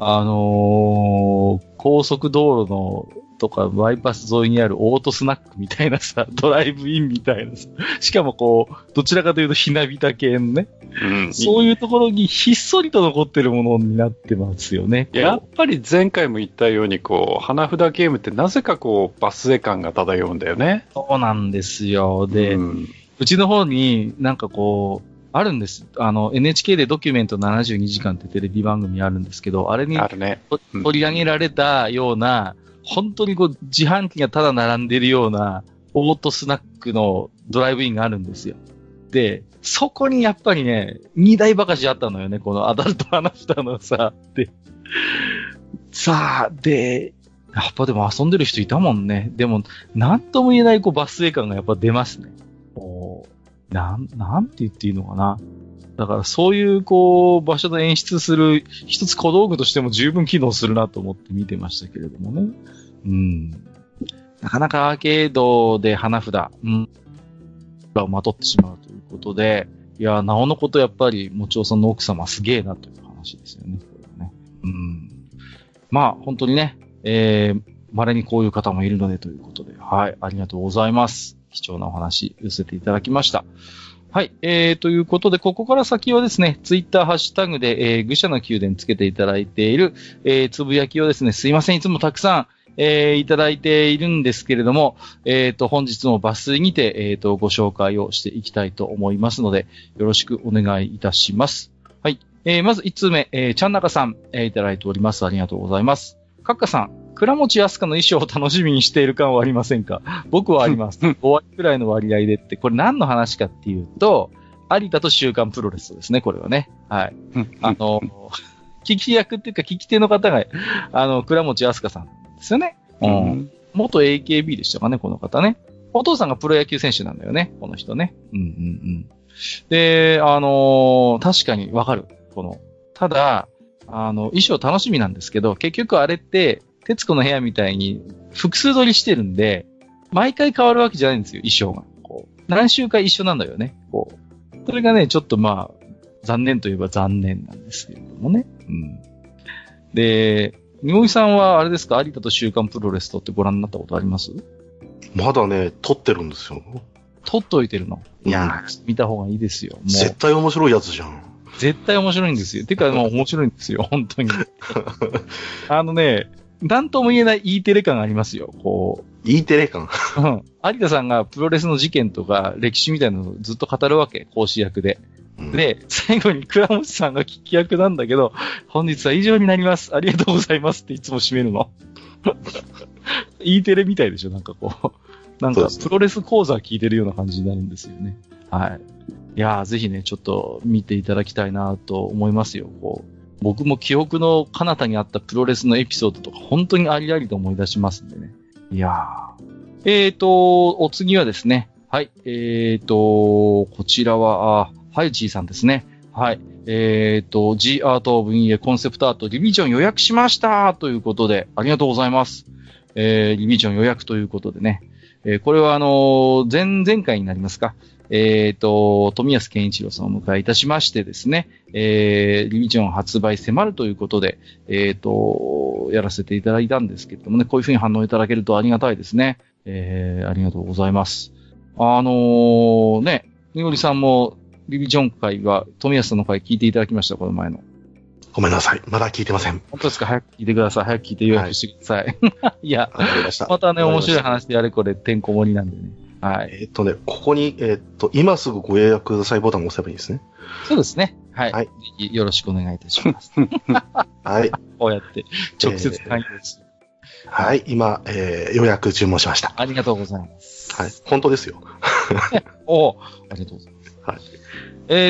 高速道路の、とか、バイパス沿いにあるオートスナックみたいなさ、ドライブインみたいなさ、しかもこう、どちらかというとひなびた系のね、そういうところにひっそりと残ってるものになってますよね。 やっぱり前回も言ったように、こう、花札ゲームってなぜかこう、バスエ感が漂うんだよね。 そうなんですよ。で、うちの方になんかこう、あるんです。NHK でドキュメント72時間ってテレビ番組あるんですけど、あれに取り上げられたような、本当にこう自販機がただ並んでるようなオートスナックのドライブインがあるんですよ。で、そこにやっぱりね、2台ばかしあったのよね、このアダルト花札のさ、で、さあ、で、やっぱでも遊んでる人いたもんね。でも、なんとも言えないこうバスエ感がやっぱ出ますね。なんて言っていいのかな。だからそういうこう場所で演出する一つ小道具としても十分機能するなと思って見てましたけれどもね。なかなかアーケードで花札、をまとってしまうということで、いや、なおのことやっぱりもちおさんの奥様すげえなという話ですよね。これはね。まあ本当にね、稀にこういう方もいるのでということで、はい、ありがとうございます。貴重なお話寄せていただきました。はい。ということで、ここから先はですね、ツイッターハッシュタグで、愚者の宮殿つけていただいている、つぶやきをですね、すいません、いつもたくさん、 いただいているんですけれども、本日も抜粋にて、ご紹介をしていきたいと思いますので、よろしくお願いいたします。はい。まず1通目、ちゃんなかさん、いただいております。ありがとうございます。かっかさん、倉持明日香の衣装を楽しみにしている感はありませんか？僕はあります。5割くらいの割合でって、これ何の話かっていうと、有田と週刊プロレスですね、これはね。はい。聞き役っていうか聞き手の方が、倉持明日香さんですよね。元 AKB でしたかね、この方ね。お父さんがプロ野球選手なんだよね、この人ね。で、確かにわかる。ただ、衣装楽しみなんですけど、結局あれって、徹子の部屋みたいに複数撮りしてるんで、毎回変わるわけじゃないんですよ、衣装が。何週間一緒なんだよね。それがね、ちょっとまあ、残念といえば残念なんですけれどもね。で、みごみさんはあれですか、有田と週刊プロレスとってご覧になったことあります？ まだね、撮ってるんですよ。 撮っといてるの？いやー、見た方がいいですよ。もう絶対面白いやつじゃん。 絶対面白いんですよ。てか、もう面白いんですよ、本当に。なんとも言えない E テレ感がありますよ、 E テレ感有田さんがプロレスの事件とか歴史みたいなのをずっと語るわけ、講師役で。で、最後に倉持さんが聞き役なんだけど、本日は以上になります。ありがとうございますっていつも締めるの。E テレみたいでしょ、なんかなんかプロレス講座聞いてるような感じになるんですよね。はい。いやー、ぜひね、ちょっと見ていただきたいなと思いますよ。僕も記憶の彼方にあったプロレスのエピソードとか本当にありありと思い出しますんでね。いやー。お次はですね。はい。こちらは、ハイチーさんですね。はい。G アートオブインエコンセプトアートリビジョン予約しましたということで、ありがとうございます。リビジョン予約ということでね。これは前々回になりますか。富安健一郎さんをお迎えいたしましてですね、リビジョン発売迫るということで、やらせていただいたんですけれどもね、こういうふうに反応いただけるとありがたいですね。ありがとうございます。みごりさんも、リビジョン会は、富安さんの会聞いていただきました、この前の。 ごめんなさい。まだ聞いてません。 本当ですか？早く聞いてください。早く聞いて予約してください。いや、またね、面白い話であれこれ、てんこ盛りなんでね。はい。 ここに、今すぐご予約くださいボタンを押せばいいですね。 そうですね。はい。はい、ぜひよろしくお願いいたします。 はい。 こうやって、直接関与する。 はい。今、予約注文しました。 ありがとうございます。 はい。本当ですよ。 ありがとうございます。はい。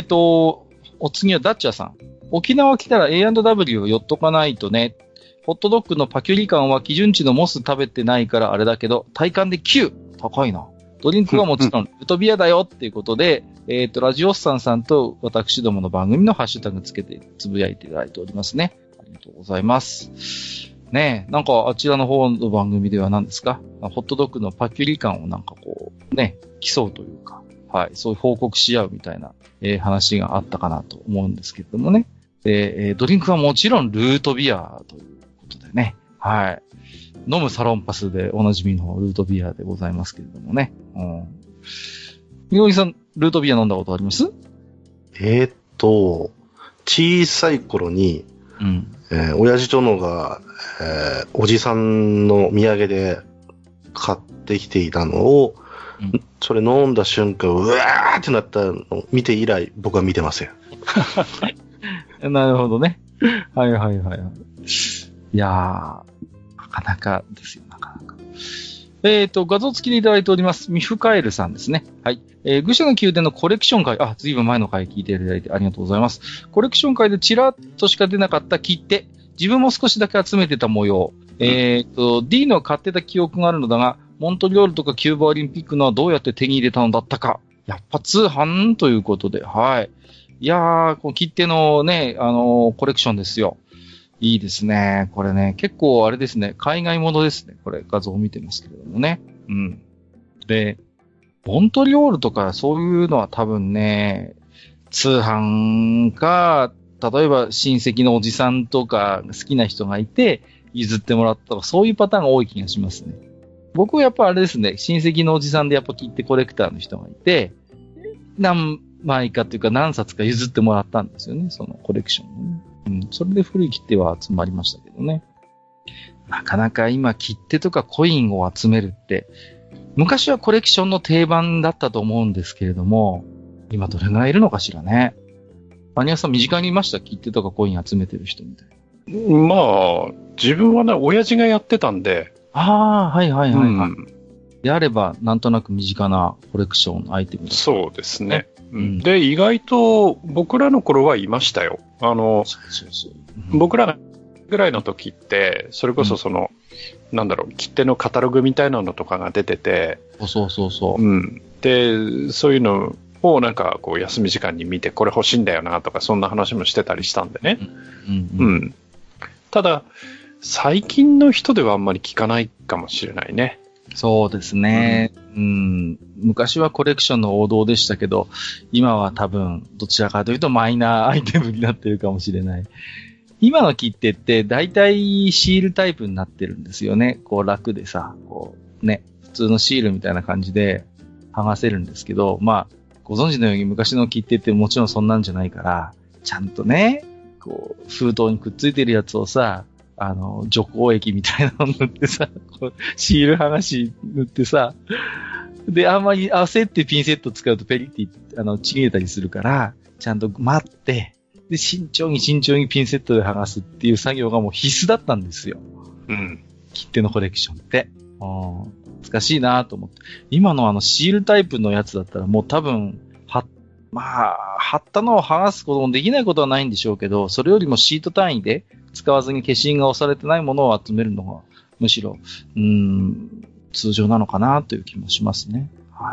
お次はダッチャーさん。沖縄来たら A&W を寄っとかないとね。ホットドッグのパキュリ感は基準値のモス食べてないからあれだけど、体感で9。高いな。ドリンクはもちろん、ルトビアだよっていうことで、ラジオスさんさんと私どもの番組のハッシュタグつけてつぶやいていただいておりますね。ありがとうございます。ねえ、なんかあちらの方の番組では何ですか？ホットドッグのパキュリ感をなんか競うというか、はい、そういう報告し合うみたいな、話があったかなと思うんですけれどもね。で、ドリンクはもちろんルートビアということでね。はい。飲むサロンパスでおなじみのルートビアでございますけれどもね。みごりさん、ルートビア飲んだことあります？ 小さい頃に、親父殿が、おじさんの土産で買ってきていたのを、それ飲んだ瞬間、うわーってなったのを見て以来、僕は見てません。 なるほどね。はい。いやー、なかなかですよ、なかなか。画像付きでいただいております。ミフカエルさんですね。はい。愚者の宮殿のコレクション会、ずいぶん前の回聞いていただいてありがとうございます。コレクション会でチラッとしか出なかった切手、自分も少しだけ集めてた模様。D の買ってた記憶があるのだが、モントリオールとかキューバオリンピックのはどうやって手に入れたのだったか。やっぱ通販ということで、はい。いやー、この切手のね、コレクションですよ。いいですね。これね、結構あれですね、海外ものですね。これ画像を見てますけれどもね。で、モントリオールとかそういうのは多分ね、通販か、例えば親戚のおじさんとか好きな人がいて譲ってもらったとか、そういうパターンが多い気がしますね。僕はやっぱあれですね、親戚のおじさんでやっぱ切手コレクターの人がいて、何枚かっていうか何冊か譲ってもらったんですよね、そのコレクションをね。それで古い切手は集まりましたけどね。 なかなか今切手とかコインを集めるって、昔はコレクションの定番だったと思うんですけれども、今どれぐらいいるのかしらね。マニアさん身近にいました？切手とかコイン集めてる人みたいな。 まあ、自分はね、親父がやってたんで。 ああ、はいはいはいはい。であれば、なんとなく身近なコレクションのアイテム。 そうですね。で、意外と僕らの頃はいましたよ。僕らぐらいの時って、それこそなんだろう、切手のカタログみたいなのとかが出てて。 そうそうそう。 で、そういうのをなんかこう休み時間に見てこれ欲しいんだよなとかそんな話もしてたりしたんでね。ただ、最近の人ではあんまり聞かないかもしれないね。 そうですね。昔はコレクションの王道でしたけど、今は多分どちらかというとマイナーアイテムになってるかもしれない。今の切手って大体シールタイプになってるんですよね。こう楽でさ、こうね、普通のシールみたいな感じで剥がせるんですけど、まあ、ご存知のように昔の切手ってもちろんそんなんじゃないから、ちゃんとね、こう、封筒にくっついてるやつをさ、除光液みたいなの塗ってさ、こうシール剥がし塗ってさ、で、あんまり焦ってピンセット使うとペリってちぎれたりするから、ちゃんと待って、で、慎重にピンセットで剥がすっていう作業がもう必須だったんですよ。切手のコレクションって。難しいなと思って。今のシールタイプのやつだったらもう多分、貼ったのを剥がすこともできないことはないんでしょうけど、それよりもシート単位で使わずに消印が押されてないものを集めるのが、むしろ、通常なのかなという気もしますね。はい。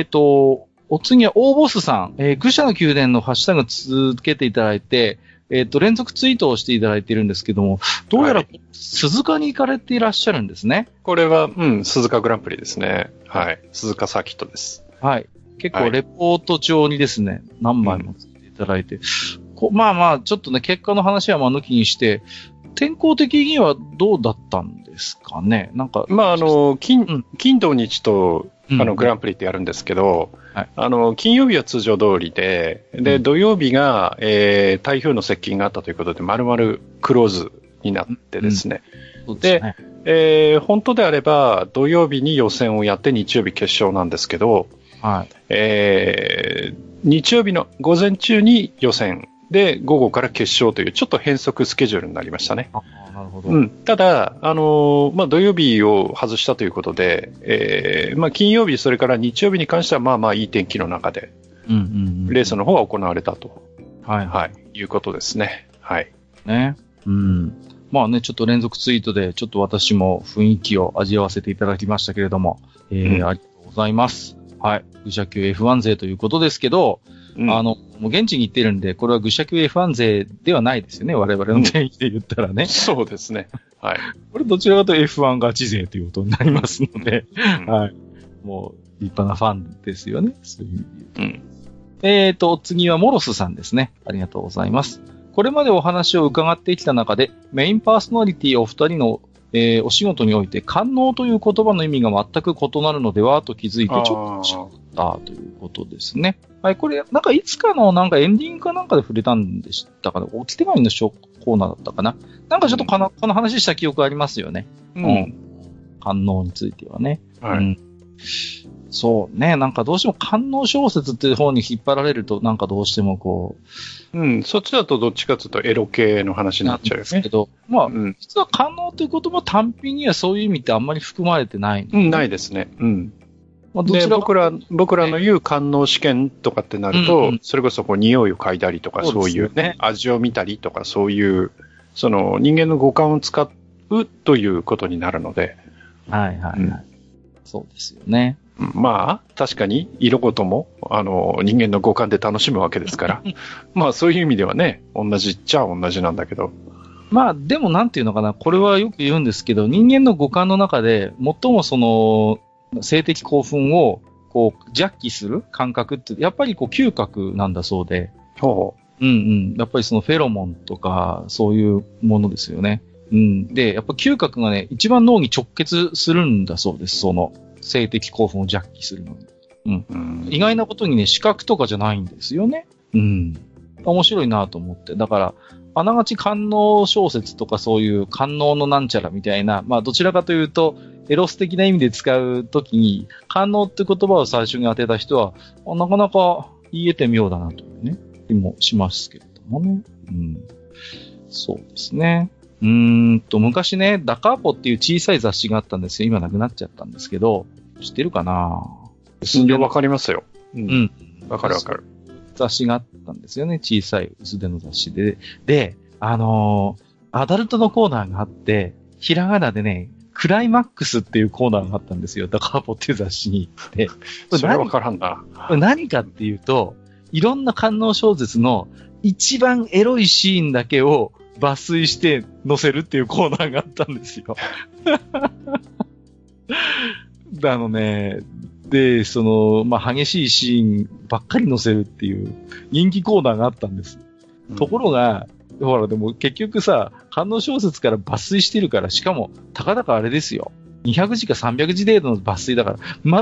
お次は大ボスさん。愚者の宮殿のハッシュタグ続けていただいて、連続ツイートをしていただいているんですけども、どうやら、鈴鹿に行かれていらっしゃるんですね。 これは、鈴鹿グランプリですね。はい。鈴鹿サーキットです。 はい。結構、レポート帳にですね、何枚もつけていただいて、まあまあ、ちょっとね、結果の話は抜きにして、天候的にはどうだったんですかね。なんか。 まあ、金土日と、グランプリってやるんですけど、金曜日は通常通りで、土曜日が、台風の接近があったということで、丸々クローズになってですね。で、本当であれば、土曜日に予選をやって日曜日決勝なんですけど、日曜日の午前中に予選で午後から決勝というちょっと変則スケジュールになりましたね。 なるほど。 ただ、まあ、土曜日を外したということで、まあ、金曜日、それから日曜日に関しては、まあまあいい天気の中で、レースの方が行われたと、いうことですね。はい。 ね。まあね、ちょっと連続ツイートで、ちょっと私も雰囲気を味わわせていただきましたけれども、ありがとうございます。はい。愚者級 F1 勢ということですけど、もう現地に行ってるんで、これは愚者級 F1 勢ではないですよね。我々の定義で言ったらね。 そうですね。はい。 これどちらかというと F1 ガチ勢ということになりますので、はい。もう立派なファンですよね。そういう意味で言うと。次はモロスさんですね。ありがとうございます。これまでお話を伺ってきた中で、メインパーソナリティお二人のお仕事において、官能という言葉の意味が全く異なるのではと気づいてちょっと違ったということですね。はい、これ、なんかいつかのなんかエンディングかなんかで触れたんでしたかね。お手紙のコーナーだったかな。なんかちょっとこの話した記憶ありますよね。官能についてはね。そうね。なんかどうしても官能小説っていう方に引っ張られると、なんかどうしてもこう。そっちだとどっちかというとエロ系の話になっちゃうよね。ですけど、 まあ、実は官能という言葉単品にはそういう意味ってあんまり含まれてない、 ないですね。まあ、どちら僕らの言う官能試験とかってなると、それこそこう匂いを嗅いだりとか、そういうね、味を見たりとか、そういう、その人間の五感を使うということになるので。 そうですよね。 まあ、確かに色ごとも、人間の五感で楽しむわけですから。まあ、そういう意味ではね、同じっちゃ同じなんだけど。 まあ、でもなんていうのかな、これはよく言うんですけど、人間の五感の中で、最もその、性的興奮を、こう、ジャッキする感覚って、やっぱりこう、嗅覚なんだそうで。やっぱりそのフェロモンとか、そういうものですよね。で、やっぱ嗅覚がね、一番脳に直結するんだそうです、その、性的興奮をジャッキするのに。意外なことにね、視覚とかじゃないんですよね。面白いなと思って。だから、 あながち官能小説とかそういう官能のなんちゃらみたいな、まあどちらかというと、エロス的な意味で使うときに、官能って言葉を最初に当てた人は、なかなか言えてみようだなというね、気もしますけれどもね。うん。そうですね。昔ね、ダカーポっていう小さい雑誌があったんですよ。今なくなっちゃったんですけど、知ってるかな？ いや、わかりますよ。 うん。 わかるわかる。 雑誌があったんですよね。小さい薄手の雑誌で。で、アダルトのコーナーがあって、ひらがなでね、クライマックスっていうコーナーがあったんですよ。ダカーポっていう雑誌に。で、 それわからんな。 何かっていうと、いろんな官能小説の一番エロいシーンだけを抜粋して載せるっていうコーナーがあったんですよ。で、激しいシーンばっかり載せるっていう人気コーナーがあったんです。ところが、ほら、でも結局さ、官能小説から抜粋してるから、しかも、たかだかあれですよ。200字か300字程度の抜粋だから、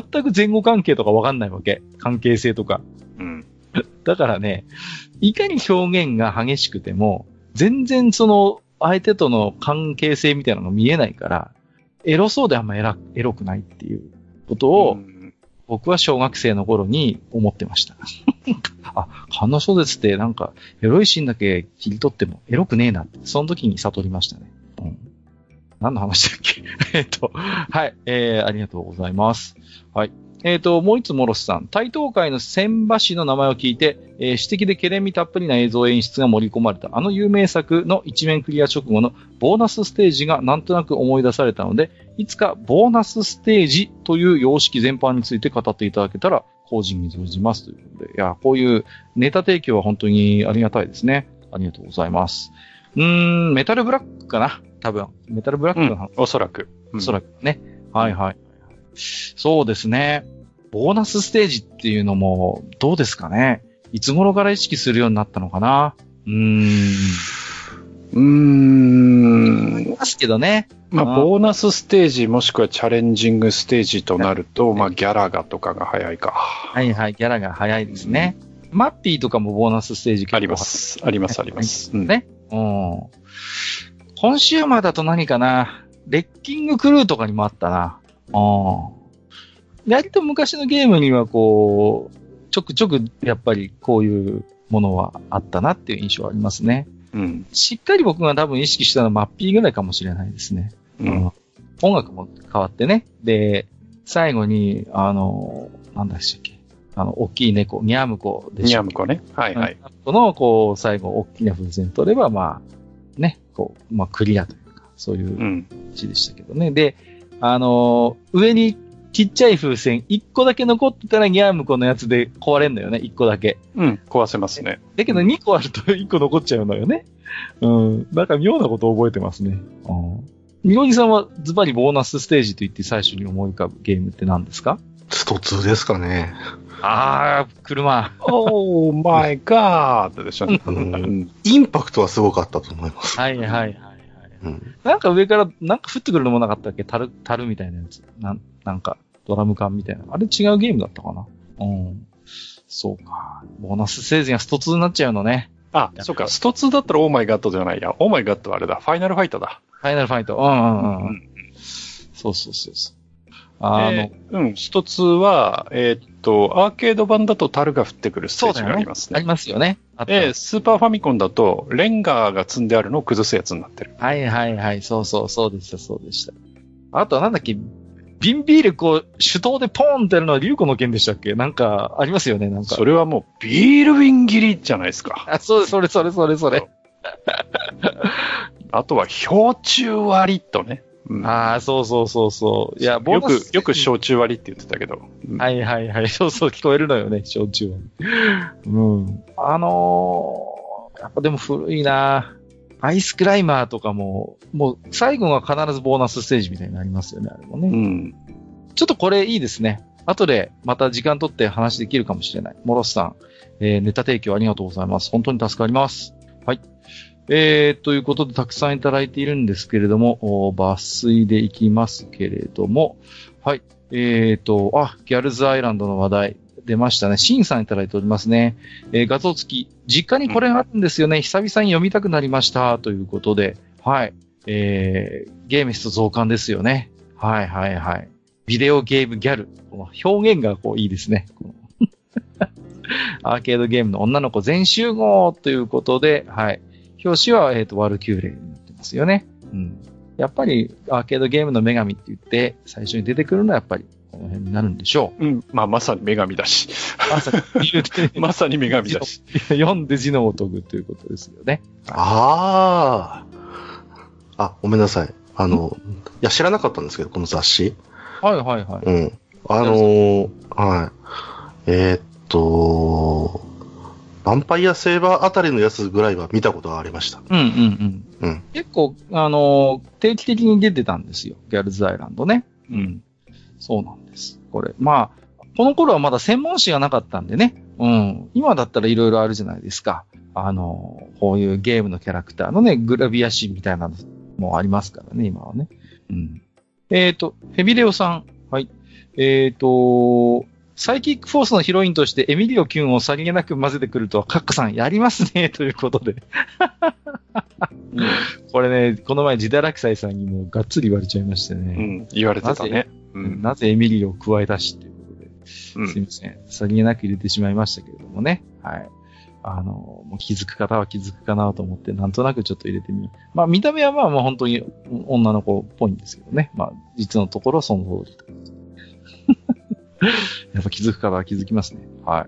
全く前後関係とかわかんないわけ。関係性とか。 うん。 だからね、いかに表現が激しくても、全然相手との関係性みたいなのが見えないから、エロそうであんまエロくないっていうことを、僕は小学生の頃に思ってました。あ、官能小説ってなんか、エロいシーンだけ切り取ってもエロくねえなって、その時に悟りましたね。うん。何の話だっけはい、ありがとうございます。はい。もう一つモロスさん。台東会の千葉市の名前を聞いて、詩的でケレン味たっぷりな映像演出が盛り込まれたあの有名作の一面クリア直後のボーナスステージがなんとなく思い出されたので、いつかボーナスステージという様式全般について語っていただけたら、後人に存じますということで。いや、こういうネタ提供は本当にありがたいですね。ありがとうございます。メタルブラックかな多分。メタルブラックの話、 おそらく。 おそらくね。はいはい。そうですね。ボーナスステージっていうのも、どうですかね。いつ頃から意識するようになったのかな。ありますけどね。 まあ、ボーナスステージもしくはチャレンジングステージとなると、まあ、ギャラガとかが早いか。 はいはい、ギャラが早いですね。マッピーとかもボーナスステージ結構あります。あります、あります。 ね。コンシューマーだと何かな。レッキングクルーとかにもあったな。割と昔のゲームにはこう、ちょくちょくやっぱりこういうものはあったなっていう印象はありますね。 うん。 しっかり僕が多分意識したのはマッピーぐらいかもしれないですね。音楽も変わってね。で、最後に、なんだっけ。大きい猫、ニャームコでした。 ニャームコね。はいはい。 ニャームコの、こう、最後、大きな風船取れば、まあ、ね、こう、まあ、クリアというか、そういう感じでしたけどね。で、上にちっちゃい風船1個だけ残ってたらニャームコのやつで壊れんのよね、1個だけ。 うん、壊せますね。 だけど2個あると1個残っちゃうのよね。なんか妙なことを覚えてますね。みのりさんはズバリボーナスステージと言って最初に思い浮かぶゲームって何ですか？ スト2ですかね。 車。 オーマイガードでしょ、ね。 インパクトはすごかったと思います。 はいはいはい。なんか上からなんか降ってくるのもなかったっけ？樽みたいなやつ。なんかドラム缶みたいな。あれ違うゲームだったかな？そうか。ボーナスステージがスト2になっちゃうのね。 あ、そうか。スト2だったらオーマイガッドじゃないや。オーマイガッドはあれだ。ファイナルファイトだ。 ファイナルファイト。そう。 一つは、アーケード版だと樽が降ってくるステージがありますね。 ありますよね。 スーパーファミコンだと、レンガが積んであるのを崩すやつになってる。 はいはいはい。そうでした。あとはなんだっけ、瓶ビールこう、手刀でポーンってやるのはリュウコの剣でしたっけ？なんか、ありますよね、なんか。 それはもう、ビール瓶切りじゃないですか。 それ。 あとは、氷中割りとね。 そう。いや、 よく焼酎割りって言ってたけど。 はい。そう、聞こえるのよね、焼酎割り。やっぱでも古いなアイスクライマーとかもう最後が必ずボーナスステージみたいになりますよね、あれもね。ちょっとこれいいですね。後でまた時間取って話できるかもしれない。モロスさん、ネタ提供ありがとうございます。本当に助かります。はい。ということでたくさんいただいているんですけれども、抜粋でいきますけれども、はい。ギャルズアイランドの話題。 出ましたね。シンさんいただいておりますね。画像付き。実家にこれがあるんですよね。久々に読みたくなりました。ということで。はい。ゲーミスト増刊ですよね。はいはいはい。ビデオゲームギャル。この表現がこういいですね。アーケードゲームの女の子全集合ということで、はい。表紙は、ワルキューレになってますよね。うん。やっぱり、アーケードゲームの女神って言って、最初に出てくるのはやっぱり、この辺になるんでしょう。 うん。まあ、まさに女神だし。まさに女神だし。 読んで字のごとくということですよね。 あ、ごめんなさい。いや、知らなかったんですけど、この雑誌。 はいはいはい。 うん。はい。ヴァンパイアセーバーあたりのやつぐらいは見たことがありました。 結構、定期的に出てたんですよ。ギャルズアイランドね。うん。そうなんです。これ。まあ、この頃はまだ専門誌がなかったんでね。うん。今だったらいろいろあるじゃないですか。こういうゲームのキャラクターのね、グラビア誌みたいなのもありますからね、今はね。うん。ヘビレオさん。はい。サイキックフォースのヒロインとしてエミリオ・キュンをさりげなく混ぜてくるとは、カッカさんやりますね、ということで。これね、この前、ジダラクサイさんにもがっつり言われちゃいましてね。 うん、言われてたね。 なぜエミリオを加えたし、ということで。すいません。さりげなく入れてしまいましたけれどもね。はい。もう気づく方は気づくかなと思って、なんとなくちょっと入れてみよう。まあ、見た目はまあ、もう本当に女の子っぽいんですけどね。まあ、実のところその通りと。やっぱ気づく方は気づきますね。はい。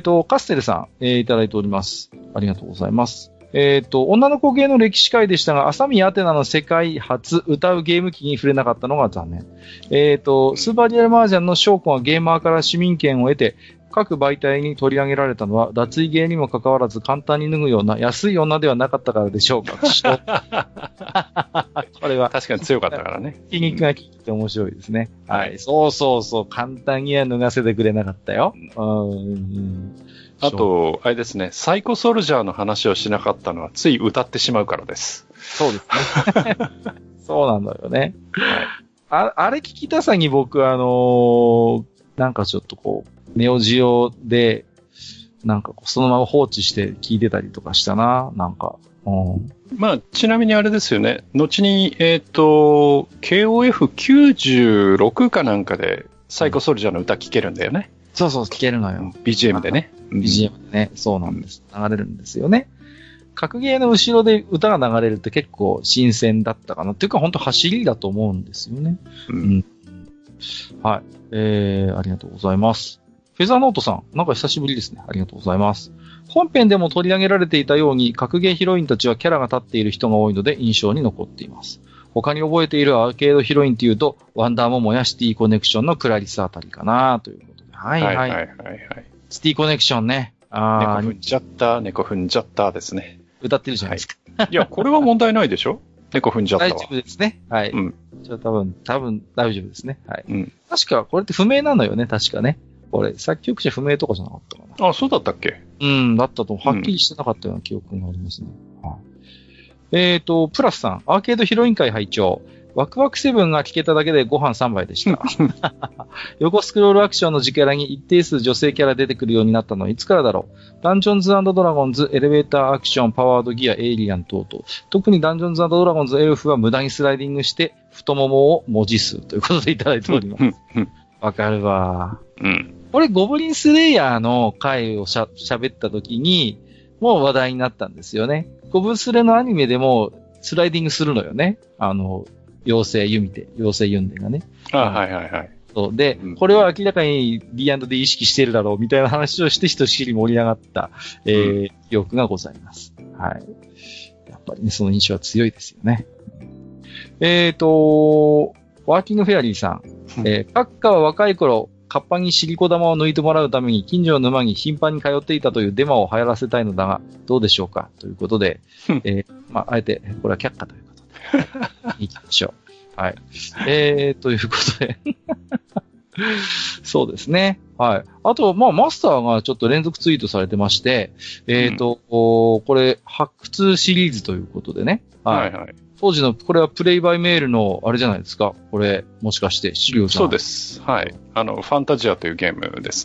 カステルさん、いただいております。ありがとうございます。女の子芸の歴史会でしたが、浅見アテナの世界初歌うゲーム機に触れなかったのが残念。スーパーリアルマージャンの翔子がゲーマーから市民権を得て、各媒体に取り上げられたのは、脱衣芸にもかかわらず簡単に脱ぐような安い女ではなかったからでしょうか。これは。 確かに強かったからね。 筋肉が効いて面白いですね。はい。そうそうそう。簡単には脱がせてくれなかったよ。 あと、あれですね。サイコソルジャーの話をしなかったのは、つい歌ってしまうからです。 そうですね。そうなんだよね。はい、あれ聞きたさに僕なんかちょっとこう、ネオジオで、なんかそのまま放置して聞いてたりとかしたな、なんか。 まあ、ちなみにあれですよね。後に、KOF96 かなんかで、サイコソルジャーの歌聴けるんだよね。 そうそう、聴けるのよ。 BGM でね。 BGM でね。そうなんです。流れるんですよね。格ゲーの後ろで歌が流れるって結構新鮮だったかな。っていうか本当走りだと思うんですよね。はい。ありがとうございます。フェザーノートさん、なんか久しぶりですね。ありがとうございます。本編でも取り上げられていたように、格ゲーヒロインたちはキャラが立っている人が多いので印象に残っています。他に覚えているアーケードヒロインというと、ワンダーモモやシティコネクションのクラリスあたりかなということで。はいはい。はいはいはい。シティコネクションね。 猫踏んじゃった、猫踏んじゃったですね。 歌ってるじゃないですか。 いや、これは問題ないでしょ猫踏んじゃったわ。 大丈夫ですね。はい。じゃあ多分大丈夫ですね。はい。確か、これって不明なのよね、確かね。これ、作曲者不明とかじゃなかったかな。 あ、そうだったっけ？ だったと、はっきりしてなかったような記憶がありますね。はい。プラスさん、アーケードヒロイン会拝聴。ワクワクセブンが聞けただけでご飯3杯でした。横スクロールアクションの時キャラに一定数女性キャラ出てくるようになったのはいつからだろう。ダンジョンズ&ドラゴンズ、エレベーターアクション、パワードギア、エイリアン等々。特にダンジョンズ&ドラゴンズエルフは無駄にスライディングして太ももを文字数ということでいただいております。わかるわ。これゴブリンスレイヤーの回を喋った時に、もう話題になったんですよね。ゴブスレのアニメでもスライディングするのよね。妖精ユンデがね。 はいはいはい。 そうで、これは明らかに D&D 意識してるだろうみたいな話をしてひとしきり盛り上がった、記憶がございます。はい。やっぱりね、その印象は強いですよね。ワーキングフェアリーさん。カッカは若い頃、カッパにシリコ玉を抜いてもらうために近所の沼に頻繁に通っていたというデマを流行らせたいのだが、どうでしょうかということで、あえて、これは却下ということで。いきましょう。はい。ということで。そうですね。はい。あと、マスターがちょっと連続ツイートされてまして、これ、発掘シリーズということでね。はいはい。当時の、これはプレイバイメールの、あれじゃないですか。これ、もしかして資料じゃない？ そうです。はい。ファンタジアというゲームですね。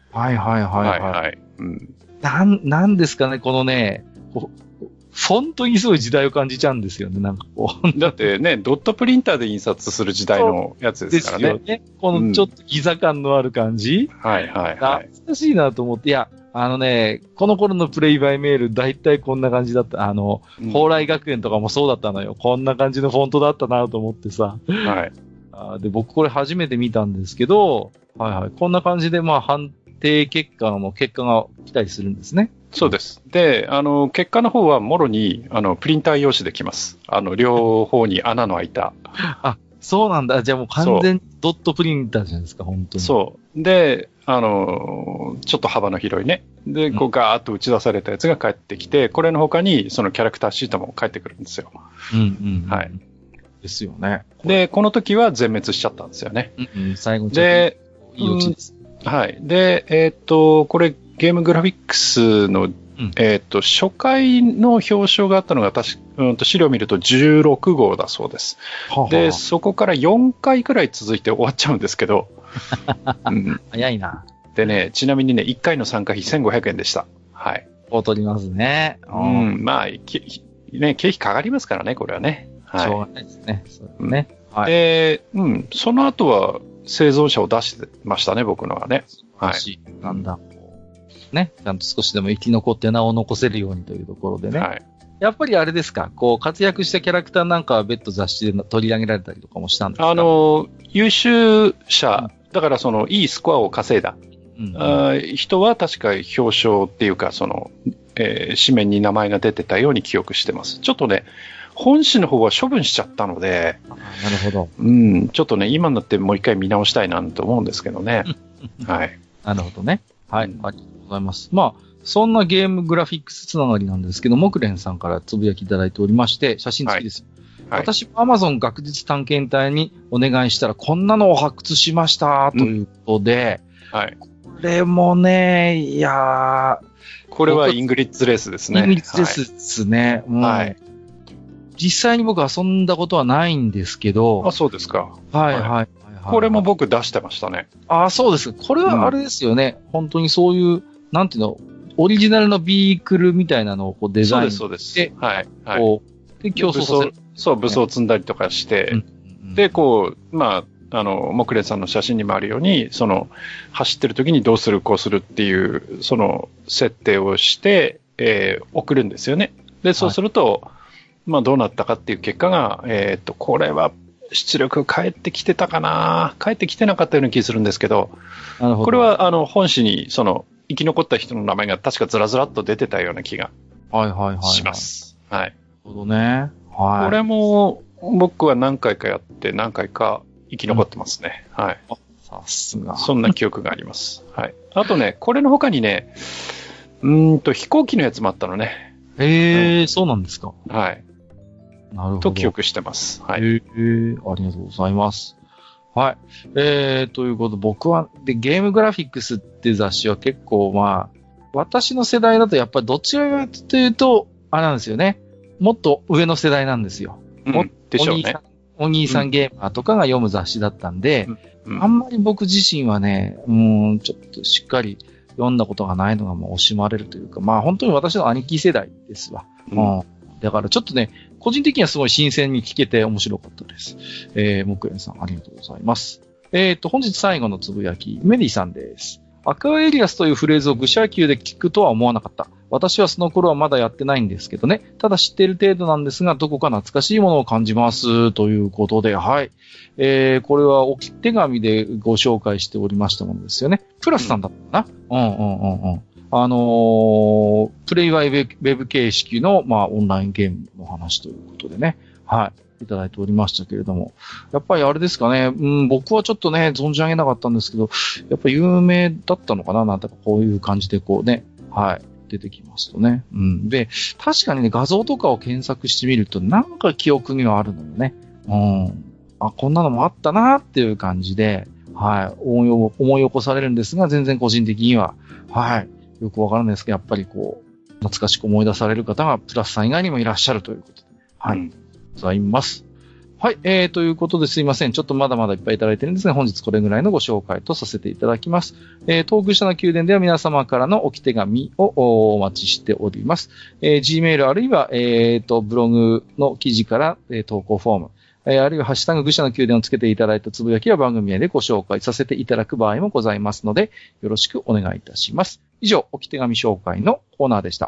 はいはいはいはい。 はいはい。うん。 なんですかね、このね、フォントにすごい時代を感じちゃうんですよね、なんかこう。 だってね、ドットプリンターで印刷する時代のやつですからね。 ですよね。このちょっとギザ感のある感じ、 はいはいはい。 懐かしいなと思って、いや、この頃のプレイバイメール、だいたいこんな感じだった。蓬莱学園とかもそうだったのよ。こんな感じのフォントだったなと思ってさ。 はい。 で、僕これ初めて見たんですけど、はいはい。こんな感じで、まあ、判定結果が来たりするんですね。 そうです。で、結果の方はもろに、プリンター用紙できます。両方に穴の開いた。 あ、そうなんだ。じゃあもう完全ドットプリンターじゃないですか、本当に。 そう。で、ちょっと幅の広いね。で、こうガーッと打ち出されたやつが返ってきて、これの他にそのキャラクターシートも返ってくるんですよ。 うんうん。 はい。 ですよね。 で、この時は全滅しちゃったんですよね。 うんうん、最後にで、 いいオチです。 はい。で、これゲームグラフィックスの、初回の表彰があったのが資料を見ると16号だそうです。で、そこから4回くらい続いて終わっちゃうんですけど。 うん、早いな。 でね、ちなみにね、1回の参加費1500円でした。はい。 を取りますね。 まあ、経費かかりますからね、これはね。はい。 しょうがないですね。そうね。 はい。で、その後は生存者を出してましたね、僕のはね。はい。 なんだ。ね。ちゃんと少しでも生き残って名を残せるようにというところでね。はい。やっぱりあれですか、こう、活躍したキャラクターなんかは別途雑誌で取り上げられたりとかもしたんですか？ 優秀者、だからいいスコアを稼いだ。人は確か表彰っていうか、紙面に名前が出てたように記憶してます。ちょっとね、本誌の方は処分しちゃったので、 なるほど。 ちょっとね、今になってもう一回見直したいなと思うんですけどね。はい。 なるほどね。はい。ありがとうございます。まあ、そんなゲームグラフィックスつながりなんですけど、木蓮さんからつぶやきいただいておりまして、写真付きです。はい、私も Amazon 学術探検隊にお願いしたら、こんなのを発掘しました、ということで、 はい。 これもね、いやー。 これはイングリッツレースですね。 イングリッツレースですね。はい。実際に僕遊んだことはないんですけど。 あ、そうですか。 はいはい。 これも僕出してましたね。 あ、そうです。これはあれですよね。本当にそういう、なんていうの、オリジナルのビークルみたいなのをこうデザインして、 そうです、そうです。はい。 こう、で、競争させる。 そう、武装を積んだりとかして、で、こう、まあ、木蓮さんの写真にもあるように、走ってる時にどうする、こうするっていう、設定をして、送るんですよね。で、そうすると、まあ、どうなったかっていう結果が、これは、出力返ってきてたかな？返ってきてなかったような気するんですけど、 なるほど。 これは、本誌に、生き残った人の名前が確かずらずらっと出てたような気がします。はい。 なるほどね。はい。 これも、僕は何回かやって何回か生き残ってますね。はい。 さすが。 そんな記憶があります。はい。あとね、これの他にね、飛行機のやつもあったのね。 そうなんですか。 はい。 なるほど。 と記憶してます。はい。 ありがとうございます。はい。ということで、僕は、ゲームグラフィックスって雑誌は結構まあ、私の世代だとやっぱりどちらかというと、あれなんですよね。もっと上の世代なんですよ。 でしょうね。 お兄さんゲーマーとかが読む雑誌だったんで、あんまり僕自身はね、ちょっとしっかり読んだことがないのがもう惜しまれるというか、まあ本当に私の兄貴世代ですわ。だからちょっとね、個人的にはすごい新鮮に聞けて面白かったです。木蓮さんありがとうございます。本日最後のつぶやき、メディさんです。アクアエリアスというフレーズを愚者級で聞くとは思わなかった。私はその頃はまだやってないんですけどね。ただ知っている程度なんですが、どこか懐かしいものを感じます。ということで、はい。これは置き手紙でご紹介しておりましたものですよね。プラスさんだったかな？プレイワイウェブ形式の、まあ、オンラインゲームの話ということでね。はい。いただいておりましたけれども。やっぱりあれですかね。僕はちょっとね、存じ上げなかったんですけど、やっぱり有名だったのかな？なんてかこういう感じでこうね。はい。出てきますとね。で、確かにね、画像とかを検索してみると、なんか記憶にはあるのよね。こんなのもあったなっていう感じで、はい。思い起こされるんですが、全然個人的には、はい。よくわからないですけど、やっぱりこう、懐かしく思い出される方が、プラスさん以外にもいらっしゃるということで。はい。ございます。 はい、ということですいません。ちょっとまだまだいっぱいいただいてるんですが、本日これぐらいのご紹介とさせていただきます。東宮下の宮殿では皆様からの置き手紙をお待ちしております。Gmail あるいは、ブログの記事から、投稿フォーム、あるいはハッシュタグ愚者の宮殿をつけていただいたつぶやきは番組内でご紹介させていただく場合もございますので、よろしくお願いいたします。以上、置き手紙紹介のコーナーでした。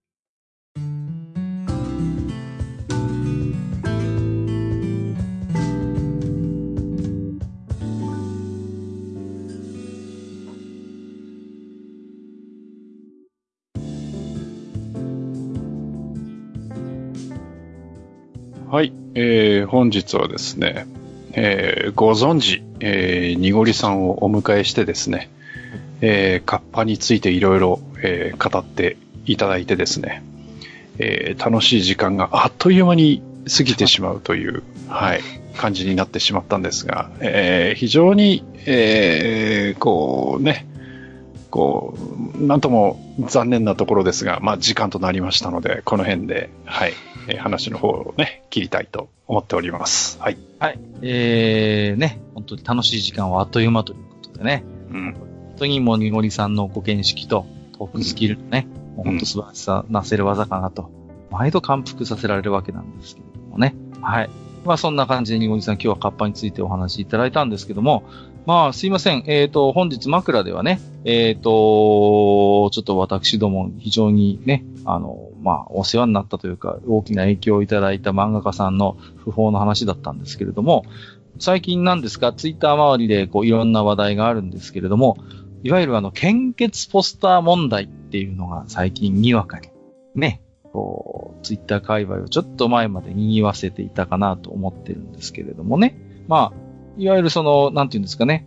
はい、本日はですね、ご存知、にごりさんをお迎えしてですね、カッパについていろいろ語っていただいてですね、楽しい時間があっという間に過ぎてしまうという、はい、感じになってしまったんですが、非常に、こうね、こう、なんとも残念なところですが、まあ時間となりましたので、この辺で、はい、話の方をね、切りたいと思っております。はい。 はい。ね、本当に楽しい時間はあっという間ということでね。 うん。 本当にもうにごりさんのご見識とトークスキルのね、もう本当素晴らしさなせる技かなと、毎度感服させられるわけなんですけれどもね。はい。まあそんな感じでにごりさん今日はカッパについてお話しいただいたんですけども、まあすいません。本日枕ではね、ちょっと私ども非常にね、まあお世話になったというか大きな影響をいただいた漫画家さんの訃報の話だったんですけれども、最近なんですか、ツイッター周りでこういろんな話題があるんですけれども、いわゆる献血ポスター問題っていうのが最近にわかにね、こうツイッター界隈をちょっと前まで賑わせていたかなと思ってるんですけれどもね。まあいわゆるなんていうんですかね、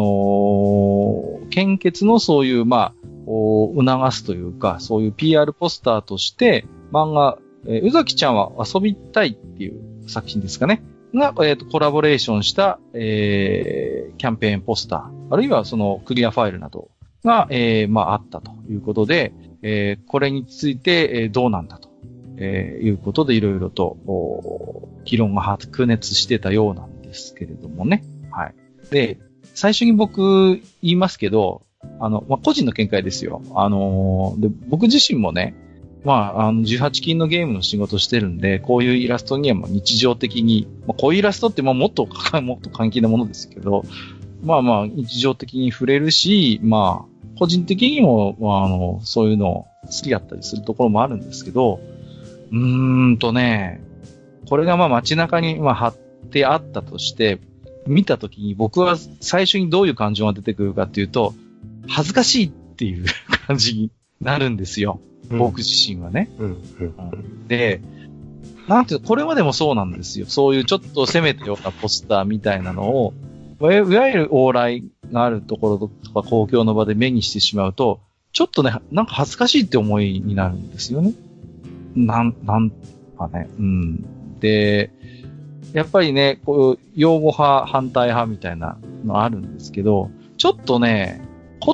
献血のそういう、まあ、促すというか、そういう PR ポスターとして、漫画、宇崎ちゃんは遊びたいっていう作品ですかね。が、コラボレーションした、キャンペーンポスター、あるいはそのクリアファイルなどが、まあ、あったということで、これについて、どうなんだと、いうことでいろいろと、議論が白熱してたようなんですけれどもね。はい。で、最初に僕言いますけど、まあ、個人の見解ですよ。で、僕自身もね、まあ、18禁のゲームの仕事してるんで、こういうイラストには日常的に、まあ、こういうイラストってもっと換気なものですけど、まあまあ、日常的に触れるし、まあ、個人的にも、まあ、そういうの好きだったりするところもあるんですけど、ね、これがまあ街中に貼ってあったとして、見たときに僕は最初にどういう感情が出てくるかっていうと、恥ずかしいっていう感じになるんですよ。僕自身はね。で、なんていうこれまでもそうなんですよ。そういうちょっと攻めたようなポスターみたいなのを、いわゆる往来があるところとか公共の場で目にしてしまうと、ちょっとね、なんか恥ずかしいって思いになるんですよね。なんかね。で、やっぱりね、こう、擁護派、反対派みたいなのあるんですけど、ちょっとね、今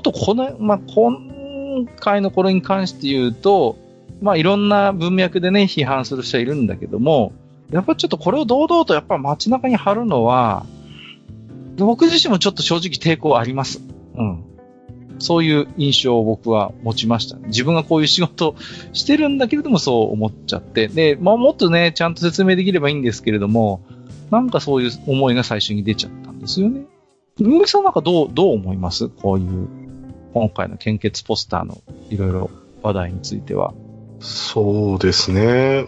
回のこれに関して言うと、まあいろんな文脈でね、批判する人はいるんだけども、やっぱりちょっとこれを堂々とやっぱ街中に貼るのは、僕自身もちょっと正直抵抗あります。そういう印象を僕は持ちました。自分がこういう仕事してるんだけれどもそう思っちゃって。で、まあもっとね、ちゃんと説明できればいいんですけれども、なんかそういう思いが最初に出ちゃったんですよね。むぐさんなんかどう思います？こういう、今回の献血ポスターのいろいろ話題については。 そうですね。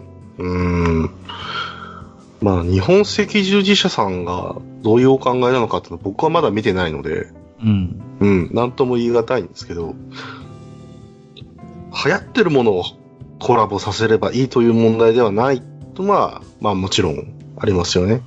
まあ日本赤十字社さんがどういうお考えなのかっていうのは僕はまだ見てないので、なんとも言い難いんですけど、流行ってるものをコラボさせればいいという問題ではないとは、まあもちろんありますよね。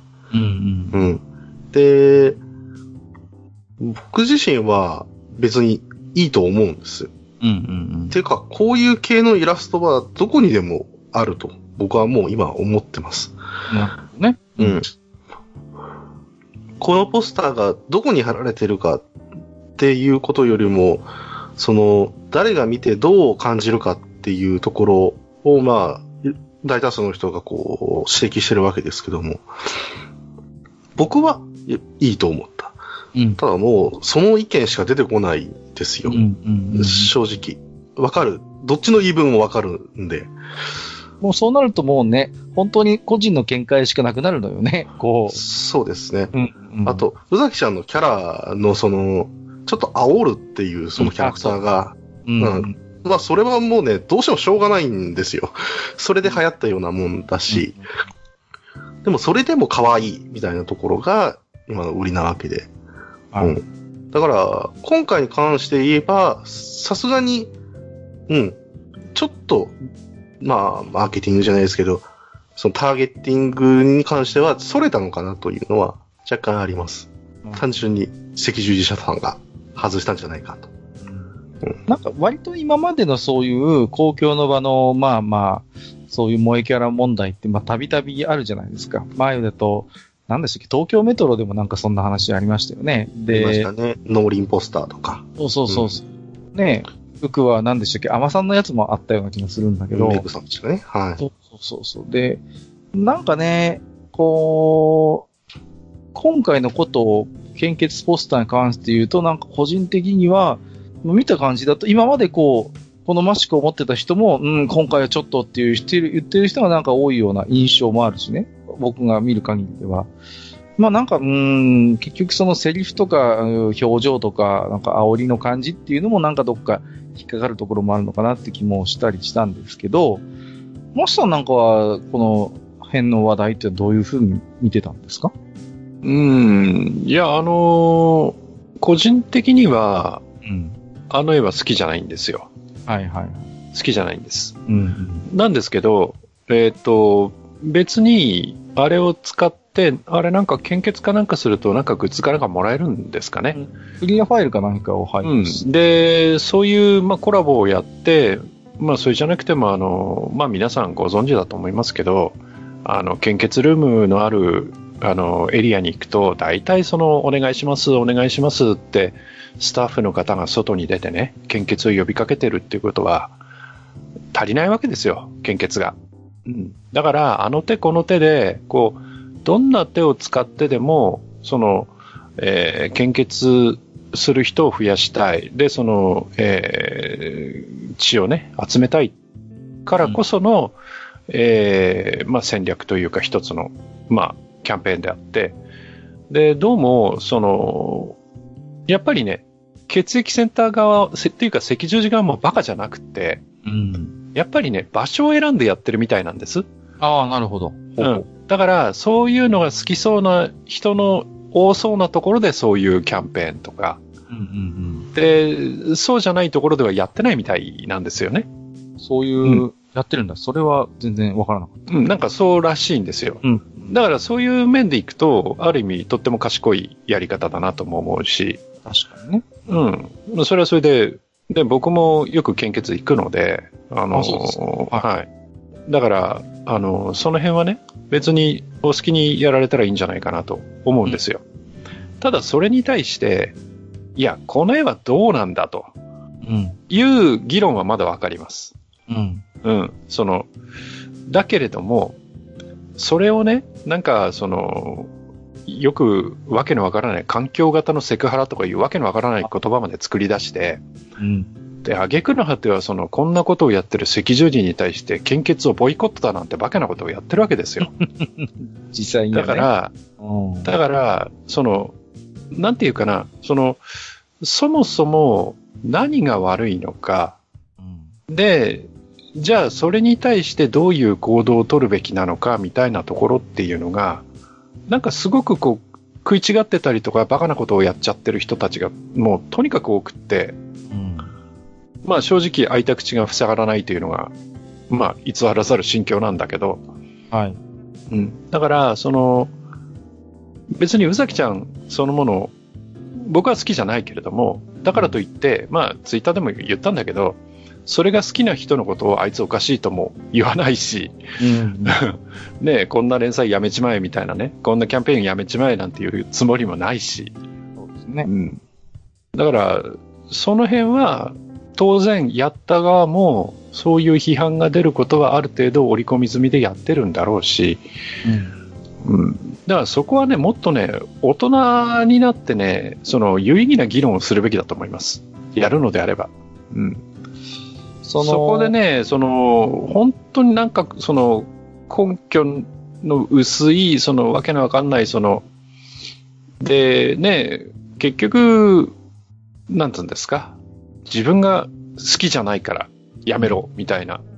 で、僕自身は別にいいと思うんです。ていうか、こういう系のイラストはどこにでもあると僕はもう今思ってます。 ね。 このポスターがどこに貼られてるかっていうことよりも、誰が見てどう感じるかっていうところを、まあ、 大多数の人がこう、指摘してるわけですけども、僕はいいと思った。ただもう、その意見しか出てこないですよ。正直。わかる。どっちの言い分もわかるんで。 もうそうなるともうね、本当に個人の見解しかなくなるのよね、こう。 そうですね。あと、宇崎ちゃんのキャラのちょっと煽るっていうそのキャラクターが、まあそれはもうね、どうしてもしょうがないんですよ。それで流行ったようなもんだし、でもそれでも可愛いみたいなところが今の売りなわけで。だから、今回に関して言えば、さすがに、ちょっと、まあ、マーケティングじゃないですけど、そのターゲティングに関しては、それたのかなというのは若干あります。単純に赤十字社さんが外したんじゃないかと。 なんか割と今までのそういう公共の場の、まあまあ、そういう萌えキャラ問題って、まあたびたびあるじゃないですか。前だと、なんでしたっけ、東京メトロでもなんかそんな話ありましたよね。 ありましたね。農林ポスターとか。 そう。ねえ。服は何でしたっけ、アマさんのやつもあったような気がするんだけど。 メグさんでしたね。はい。 そう。で、なんかね、こう、今回のことを献血ポスターに関して言うと、なんか個人的には、見た感じだと、今までこのマスクを持ってた人も、今回はちょっとっていう言ってる人がなんか多いような印象もあるしね。僕が見る限りでは。まあなんか、結局そのセリフとか表情とか、なんか煽りの感じっていうのもなんかどっか引っかかるところもあるのかなって気もしたりしたんですけど、マスターなんかはこの辺の話題ってどういうふうに見てたんですか？ いや、個人的には、あの絵は好きじゃないんですよ。 はい。 好きじゃないんです。なんですけど、別に、あれを使って、あれなんか献血かなんかするとなんかグッズかなんかもらえるんですかね。 クリアファイルか何かを配布して、で、そういう、まあ、コラボをやって、まあ、それじゃなくても、まあ、皆さんご存知だと思いますけど、献血ルームのある、エリアに行くと、大体お願いします、お願いしますって、スタッフの方が外に出てね、献血を呼びかけてるっていうことは、足りないわけですよ、献血が。だから、あの手この手で、こう、どんな手を使ってでも、献血する人を増やしたい。で、血をね、集めたいからこその、まあ、戦略というか一つの、まあ、キャンペーンであって、で、どうも、やっぱりね、血液センター側、っていうか赤十字側もバカじゃなくて、やっぱりね、場所を選んでやってるみたいなんです。 ああ、なるほど。 だから、そういうのが好きそうな人の多そうなところでそういうキャンペーンとか、で、そうじゃないところではやってないみたいなんですよね。 そういう、やってるんだ。それは全然わからなかった。 なんかそうらしいんですよ。だからそういう面でいくと、ある意味とっても賢いやり方だなとも思うし。 確かにね。それはそれで、僕もよく献血行くので、 そうですね。 はい。だから、その辺はね、別にお好きにやられたらいいんじゃないかなと思うんですよ。ただそれに対して、いや、この絵はどうなんだと、いう議論はまだわかります。だけれども、それをね、なんか、よくわけのわからない環境型のセクハラとかいうわけのわからない言葉まで作り出して、で、挙句の果てはこんなことをやってる赤十字に対して献血をボイコットだなんてバカなことをやってるわけですよ。 実際に、ね。 だから、なんていうかな、そもそも何が悪いのか、で、じゃあそれに対してどういう行動を取るべきなのかみたいなところっていうのが、なんかすごくこう、食い違ってたりとかバカなことをやっちゃってる人たちがもうとにかく多くって、まあ正直開いた口が塞がらないというのが、まあ偽らざる心境なんだけど、だから別に宇崎ちゃんそのもの僕は好きじゃないけれども、だからといって、まあツイッターでも言ったんだけど、それが好きな人のことをあいつおかしいとも言わないし、ねえ、こんな連載やめちまえみたいなね、こんなキャンペーンやめちまえなんていうつもりもないし、 そうですね。 だからその辺は当然やった側もそういう批判が出ることはある程度織り込み済みでやってるんだろうし、だからそこはね、もっとね、大人になってね、その有意義な議論をするべきだと思います。やるのであれば。そこでね、本当になんか、根拠の薄い、わけのわかんない、で、ね、結局、なんつうんですか、自分が好きじゃないからやめろ、みたいな、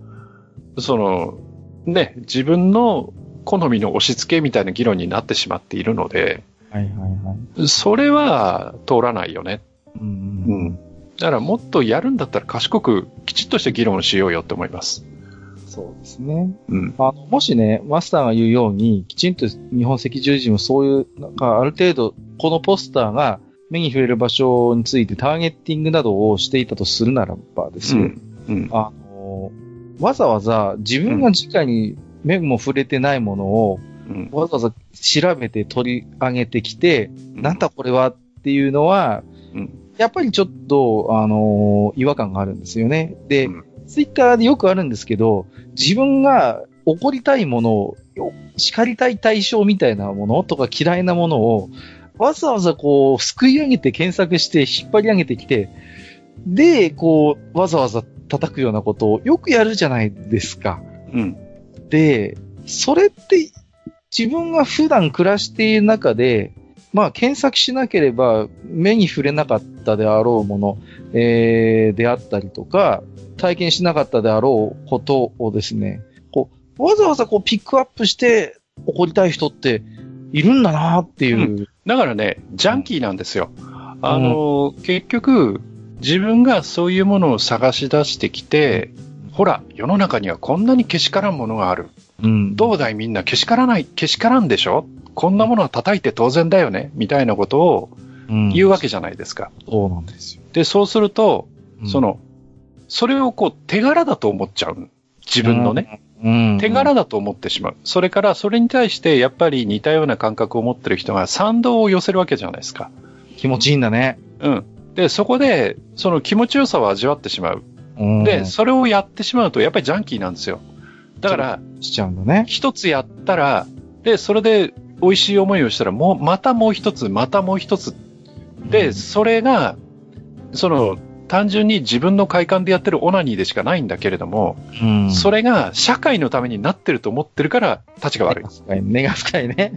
ね、自分の好みの押し付けみたいな議論になってしまっているので、それは通らないよね。だからもっとやるんだったら賢くきちっとした議論をしようよって思います。 そうですね。もしね、マスターが言うように、きちんと日本赤十字もそういう、なんかある程度、このポスターが目に触れる場所についてターゲッティングなどをしていたとするならばですよ。わざわざ自分が直に目も触れてないものを、わざわざ調べて取り上げてきて、なんだこれはっていうのは、やっぱりちょっと、違和感があるんですよね。で、ツイッターでよくあるんですけど、自分が怒りたいものを、叱りたい対象みたいなものとか嫌いなものを、わざわざこう、すくい上げて検索して引っ張り上げてきて、で、こう、わざわざ叩くようなことをよくやるじゃないですか。で、それって自分が普段暮らしている中で、まあ検索しなければ目に触れなかったであろうもの、であったりとか、体験しなかったであろうことをですね、こう、わざわざこうピックアップして怒りたい人っているんだなっていう、 だからね、ジャンキーなんですよ。結局、自分がそういうものを探し出してきて、ほら、世の中にはこんなにけしからんものがある。どうだいみんなけしからんでしょ？こんなものは叩いて当然だよねみたいなことを言うわけじゃないですか。 そうなんですよ。 で、そうすると、それをこう手柄だと思っちゃう。自分のね。手柄だと思ってしまう。それから、それに対してやっぱり似たような感覚を持ってる人が賛同を寄せるわけじゃないですか。 気持ちいいんだね。 で、そこで、その気持ちよさを味わってしまう。で、それをやってしまうと、やっぱりジャンキーなんですよ。だから、 しちゃうんだね。 一つやったら、で、それで美味しい思いをしたら、またもう一つ。で、それが、単純に自分の快感でやってるオナニーでしかないんだけれども、それが社会のためになってると思ってるから、立ちが悪い。 根が深いね。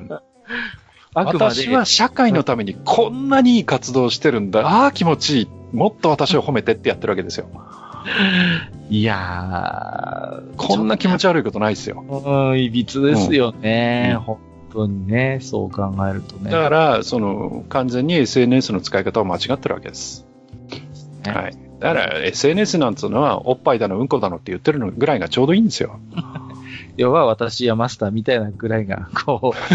私は社会のためにこんなにいい活動をしてるんだ。ああ、気持ちいい。もっと私を褒めてってやってるわけですよ。 いやー、 こんな気持ち悪いことないですよ。 いびつですよね。本当にね、そう考えるとね。 だから、完全に SNS の使い方を間違ってるわけです。はい。だから、SNS なんつうのは、おっぱいだの、うんこだのって言ってるのぐらいがちょうどいいんですよ。 要は、私やマスターみたいなぐらいが、こう、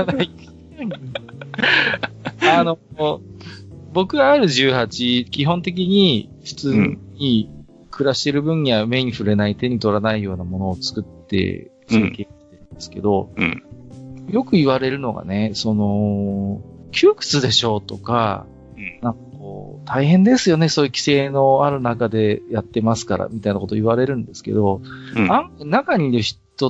僕は R18、基本的に普通に暮らしている分には目に触れない、手に取らないようなものを作って設計してるんですけど、よく言われるのがね、窮屈でしょうとか、なんかこう、大変ですよね、そういう規制のある中でやってますから、みたいなこと言われるんですけど、中にいる人って、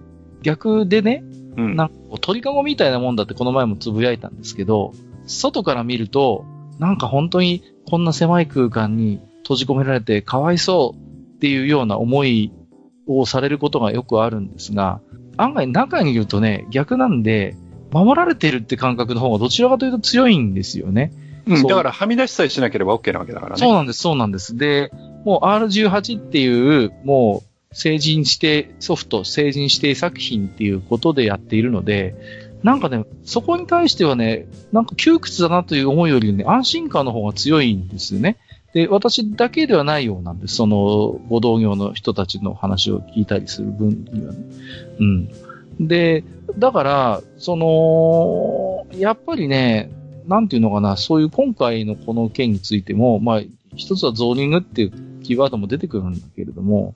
逆でね、なんか鳥かごみたいなもんだってこの前もつぶやいたんですけど、外から見ると、なんか本当にこんな狭い空間に閉じ込められてかわいそうっていうような思いをされることがよくあるんですが、案外中にいるとね、逆なんで、守られてるって感覚の方がどちらかというと強いんですよね。 だからはみ出しさえしなければ OK なわけだからね。 そうなんです。で、もう R18 っていう、もう成人指定ソフト、成人指定作品っていうことでやっているので、なんかね、そこに対してはね、なんか窮屈だなという思いよりね、安心感の方が強いんですよね。で、私だけではないようなんです。ご同業の人たちの話を聞いたりする分にはね。で、だから、やっぱりね、なんていうのかな、そういう今回のこの件についても、まあ、一つはゾーニングっていうキーワードも出てくるんだけれども、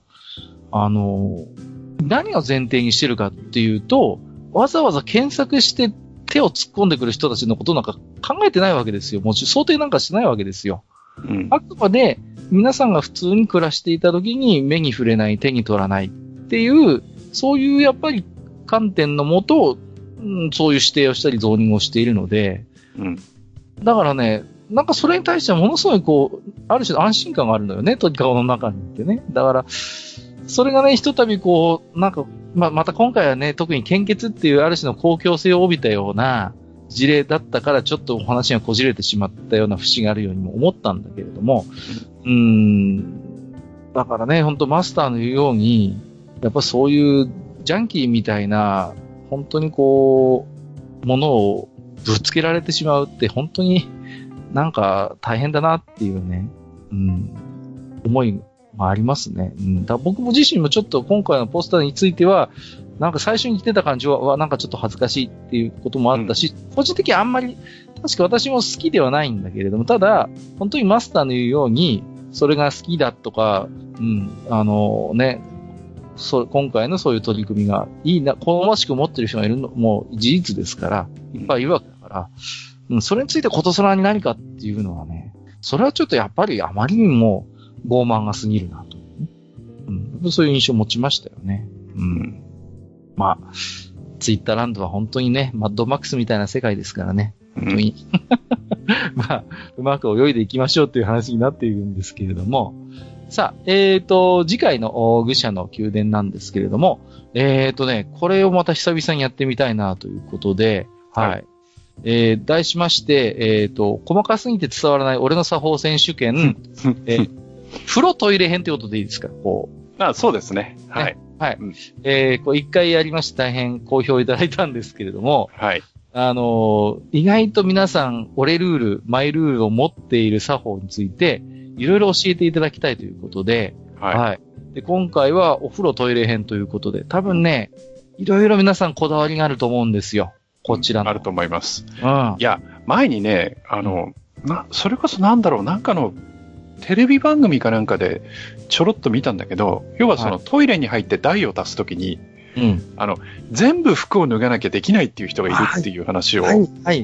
何を前提にしてるかっていうと、わざわざ検索して手を突っ込んでくる人たちのことなんか考えてないわけですよ。もちろん想定なんかしないわけですよ。 あくまで皆さんが普通に暮らしていた時に目に触れない、手に取らないっていう、そういうやっぱり観点のもと、そういう指定をしたりゾーニングをしているので、だからね、なんかそれに対してはものすごいこう、ある種の安心感があるんだよね、鳥かごの中にってね。だから、それがね、ひとたびこう、なんか、また今回はね、特に献血っていうある種の公共性を帯びたような事例だったから、ちょっとお話がこじれてしまったような節があるようにも思ったんだけれども、だからね、ほんとマスターの言うように、やっぱそういうジャンキーみたいな、本当にこう、ものをぶつけられてしまうって本当になんか大変だなっていうね、思いもありますね。だ僕も自身もちょっと今回のポスターについては、なんか最初に来てた感じは、なんかちょっと恥ずかしいっていうこともあったし、個人的にあんまり、確か私も好きではないんだけれども、ただ、本当にマスターの言うように、それが好きだとか、今回のそういう取り組みがいいな、好ましく思ってる人がいるのも事実ですから、いっぱいいるわけだから、それについてことさらに何かっていうのはね、それはちょっとやっぱりあまりにも傲慢が過ぎるなと。そういう印象を持ちましたよね。まあ、ツイッターランドは本当にね、マッドマックスみたいな世界ですからね。本当に。まあ、うまく泳いでいきましょうという話になっているんですけれども。さあ、次回の愚者の宮殿なんですけれども、これをまた久々にやってみたいなということで、はい。題しまして、細かすぎて伝わらない俺の作法選手権、風呂トイレ編ということでいいですか？こう。 そうですね。はい。 はい。こう一回やりまして大変好評いただいたんですけれども、 はい。 意外と皆さん、俺ルール、マイルールを持っている作法について、いろいろ教えていただきたいということで、はい。で、今回はお風呂トイレ編ということで、多分ね、いろいろ皆さんこだわりがあると思うんですよ。こちらの。 あると思います。いや、前にね、それこそなんだろう、なんかの、テレビ番組かなんかでちょろっと見たんだけど、要はそのトイレに入って台を足すときに、全部服を脱がなきゃできないっていう人がいるっていう話を。はい。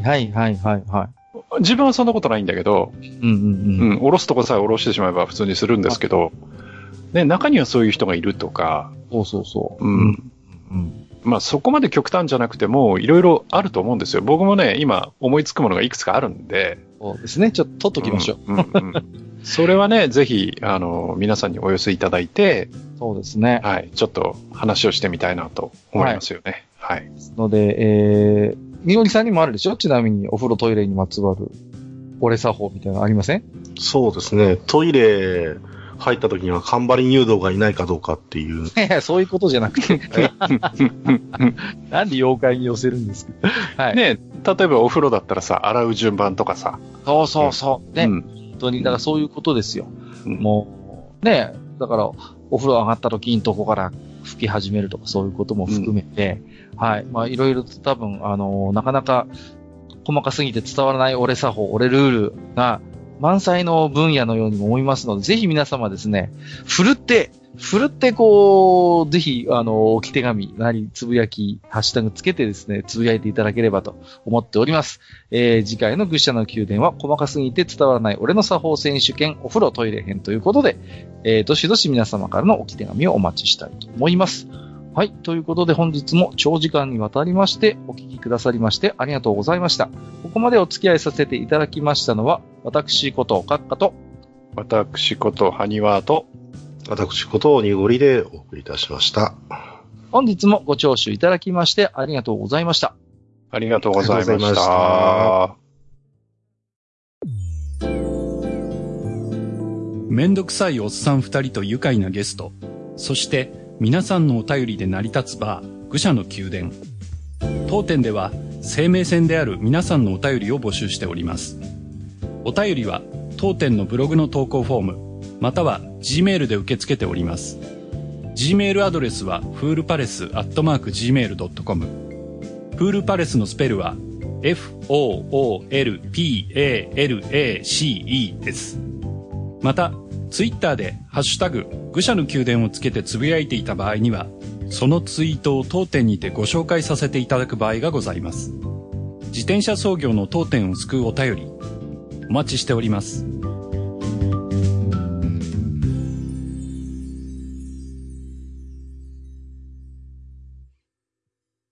自分はそんなことないんだけど、下ろすとこさえ下ろしてしまえば普通にするんですけど、ね、中にはそういう人がいるとか、まあそこまで極端じゃなくてもいろいろあると思うんですよ。僕もね、今思いつくものがいくつかあるんで。 そうですね。ちょっと取っときましょう。 それはね、ぜひ、皆さんにお寄せいただいて、 そうですね。 はい。ちょっと話をしてみたいなと思いますよね。はい。 ので、みのりさんにもあるでしょ？ちなみにお風呂トイレにまつわる俺作法みたいなのありません？ そうですね。トイレ入った時にはカンバリ入道がいないかどうかっていう。 いや、そういうことじゃなくて。なんで妖怪に寄せるんですか？はい。 ね、例えばお風呂だったらさ、洗う順番とかさ。 そう。ね。本当に、だからそういうことですよ。もう、ね、だから、お風呂上がった時にどこから吹き始めるとかそういうことも含めて、はい。まあ、いろいろと多分、なかなか細かすぎて伝わらない俺作法、俺ルールが満載の分野のようにも思いますので、ぜひ皆様ですね、ふるってこう、ぜひ、置き手紙なり、つぶやき、ハッシュタグつけてですね、つぶやいていただければと思っております。次回の愚者の宮殿は細かすぎて伝わらない俺の作法選手権お風呂トイレ編ということで、どしどし皆様からの置き手紙をお待ちしたいと思います。はい。ということで本日も長時間にわたりましてお聞きくださりましてありがとうございました。ここまでお付き合いさせていただきましたのは、私ことカッカと、 私ことハニワーと、 私ことおにごりでお送りいたしました。 本日もご聴取いただきましてありがとうございました。 ありがとうございました。 めんどくさいおっさん二人と愉快なゲスト、そして皆さんのお便りで成り立つバー、愚者の宮殿。当店では生命線である皆さんのお便りを募集しております。お便りは当店のブログの投稿フォーム、または Gmail で受け付けております。Gmail アドレスは foolpalace@gmail.com。 foolpalace のスペルは FOOLPALACE です。また、ツイッターでハッシュタグ愚者の宮殿をつけてつぶやいていた場合には、そのツイートを当店にてご紹介させていただく場合がございます。自転車操業の当店を救うお便り、お待ちしております。